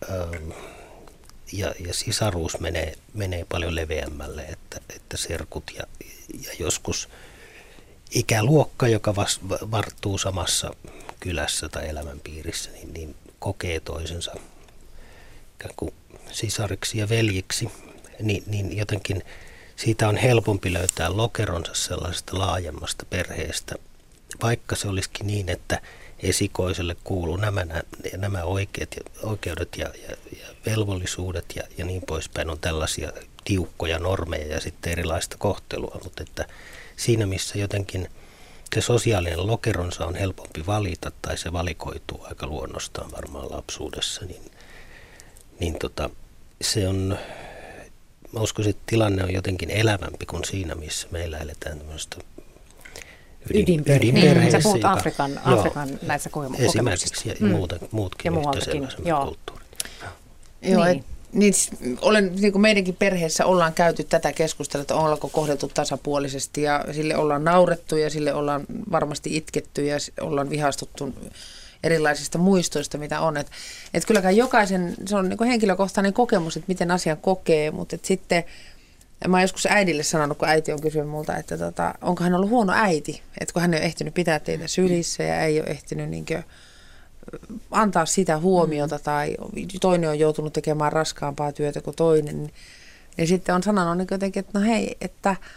ja sisaruus menee paljon leveämmälle, että serkut ja joskus ikäluokka, joka varttuu samassa kylässä tai elämänpiirissä, niin kokee toisensa kuin sisariksi ja veljiksi, niin jotenkin siitä on helpompi löytää lokeronsa sellaisesta laajemmasta perheestä, vaikka se olisikin niin, että esikoiselle kuuluu nämä oikeudet ja velvollisuudet ja niin poispäin on tällaisia tiukkoja normeja ja sitten erilaista kohtelua, mutta että siinä missä jotenkin se sosiaalinen lokeronsa on helpompi valita tai se valikoituu aika luonnostaan varmaan lapsuudessa, niin se on, mä uskoisin, että tilanne on jotenkin elävämpi kuin siinä, missä meillä eletään tämmöistä ydinperheessä. Sä puhut Afrikan näissä kokemuksista. Esimerkiksi ja muutkin yhteisöllaisemmat kulttuurit. Joo, niin kuin meidänkin perheessä ollaan käyty tätä keskustelua, että ollaanko kohdeltu tasapuolisesti ja sille ollaan naurettu ja sille ollaan varmasti itketty ja ollaan vihastuttu erilaisista muistoista, mitä on. Että kylläkään jokaisen, se on niin kuin henkilökohtainen kokemus, että miten asian kokee, mutta sitten mä oon joskus äidille sanonut, kun äiti on kysynyt multa, että onko hän ollut huono äiti, että kun hän ei ole ehtinyt pitää teitä sylissä ja ei ole ehtinyt antaa sitä huomiota tai toinen on joutunut tekemään raskaampaa työtä kuin toinen, niin sitten on sanonut niin jotenkin, että no hei, että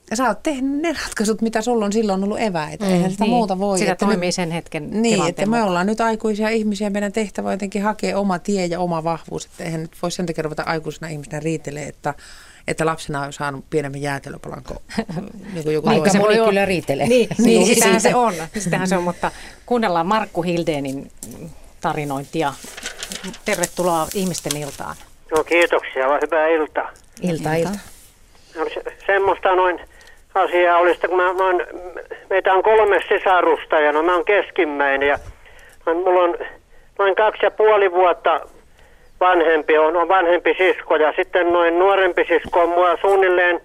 Ja sä oot tehnyt ne ratkaisut, mitä sulla on silloin ollut eväitä. Eihän sitä muuta voi. Sitä toimii sen hetken niin, että me ollaan nyt aikuisia ihmisiä. Meidän tehtävä on jotenkin hakea oma tie ja oma vahvuus. Että eihän nyt voi sen takia ruveta aikuisena ihmisenä riitelee, että lapsena on saanut pienemmän jäätelöpalan niin joku aika moni kyllä riitelee. Niin, sitähän se on. Sitähän se on, mutta kuunnellaan Markku Hildénin tarinointia. Tervetuloa Ihmisten iltaan. No kiitoksia, vaan hyvää iltaa. Ilta. No, semmoista noin asiaa olisi, kun meitä on 3 sisarusta ja mä oon keskimmäinen ja mulla on noin 2,5 vuotta vanhempi, on vanhempi sisko ja sitten noin nuorempi sisko on mua suunnilleen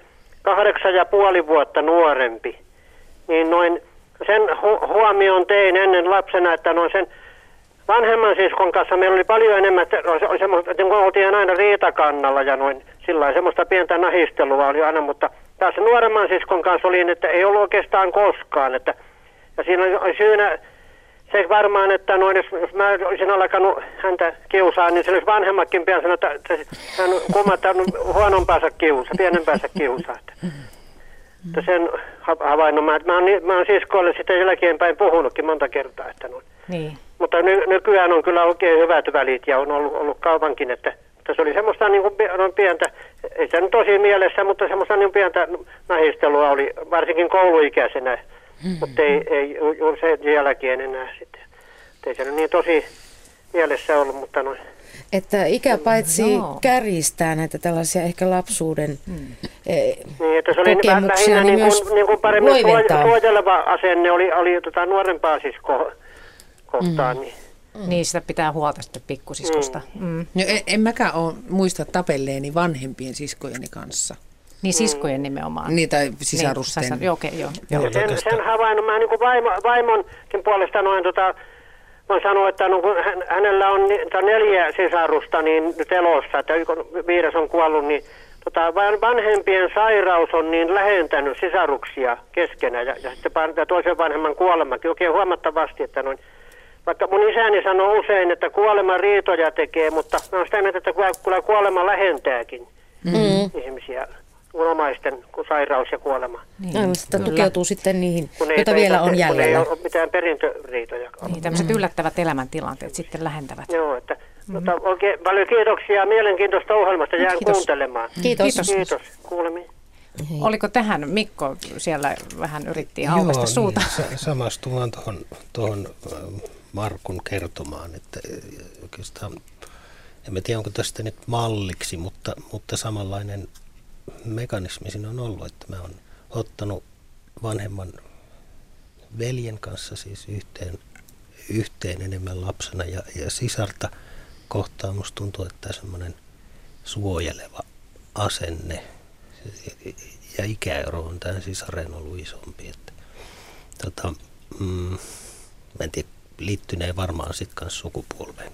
8,5 vuotta nuorempi. Niin noin sen huomioon tein ennen lapsena, että noin sen vanhemman siskon kanssa meillä oli paljon enemmän, oli semmoista, että oltiin aina riitakannalla ja noin sillä semmoista pientä nahistelua oli aina, mutta taas nuoremman siskon kanssa oli, että ei ollut oikeastaan koskaan. Että, ja siinä oli syynä se varmaan, että noin, jos mä olisin alkanut häntä kiusaa, niin se olisi vanhemmakin pian sanoa, että hän on kummattanut huonompäänsä kiusaa, pienempäänsä kiusaa. Että sen havainnon mä oon siskoille sitten jälkeenpäin puhunutkin monta kertaa. Että noin. Niin. Mutta nykyään on kyllä oikein hyvät välit ja on ollut kaupankin, että se oli semmoista niin kuin pientä, ei se nyt tosi mielessä, mutta semmoista niin pientä nahistelua oli, varsinkin kouluikäisenä, mutta ei sen jälkeen enää sitten. Ei se nyt niin tosi mielessä ollut, mutta noin. Että ikä paitsi kärjistää näitä tällaisia ehkä lapsuuden niin, että se oli kokemuksia, niin myös niin kuin paremmin suojeleva asenne oli nuorempaa siskoa kohtaan. Niin, sitä pitää huolta sitten pikkusiskosta. No, en mäkään ole muista tapelleeni vanhempien siskojeni kanssa. Niin siskojen nimenomaan. Niin, tai sisarusten. Niin, okei. Sen havainnut, mä niin kuin vaimonkin puolesta noin voin sanoa, että no, kun hänellä on 4 sisarusta niin nyt elossa, että 5 on kuollut, niin vanhempien sairaus on niin lähentänyt sisaruksia keskenään ja sitten toisen vanhemman kuolemakin oikein huomattavasti, että noin. Vaikka mun isäni sanoo usein, että kuolema riitoja tekee, mutta mä oon sitä mieltä, että kyllä kuolema lähentääkin ihmisiä, omaisten sairaus ja kuolema. Niin, sitä tukeutuu sitten niihin, joita vielä on jäljellä. Kun ei ole mitään perintöriitoja. Niin, tämmöiset yllättävät elämäntilanteet sitten lähentävät. Joo, että oikein paljon kiitoksia mielenkiintoista ohjelmasta. Jään kuuntelemaan. Kiitos. Kuulemiin. Oliko tähän, Mikko siellä vähän yritti aukaista suuta? Niin, samastumaan tuohon Markun kertomaan, että oikeastaan, en tiedä onko tästä nyt malliksi, mutta samanlainen mekanismi siinä on ollut, että mä oon ottanut vanhemman veljen kanssa siis yhteen enemmän lapsena ja sisarta kohtaan musta tuntuu, että semmoinen suojeleva asenne ja ikäero on tähän sisareen ollut isompi. Että, mä en tiedä, liittyneen varmaan sitten kanssa sukupolveen,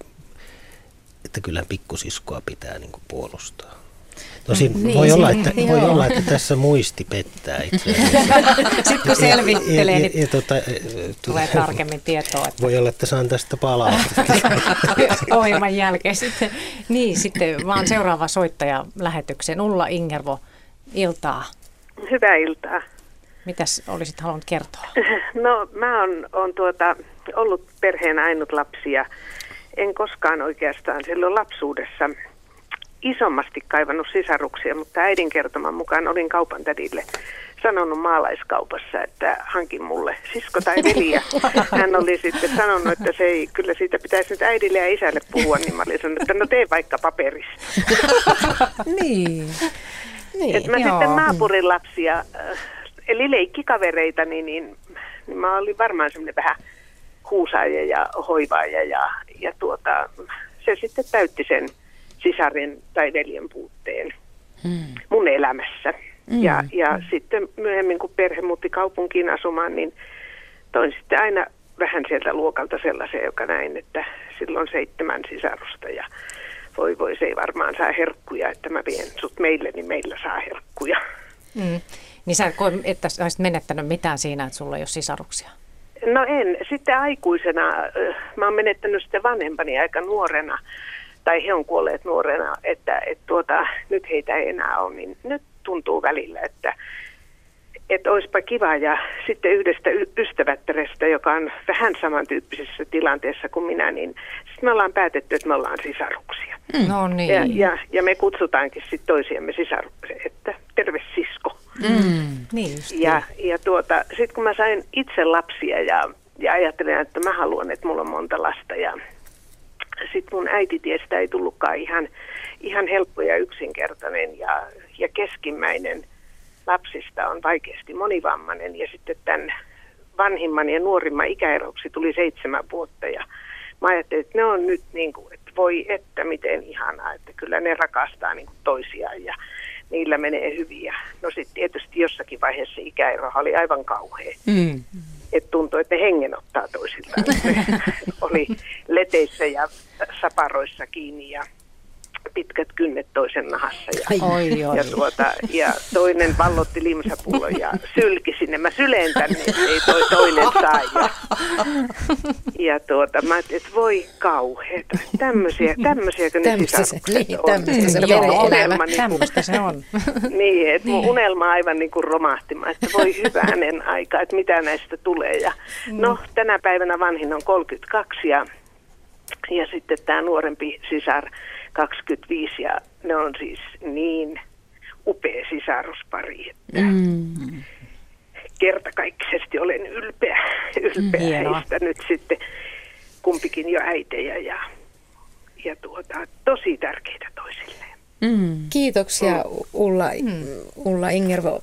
että kyllä pikkusiskoa pitää niinku puolustaa. Tosin niin, voi olla, että tässä muisti pettää itse asiassa. Sitten kun selvittelee, niin tulee tarkemmin tietoa. Että voi olla, että saan tästä palautetta. Ohjelman jälkeen sitten. Niin, sitten vaan seuraava soittaja lähetykseen. Ulla Ingervo, iltaa. Hyvää iltaa. Mitäs olisit halunnut kertoa? No mä oon ollut perheen ainut lapsi ja en koskaan oikeastaan silloin lapsuudessa isommasti kaivannut sisaruksia, mutta äidin kertoman mukaan olin kaupantädille sanonut maalaiskaupassa, että hankin mulle sisko tai veli. Ja hän oli sitten sanonut, että se ei, kyllä siitä pitäisi nyt äidille ja isälle puhua, niin mä olin sanonut, että no tee vaikka paperista. Niin. Että mä sitten naapurin lapsia, eli leikkikavereita, niin mä olin varmaan semmoinen vähän huusaaja ja hoivaaja ja se sitten täytti sen sisaren tai veljen puutteen mun elämässä. Ja sitten myöhemmin, kun perhe muutti kaupunkiin asumaan, niin toin sitten aina vähän sieltä luokalta sellaisen, joka näin, että silloin 7 sisarusta ja voi, se ei varmaan saa herkkuja, että mä vien sut meille, niin meillä saa herkkuja. Niin sä et koe, että sä olisit menettänyt mitään siinä, että sulla ei ole sisaruksia? No en. Sitten aikuisena, mä oon menettänyt sitten vanhempani aika nuorena, tai he on kuolleet nuorena, että nyt heitä ei enää ole, niin nyt tuntuu välillä, että että olisipa kiva, ja sitten yhdestä ystävättärestä, joka on vähän samantyyppisessä tilanteessa kuin minä, niin sitten me ollaan päätetty, että me ollaan sisaruksia. No niin. Ja me kutsutaankin sitten toisiamme sisaruksia, että terve sisko. Niin just. Ja sitten kun mä sain itse lapsia ja ajattelin, että mä haluan, että mulla on monta lasta, ja sitten mun äititiestä ei tullutkaan ihan helppo ja yksinkertainen, ja keskimmäinen lapsista on vaikeasti monivammainen, ja sitten tämän vanhimman ja nuorimman ikäeroksi tuli 7 vuotta, ja mä ajattelin, että ne on nyt niin kuin, että voi että miten ihanaa, että kyllä ne rakastaa niin kuin toisiaan, ja niillä menee hyvin. Ja no sitten tietysti jossakin vaiheessa ikäero oli aivan kauhea. Että tuntui, että ne hengen ottaa toisiltaan. Ne oli leteissä ja saparoissa kiinni ja pitkät kynnet toisen nahassa. Ja toinen vallotti limsapullon ja sylki sinne. Mä syleen tänne, ei toinen saa. Ja mä ajattelin, että voi kauheeta. Tämmöisiäkö ne sisarukset on? Tämmöistä se on. Niin, että mun unelma aivan niin kuin romahti. Että voi hyvänen aika, että mitä näistä tulee. Ja no, tänä päivänä vanhin on 32 ja sitten tämä nuorempi sisar 25, ja ne on siis niin upea sisaruspari, että kertakaikkisesti olen ylpeä heistä nyt sitten, kumpikin jo äitejä ja tosi tärkeitä toisilleen. Kiitoksia Ulla Ingervo.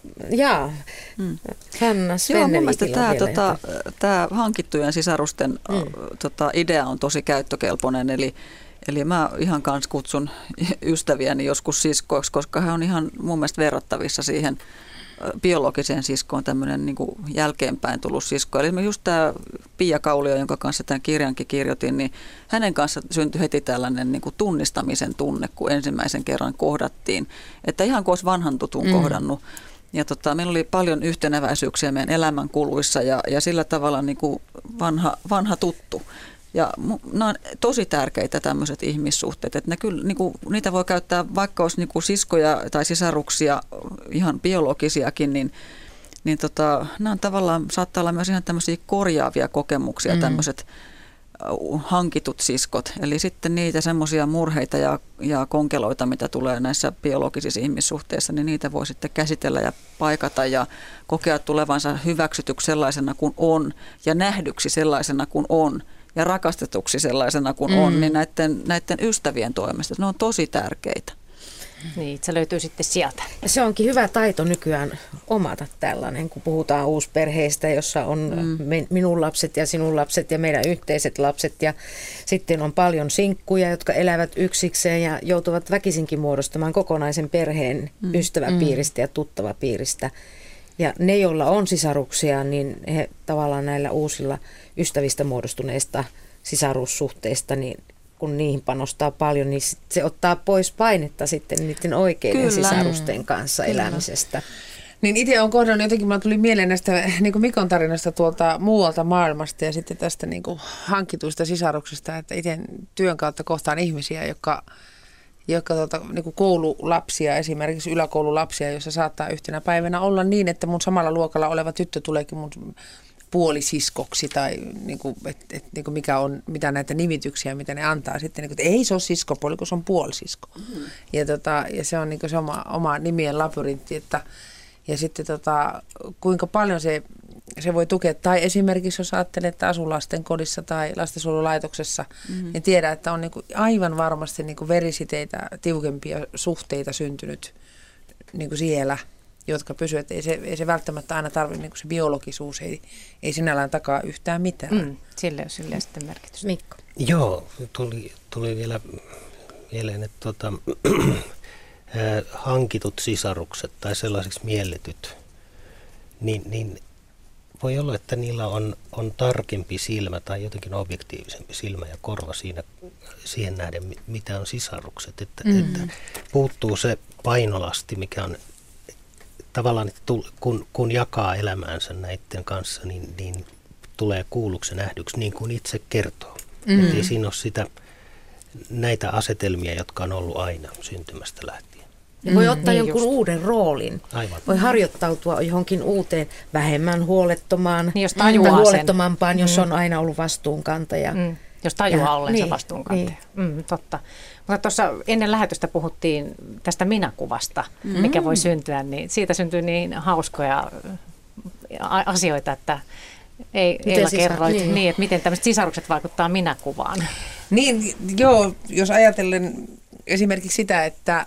Hanna Joo, mun mielestä tämä hankittujen sisarusten idea on tosi käyttökelpoinen, eli mä ihan kanssa kutsun ystäviäni joskus siskoiksi, koska he on ihan mun mielestä verrattavissa siihen biologiseen siskoon, tämmöinen niin kuin jälkeenpäin tullut sisko. Eli just tämä Pia Kaulio, jonka kanssa tämän kirjankin kirjoitin, niin hänen kanssa syntyi heti tällainen niin kuin tunnistamisen tunne, kun ensimmäisen kerran kohdattiin. Että ihan kuin olisi vanhan tutun kohdannut. Ja meillä oli paljon yhteneväisyyksiä meidän elämänkuluissa ja sillä tavalla niin kuin vanha tuttu. Ja nämä on tosi tärkeitä tämmöiset ihmissuhteet, että ne kyllä, niin kuin, niitä voi käyttää vaikka olisi niin kuin siskoja tai sisaruksia, ihan biologisiakin, niin nämä on tavallaan, saattaa olla myös ihan tämmöisiä korjaavia kokemuksia, tämmöiset hankitut siskot. Eli sitten niitä semmoisia murheita ja konkeloita, mitä tulee näissä biologisissa ihmissuhteissa, niin niitä voi sitten käsitellä ja paikata ja kokea tulevansa hyväksytyksi sellaisena kuin on ja nähdyksi sellaisena kuin on. Ja rakastetuksi sellaisena kuin on, niin näiden ystävien toimesta. Ne on tosi tärkeitä. Niin, se löytyy sitten sieltä. Ja se onkin hyvä taito nykyään omata tällainen, kun puhutaan uusperheistä, jossa on minun lapset ja sinun lapset ja meidän yhteiset lapset. Ja sitten on paljon sinkkuja, jotka elävät yksikseen ja joutuvat väkisinkin muodostamaan kokonaisen perheen ystäväpiiristä ja tuttavapiiristä. Ja ne, joilla on sisaruksia, niin he tavallaan näillä uusilla ystävistä muodostuneista sisarussuhteista, niin kun niihin panostaa paljon, niin se ottaa pois painetta sitten niiden oikeiden sisarusten kanssa elämisestä. Niin itse olen kohdannut, jotenkin minulla tuli mieleen näistä niin Mikon tarinasta tuolta muualta maailmasta ja sitten tästä niin hankituista sisaruksista, että itse työn kautta kohtaan ihmisiä, jotka niin kuin koululapsia, esimerkiksi yläkoululapsia, joissa saattaa yhtenä päivänä olla niin, että mun samalla luokalla oleva tyttö tuleekin mun puolisiskoksi tai niin kuin, niin kuin mitä näitä nimityksiä, mitä ne antaa sitten, niin kuin, että ei se ole siskopuoli, kun se on puolisisko. Ja se on niin kuin se oma nimien labyrintti, ja sitten kuinka paljon se voi tukea. Tai esimerkiksi jos ajattelee, että asuu lastenkodissa tai lastensuojelulaitoksessa, niin tiedä, että on niin kuin aivan varmasti niin kuin verisiteitä, tiukempia suhteita syntynyt niin kuin siellä, jotka pysyvät. Ei se välttämättä aina tarvitse, niin kuin se biologisuus ei sinällään takaa yhtään mitään. Sille on sitten merkitys. Mikko. Joo, tuli vielä mieleen, että hankitut sisarukset tai sellaiseksi mielletyt, niin voi olla, että niillä on tarkempi silmä tai jotenkin objektiivisempi silmä ja korva siihen nähden, mitä on sisarukset. Että puuttuu se painolasti, mikä on tavallaan, että kun jakaa elämäänsä näiden kanssa, niin tulee kuulluksi nähdyksi niin kuin itse kertoo. Että ei siinä ole näitä asetelmia, jotka on ollut aina syntymästä lähtien. Ja voi ottaa jonkun uuden roolin. Aivan. Voi harjoittautua johonkin uuteen, vähemmän huolettomaan tai huolettomampaan, jos on aina ollut vastuunkantaja. Jos tajuaa ollensa vastuunkantaja. Totta. Mutta tuossa ennen lähetystä puhuttiin tästä minäkuvasta, mikä voi syntyä, niin siitä syntyy niin hauskoja asioita, että Eila kerroit, että miten tämmöiset sisarukset vaikuttaa minäkuvaan. Niin, joo, jos ajatellen esimerkiksi sitä, että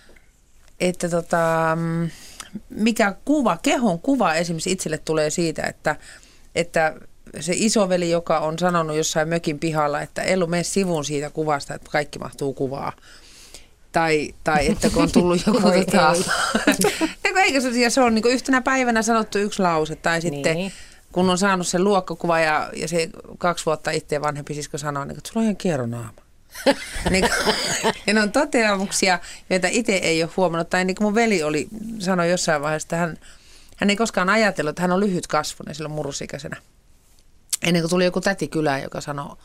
mikä kuva, kehon kuva esimerkiksi itselle tulee siitä, että se isoveli, joka on sanonut jossain mökin pihalla, että Ellu, mene sivuun siitä kuvasta, että kaikki mahtuu kuvaa. Tai että kun on tullut joku eikä se on niin yhtenä päivänä sanottu yksi lause, tai sitten kun on saanut sen luokkakuva ja se 2 vuotta itse vanhempi sisko sanoo, että sulla on ihan kieronaama. Ja ne on toteamuksia, joita itse ei ole huomannut. Tai niin kuin mun veli sanoi jossain vaiheessa, että hän ei koskaan ajatellut, että hän on lyhytkasvuinen silloin murrosikäisenä. Ennen kuin tuli joku täti kylään, joka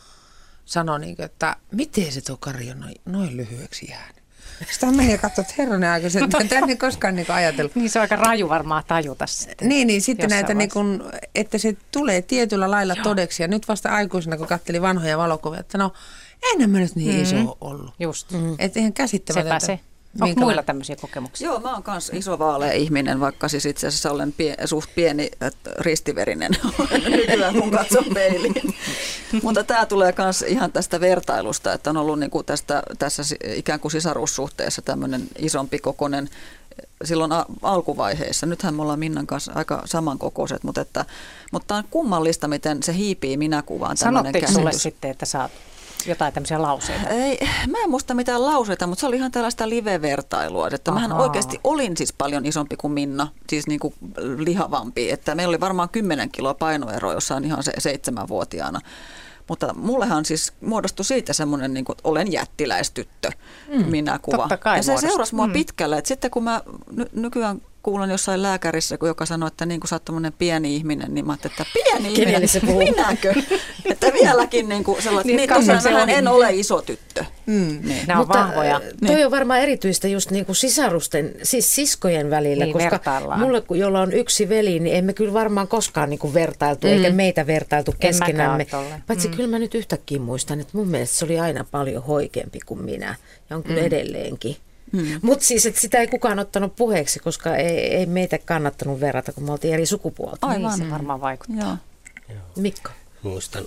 sanoi niin kuin, että miten se tuo Kari on noin lyhyeksi jäänyt. Sitten hän meni ja katsoi, että herranen aika, että hän ei koskaan niin ajatellut. Niin se on aika raju varmaan tajuta sitten. Niin sitten näitä, niin kuin, että se tulee tietyllä lailla todeksi. Ja nyt vasta aikuisena, kun katselin vanhoja valokuvia, että no, enhän mä nyt niin iso ollut. Just. Että ihan käsittämätöntä. Sepä se. Onko muilla tämmöisiä kokemuksia? Joo, mä oon myös iso vaalea ihminen, vaikka siis itse asiassa olen suht pieni ristiverinen nykyään, kun katson peiliin. Mutta tämä tulee myös ihan tästä vertailusta, että on ollut niinku tässä ikään kuin sisaruussuhteessa tämmöinen isompi kokoinen silloin alkuvaiheessa. Nythän me ollaan Minnan kanssa aika samankokoiset, mutta on kummallista, miten se hiipii minäkuvaan. Sanotteko sulle sitten, että sä oot jotain tämmöisiä lauseita? Mä en muista mitään lauseita, mutta se oli ihan tällaista live-vertailua. Että mähän oikeasti olin siis paljon isompi kuin Minna, siis niin kuin lihavampi. Että meillä oli varmaan 10 kiloa painoero jossain ihan 7-vuotiaana. Mutta mullehan siis muodostui siitä semmoinen, niin kuin, että olen jättiläistyttö minäkuva. Ja se seurasi mua pitkälle. Että sitten kun mä nykyään kuulen jossain lääkärissä, joka sanoi, että niin kuin sä oot tommoinen pieni ihminen, niin mä ajattelin, että pieni ihminen, minäkö? Että vieläkin niin kuin sellainen, niin tosiaan en ole iso tyttö. Niin. Nämä on vahvoja. Toi on varmaan erityistä just niin kuin sisarusten, siis siskojen välillä, niin, koska mulle, jolla on yksi veli, niin emme kyllä varmaan koskaan niin kuin vertailtu, eikä meitä vertailtu keskenämme. Paitsi kyllä mä nyt yhtäkkiä muistan, että mun mielestä se oli aina paljon hoikempi kuin minä, ja on kyllä edelleenkin. Mutta siis, että sitä ei kukaan ottanut puheeksi, koska ei meitä kannattanut verrata, kun me oltiin eri sukupuolta. Aivan. Niin se varmaan vaikuttaa. Joo. Mikko? Muistan,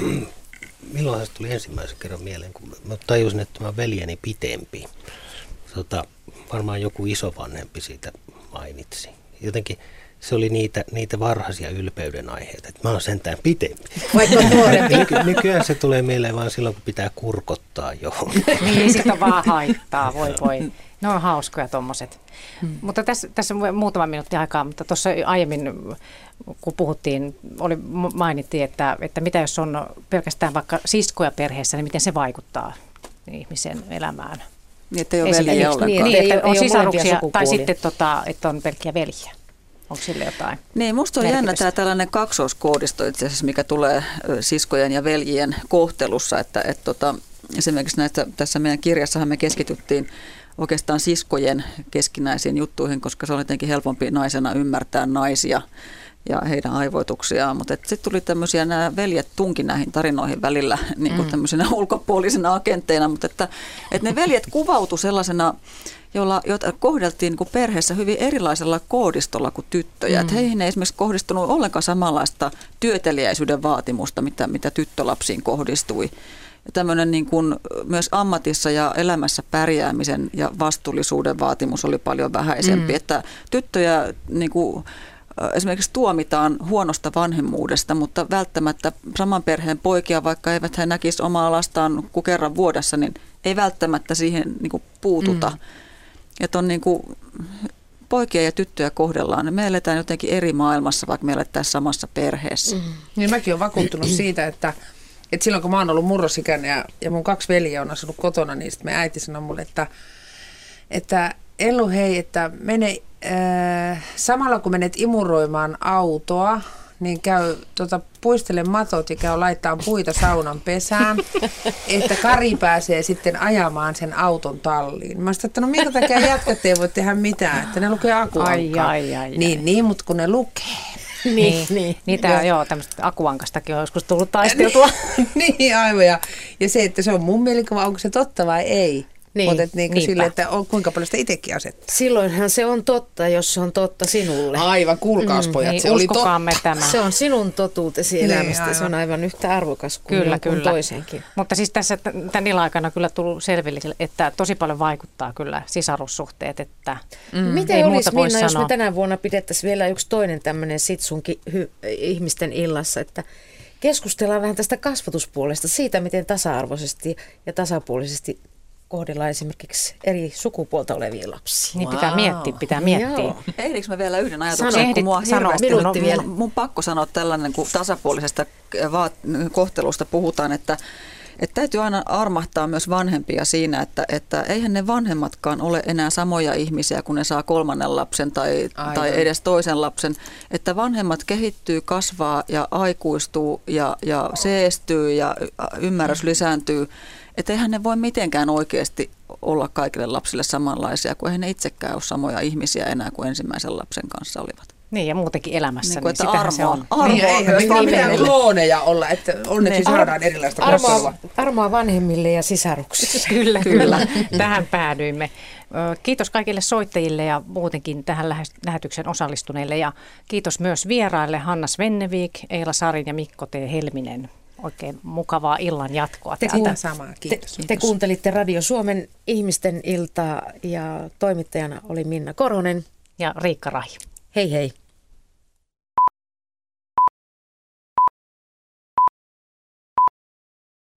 milloin se tuli ensimmäisen kerran mieleen, kun mä tajusin, että mä veljeni pitempi. Varmaan joku isovanhempi siitä mainitsi. Jotenkin se oli niitä varhaisia ylpeyden aiheita, että mä oon sentään pitempi. Vaikka nuorempi. Nykyään se tulee mieleen vaan silloin, kun pitää kurkottaa johonkin. Niin, sit on vaan haittaa, voi. Ne on hauskoja tommoset. Mutta tässä on muutama minuutti aikaa, mutta tuossa aiemmin, kun puhuttiin, mainittiin, että mitä jos on pelkästään vaikka siskoja perheessä, niin miten se vaikuttaa ihmisen elämään. Niin, että ei ole veljiä ollenkaan. Niin, että on sisaruksia tai sitten, että on pelkkiä veljiä. Onko sille jotain? Niin, musta on jännä tämä tällainen kaksoiskoodisto itse asiassa, mikä tulee siskojen ja veljien kohtelussa. Että esimerkiksi tässä meidän kirjassahan me keskityttiin oikeastaan siskojen keskinäisiin juttuihin, koska se on jotenkin helpompi naisena ymmärtää naisia ja heidän aivoituksiaan. Mutta sitten tuli tämmöisiä, nämä veljet tunki näihin tarinoihin välillä niin kuin tämmöisenä ulkopuolisena agentteina, mutta että ne veljet kuvautu sellaisena, joita kohdeltiin niin kuin perheessä hyvin erilaisella koodistolla kuin tyttöjä. Että heihin ei esimerkiksi kohdistunut ollenkaan samanlaista työteliäisyyden vaatimusta, mitä tyttölapsiin kohdistui. Ja tämmöinen niin kuin myös ammatissa ja elämässä pärjäämisen ja vastuullisuuden vaatimus oli paljon vähäisempi. Että tyttöjä niin kuin esimerkiksi tuomitaan huonosta vanhemmuudesta, mutta välttämättä saman perheen poikia, vaikka eivät he näkisi omaa lastaan kuin kerran vuodessa, niin ei välttämättä siihen niin kuin puututa. Että on niin kuin poikia ja tyttöjä kohdellaan. Me eletään jotenkin eri maailmassa, vaikka me elettäisiin samassa perheessä. Niin mäkin olen vakuuttunut siitä, että silloin kun mä oon ollut murrosikäinen ja mun 2 veljeä on asunut kotona, niin sitten me äiti sanoi mulle, että Ellu hei, että mene samalla kun menet imuroimaan autoa, niin käy puistele matot ja käy laittaa puita saunan pesään, että Kari pääsee sitten ajamaan sen auton talliin. Mä sanoin, että no minkä takia jätkät ei voi tehdä mitään, että ne lukee akuankkaa. Niin, mutta kun ne lukee. Niin. Niitä joo, tämmöistä akuankastakin on joskus tullut taisteltua. Niin, aivan. Ja se, että se on mun mielikuva, onko se totta vai ei. Otet niin sille, että kuinka paljon sitä itsekin asettaa. Silloinhan se on totta, jos se on totta sinulle. Aivan, kuulkaas pojat, niin, se oli totta. Tämä. Se on sinun totuutesi elämästä, niin, se on aivan yhtä arvokas kuin jonkun toisenkin. Mutta siis tässä tän illan kyllä tullut selville, että tosi paljon vaikuttaa kyllä sisarussuhteet. Että miten olisi, Minna, jos me tänä vuonna pidettäisiin vielä yksi toinen tämmöinen sitsunkin ihmisten illassa, että keskustellaan vähän tästä kasvatuspuolesta, siitä miten tasa-arvoisesti ja tasapuolisesti kohdellaan esimerkiksi eri sukupuolta olevia lapsia. Niin pitää miettiä. Ehdikö mä vielä yhden ajatuksen, kun mua hirveästi mun pakko sanoa tällainen, kun tasapuolisesta kohtelusta puhutaan, että täytyy aina armahtaa myös vanhempia siinä, että eihän ne vanhemmatkaan ole enää samoja ihmisiä, kun ne saa 3. lapsen tai edes toisen lapsen. Että vanhemmat kehittyy, kasvaa ja aikuistuu ja seestyy ja ymmärrys lisääntyy. Että eihän ne voi mitenkään oikeasti olla kaikille lapsille samanlaisia, kun eihän ne itsekään ole samoja ihmisiä enää kuin ensimmäisen lapsen kanssa olivat. Niin, ja muutenkin elämässä, niin sitähän se on. Niin, eihän mitään klooneja olla, että onneksi saadaan erilaista kohtelua. Armoa vanhemmille ja sisaruksille. Kyllä. Tähän päädyimme. Kiitos kaikille soittajille ja muutenkin tähän lähetyksen osallistuneille. Ja kiitos myös vieraille Hanna Svennevik, Eila Sarin ja Mikko T. Helminen. Oikein mukavaa illan jatkoa. Te kuuntelitte Radio Suomen ihmisten iltaa ja toimittajana oli Minna Korhonen ja Riikka Rahi. Hei hei.